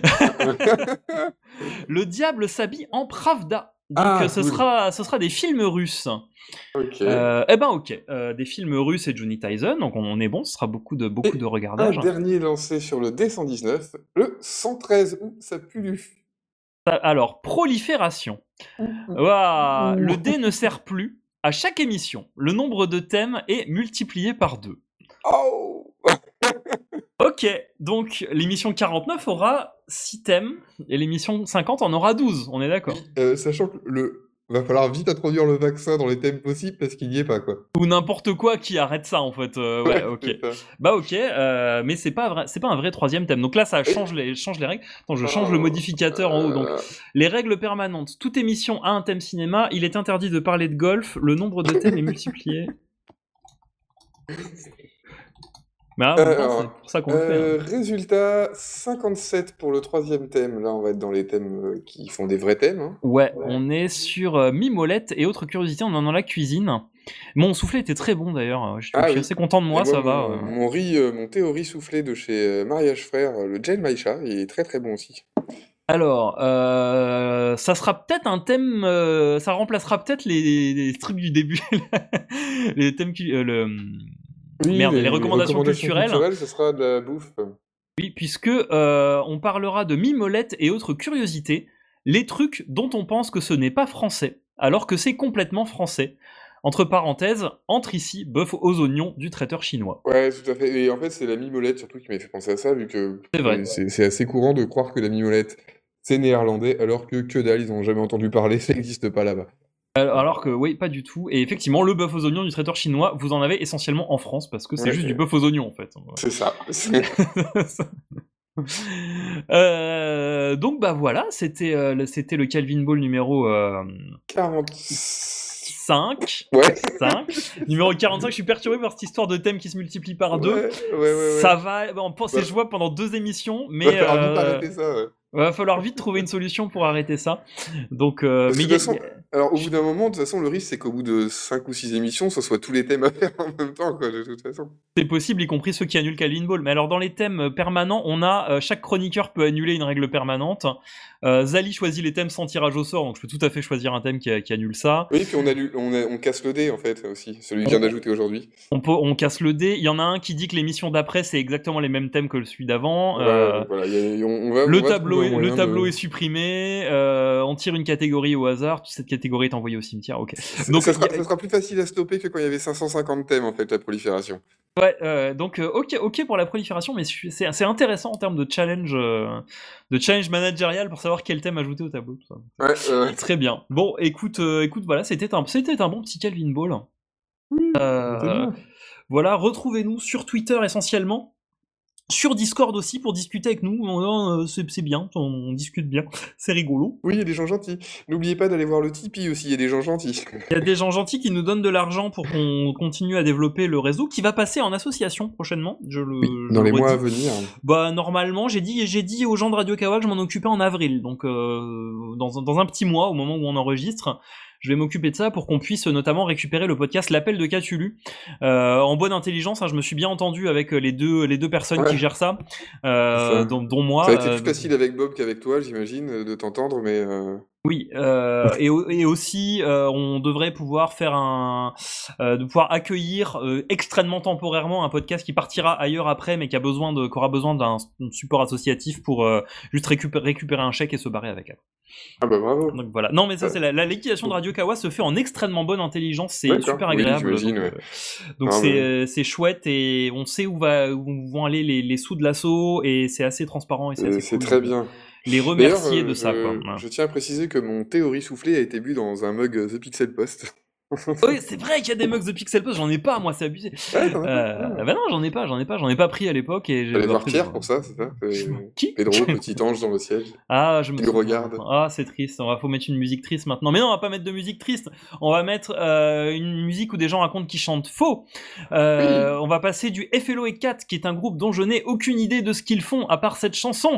S5: Le diable s'habille en Pravda. Donc,
S4: Ah,
S5: euh, ce,
S4: cool.
S5: sera, ce sera des films russes.
S4: Ok.
S5: Euh, eh ben, ok. Euh, des films russes et Johnny Tyson, donc on, on est bon, ce sera beaucoup de, beaucoup
S4: Et
S5: de
S4: un
S5: regardage.
S4: dernier lancé sur le D cent dix-neuf, le cent treize. Ouh, ça pue.
S5: Alors, prolifération. Ouah, le dé ne sert plus. À chaque émission, le nombre de thèmes est multiplié par deux.
S4: Oh.
S5: Ok, donc l'émission quarante-neuf aura six thèmes et l'émission cinquante en aura douze, on est d'accord?
S4: Euh, sachant que le... va falloir vite introduire le vaccin dans les thèmes possibles parce qu'il n'y est pas, quoi.
S5: Ou n'importe quoi qui arrête ça en fait. euh, ouais, ok.
S4: c'est ça.
S5: Bah ok, euh, mais c'est pas vrai, c'est pas un vrai troisième thème. Donc là, ça change les, change les règles. Attends, je change le modificateur en haut. Donc
S4: Euh,
S5: les règles permanentes. Toute émission a un thème cinéma. Il est interdit de parler de golf. Le nombre de thèmes est multiplié. Mais ah, en même temps,
S4: Alors,
S5: c'est pour ça qu'on le fait.
S4: euh,
S5: hein.
S4: résultat, cinquante-sept pour le troisième thème. Là, on va être dans les thèmes euh, qui font des vrais thèmes. Hein.
S5: Ouais, on est sur euh, Mimolette et autres curiosités. On en a dans la cuisine. Mon soufflé était très bon d'ailleurs. Je,
S4: Ah
S5: je suis
S4: oui.
S5: assez content de moi,
S4: Et
S5: ça
S4: moi,
S5: va.
S4: Mon,
S5: euh.
S4: mon riz, euh, mon théorie soufflé de chez euh, Mariage Frère, euh, le Jail Maïcha, il est très très bon aussi.
S5: Alors, euh, ça sera peut-être un thème, euh, ça remplacera peut-être les, les trucs du début, les thèmes, cu- euh, le,
S4: Oui,
S5: merde, les, recommandations, culturelles.
S4: ce sera de la bouffe.
S5: Oui, puisque euh, on parlera de mimolette et autres curiosités, les trucs dont on pense que ce n'est pas français, alors que c'est complètement français. Entre parenthèses, entre ici bœuf aux oignons du traiteur chinois.
S4: Ouais, tout à fait. Et en fait, c'est la mimolette surtout qui m'a fait penser à ça, vu que
S5: C'est vrai.
S4: c'est c'est assez courant de croire que la mimolette, c'est néerlandais, alors que que dalle, ils n'ont jamais entendu parler, ça n'existe pas là-bas.
S5: Euh, Alors que oui, pas du tout. Et effectivement, le bœuf aux oignons du traiteur chinois, vous en avez essentiellement en France, parce que c'est
S4: Ouais,
S5: juste
S4: ouais.
S5: du bœuf aux oignons en fait.
S4: C'est ça.
S5: Euh, donc bah voilà, c'était euh, le- c'était le Calvin Ball numéro euh,
S4: quarante.
S5: cinq.
S4: Ouais.
S5: cinq. Numéro quarante-cinq, je suis perturbé par cette histoire de thème qui se multiplie par deux.
S4: Ouais, ouais, ouais, ouais.
S5: Ça va, bon, on pense- c'est
S4: Ouais.
S5: jouable pendant deux émissions, mais
S4: Va falloir vite
S5: euh,
S4: arrêter ça, ouais.
S5: Va falloir vite trouver une solution pour arrêter ça. Donc, euh,
S4: Parce
S5: mais
S4: que
S5: y
S4: de
S5: a-
S4: toute façon, alors au bout d'un moment, de toute façon, le risque c'est qu'au bout de cinq ou six émissions, ce soit tous les thèmes à faire en même temps, quoi, de toute façon.
S5: c'est possible, y compris ceux qui annulent Calvin Ball. Mais alors, dans les thèmes permanents, on a euh, chaque chroniqueur peut annuler une règle permanente. Euh, Zali choisit les thèmes sans tirage au sort, donc je peux tout à fait choisir un thème qui, qui annule ça.
S4: Oui, puis on, allu- on, a- on casse le dé en fait aussi, celui que je viens d'ajouter aujourd'hui.
S5: On, peut, on casse le dé. Il y en a un qui dit que l'émission d'après c'est exactement les mêmes thèmes que celui d'avant.
S4: Ouais,
S5: Euh,
S4: donc voilà, y a- on, on va,
S5: le
S4: on va
S5: tableau,
S4: trouver
S5: est,
S4: un
S5: le
S4: moyen
S5: tableau
S4: de-
S5: est supprimé. euh, on tire une catégorie au hasard. Toute cette catégorie est envoyée au cimetière. Ok.
S4: Ça,
S5: Donc
S4: ça sera,
S5: y a-
S4: ça sera plus facile à stopper que quand il y avait cinq cent cinquante thèmes en fait, la prolifération.
S5: Ouais, euh, donc euh, ok, ok pour la prolifération, mais c'est, c'est intéressant en termes de challenge, euh, de challenge managérial pour savoir quel thème ajouter au tableau. Tout ça.
S4: Ouais, euh,
S5: Très bien. Bon, écoute, euh, écoute, voilà, c'était un, c'était un bon petit Calvin Ball. Euh,
S4: c'était bien.
S5: voilà, retrouvez-nous sur Twitter essentiellement. Sur Discord aussi pour discuter avec nous. On- euh, c'est, c'est bien, on, on discute bien, c'est rigolo.
S4: Oui, il y a des gens gentils. N'oubliez pas d'aller voir le Tipeee aussi, il y a des gens gentils.
S5: Il y a des gens gentils qui nous donnent de l'argent pour qu'on continue à développer le réseau, qui va passer en association prochainement. Je le, je
S4: Dans
S5: le
S4: les mois à
S5: redis.
S4: venir.
S5: Bah normalement, j'ai dit, j'ai dit aux gens de Radio Kawa que je m'en occupais en avril, donc euh, dans, un- dans un petit mois, au moment où on enregistre, je vais m'occuper de ça pour qu'on puisse notamment récupérer le podcast L'appel de Cthulhu. Euh, en bonne intelligence, hein, je me suis bien entendu avec les deux, les deux personnes
S4: Ouais.
S5: qui gèrent ça, euh,
S4: Ça.
S5: dont, dont moi.
S4: Ça a été
S5: euh,
S4: plus facile avec Bob qu'avec toi, j'imagine, de t'entendre, mais... euh,
S5: Oui, euh, et, au- et aussi euh, on devrait pouvoir faire un, euh, de pouvoir accueillir euh, extrêmement temporairement un podcast qui partira ailleurs après, mais qui a besoin de, qui aura besoin d'un d'un support associatif pour euh, juste récupérer, récupérer un chèque et se barrer avec elle.
S4: Ah bah bravo.
S5: Donc voilà. Non mais ça
S4: Ouais.
S5: c'est la, la liquidation de Radio Kawa se fait en extrêmement bonne intelligence, c'est
S4: D'accord.
S5: super
S4: Oui,
S5: agréable.
S4: j'imagine,
S5: donc
S4: ouais.
S5: euh, donc
S4: Ah,
S5: c'est
S4: mais-
S5: euh, c'est chouette et on sait où va où vont aller les, les sous de l'assaut et c'est assez transparent et c'est
S4: Euh,
S5: assez
S4: C'est
S5: cool.
S4: très
S5: Donc,
S4: bien.
S5: Les
S4: D'ailleurs,
S5: remercier
S4: euh,
S5: de ça
S4: je,
S5: quoi. Voilà.
S4: je tiens à préciser que mon théorie soufflée a été bu dans un mug euh, The Pixel Post.
S5: Oui, c'est vrai qu'il y a des mugs de Pixel Post, j'en ai pas, moi, c'est abusé.
S4: Ouais, t'en as pas,
S5: Euh,
S4: ouais.
S5: bah non, j'en ai pas, j'en ai pas, j'en ai pas pris à l'époque et j'ai
S4: Fallait voir
S5: après,
S4: Pierre
S5: je-
S4: pour ça, c'est ça? C'est-
S5: Qui
S4: Pedro, petit ange dans le siège.
S5: Ah, je me
S4: Il
S5: souviens.
S4: regarde.
S5: Ah, c'est triste. On va faut mettre une musique triste maintenant. Mais non, on va pas mettre de musique triste. On va mettre euh, une musique où des gens racontent qu'ils chantent faux. Euh, On va passer du F L O et Cat, qui est un groupe dont je n'ai aucune idée de ce qu'ils font à part cette chanson.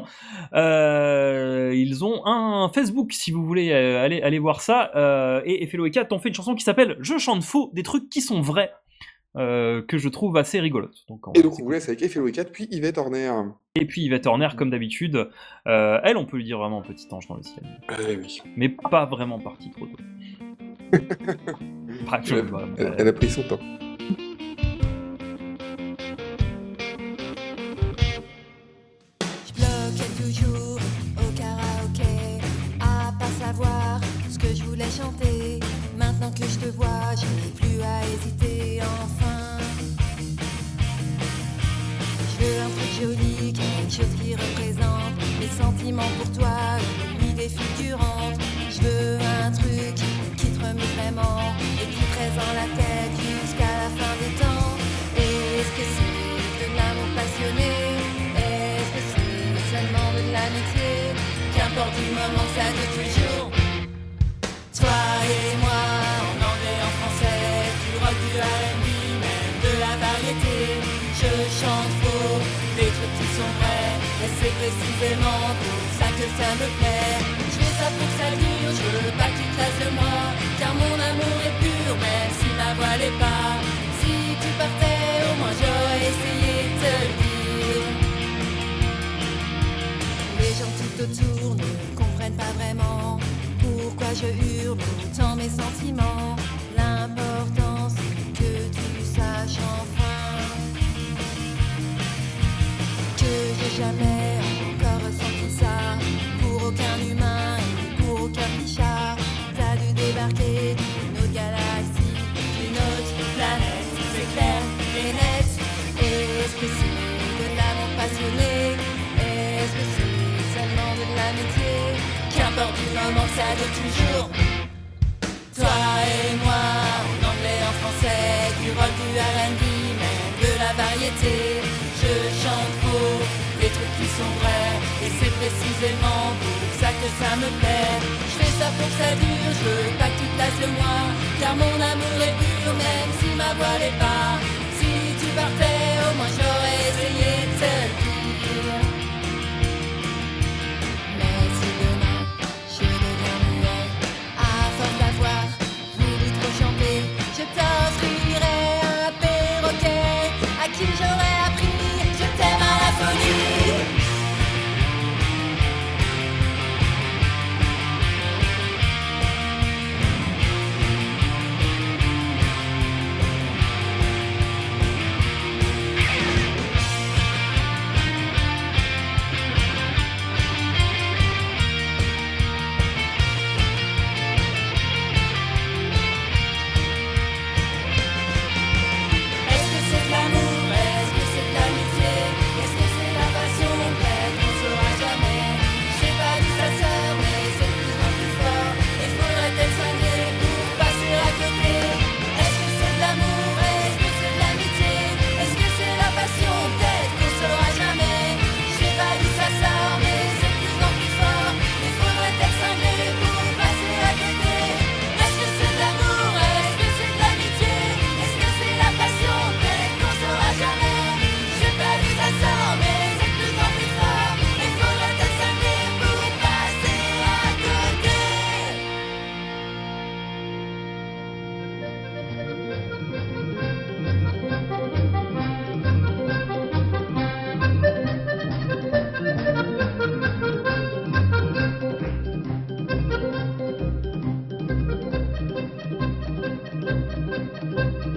S5: Euh, ils ont un Facebook, si vous voulez euh, aller aller voir ça. Euh, et F L O et Cat ont fait une chanson qui s'appelle Je chante faux, des trucs qui sont vrais. Euh, que je trouve assez rigolote. Donc, on
S4: Et
S5: va
S4: donc on
S5: s'écouter.
S4: vous laisse avec F L O quatre, puis Yvette Horner.
S5: Et puis Yvette Horner, comme d'habitude, euh, elle, on peut lui dire vraiment petit ange dans le ciel.
S4: Eh oui.
S5: Mais pas vraiment parti trop tôt. Bref, je-
S4: Elle,
S5: voilà,
S4: elle-
S5: euh,
S4: elle a pris son temps.
S12: Je bloquais toujours au karaoké, à pas savoir ce que je voulais chanter. Maintenant que je te vois, je n'ai plus à hésiter, enfin. Je veux un truc joli, quelque chose qui représente mes sentiments pour toi, une idée fulgurante. Je veux un truc qui te remet vraiment et qui te reste dans la tête jusqu'à la fin des temps. Est-ce que c'est de l'amour passionné? Est-ce que c'est seulement de l'amitié? Qu'importe du moment, ça dure toujours. Toi et moi, en anglais, en français, du rock, du R and B, même de la variété. Je chante faux, des trucs qui sont vrais, et c'est précisément pour ça que ça me plaît. Je fais ça pour que ça dure, je veux pas que tu te lasses de moi, car mon amour est pur, même si ma voix l'est pas. Si tu partais, au moins j'aurais essayé de te le dire. Les gens tout autour ne comprennent pas vraiment pourquoi je hurle autant mes sentiments. L'important c'est que tu saches enfin que j'ai jamais encore ressenti ça pour aucun humain et pour aucun petit chat. T'as dû débarquer d'une autre galaxie, d'une autre planète, c'est clair et net. Est-ce que c'est de l'amour passionné? Est-ce que c'est seulement de l'amitié? Qu'importe du moment, ça dure toujours. Toi et moi, en anglais, en français, du rock, du R and B, même de la variété. Je chante faux, des trucs qui sont vrais, et c'est précisément pour ça que ça me plaît. Je fais ça pour que ça dure, je veux pas que tu te lasses de moi, car mon amour est pur, même si ma voix l'est pas. Si tu partais, au moins j'aurais essayé de te le dire.
S13: Thank you.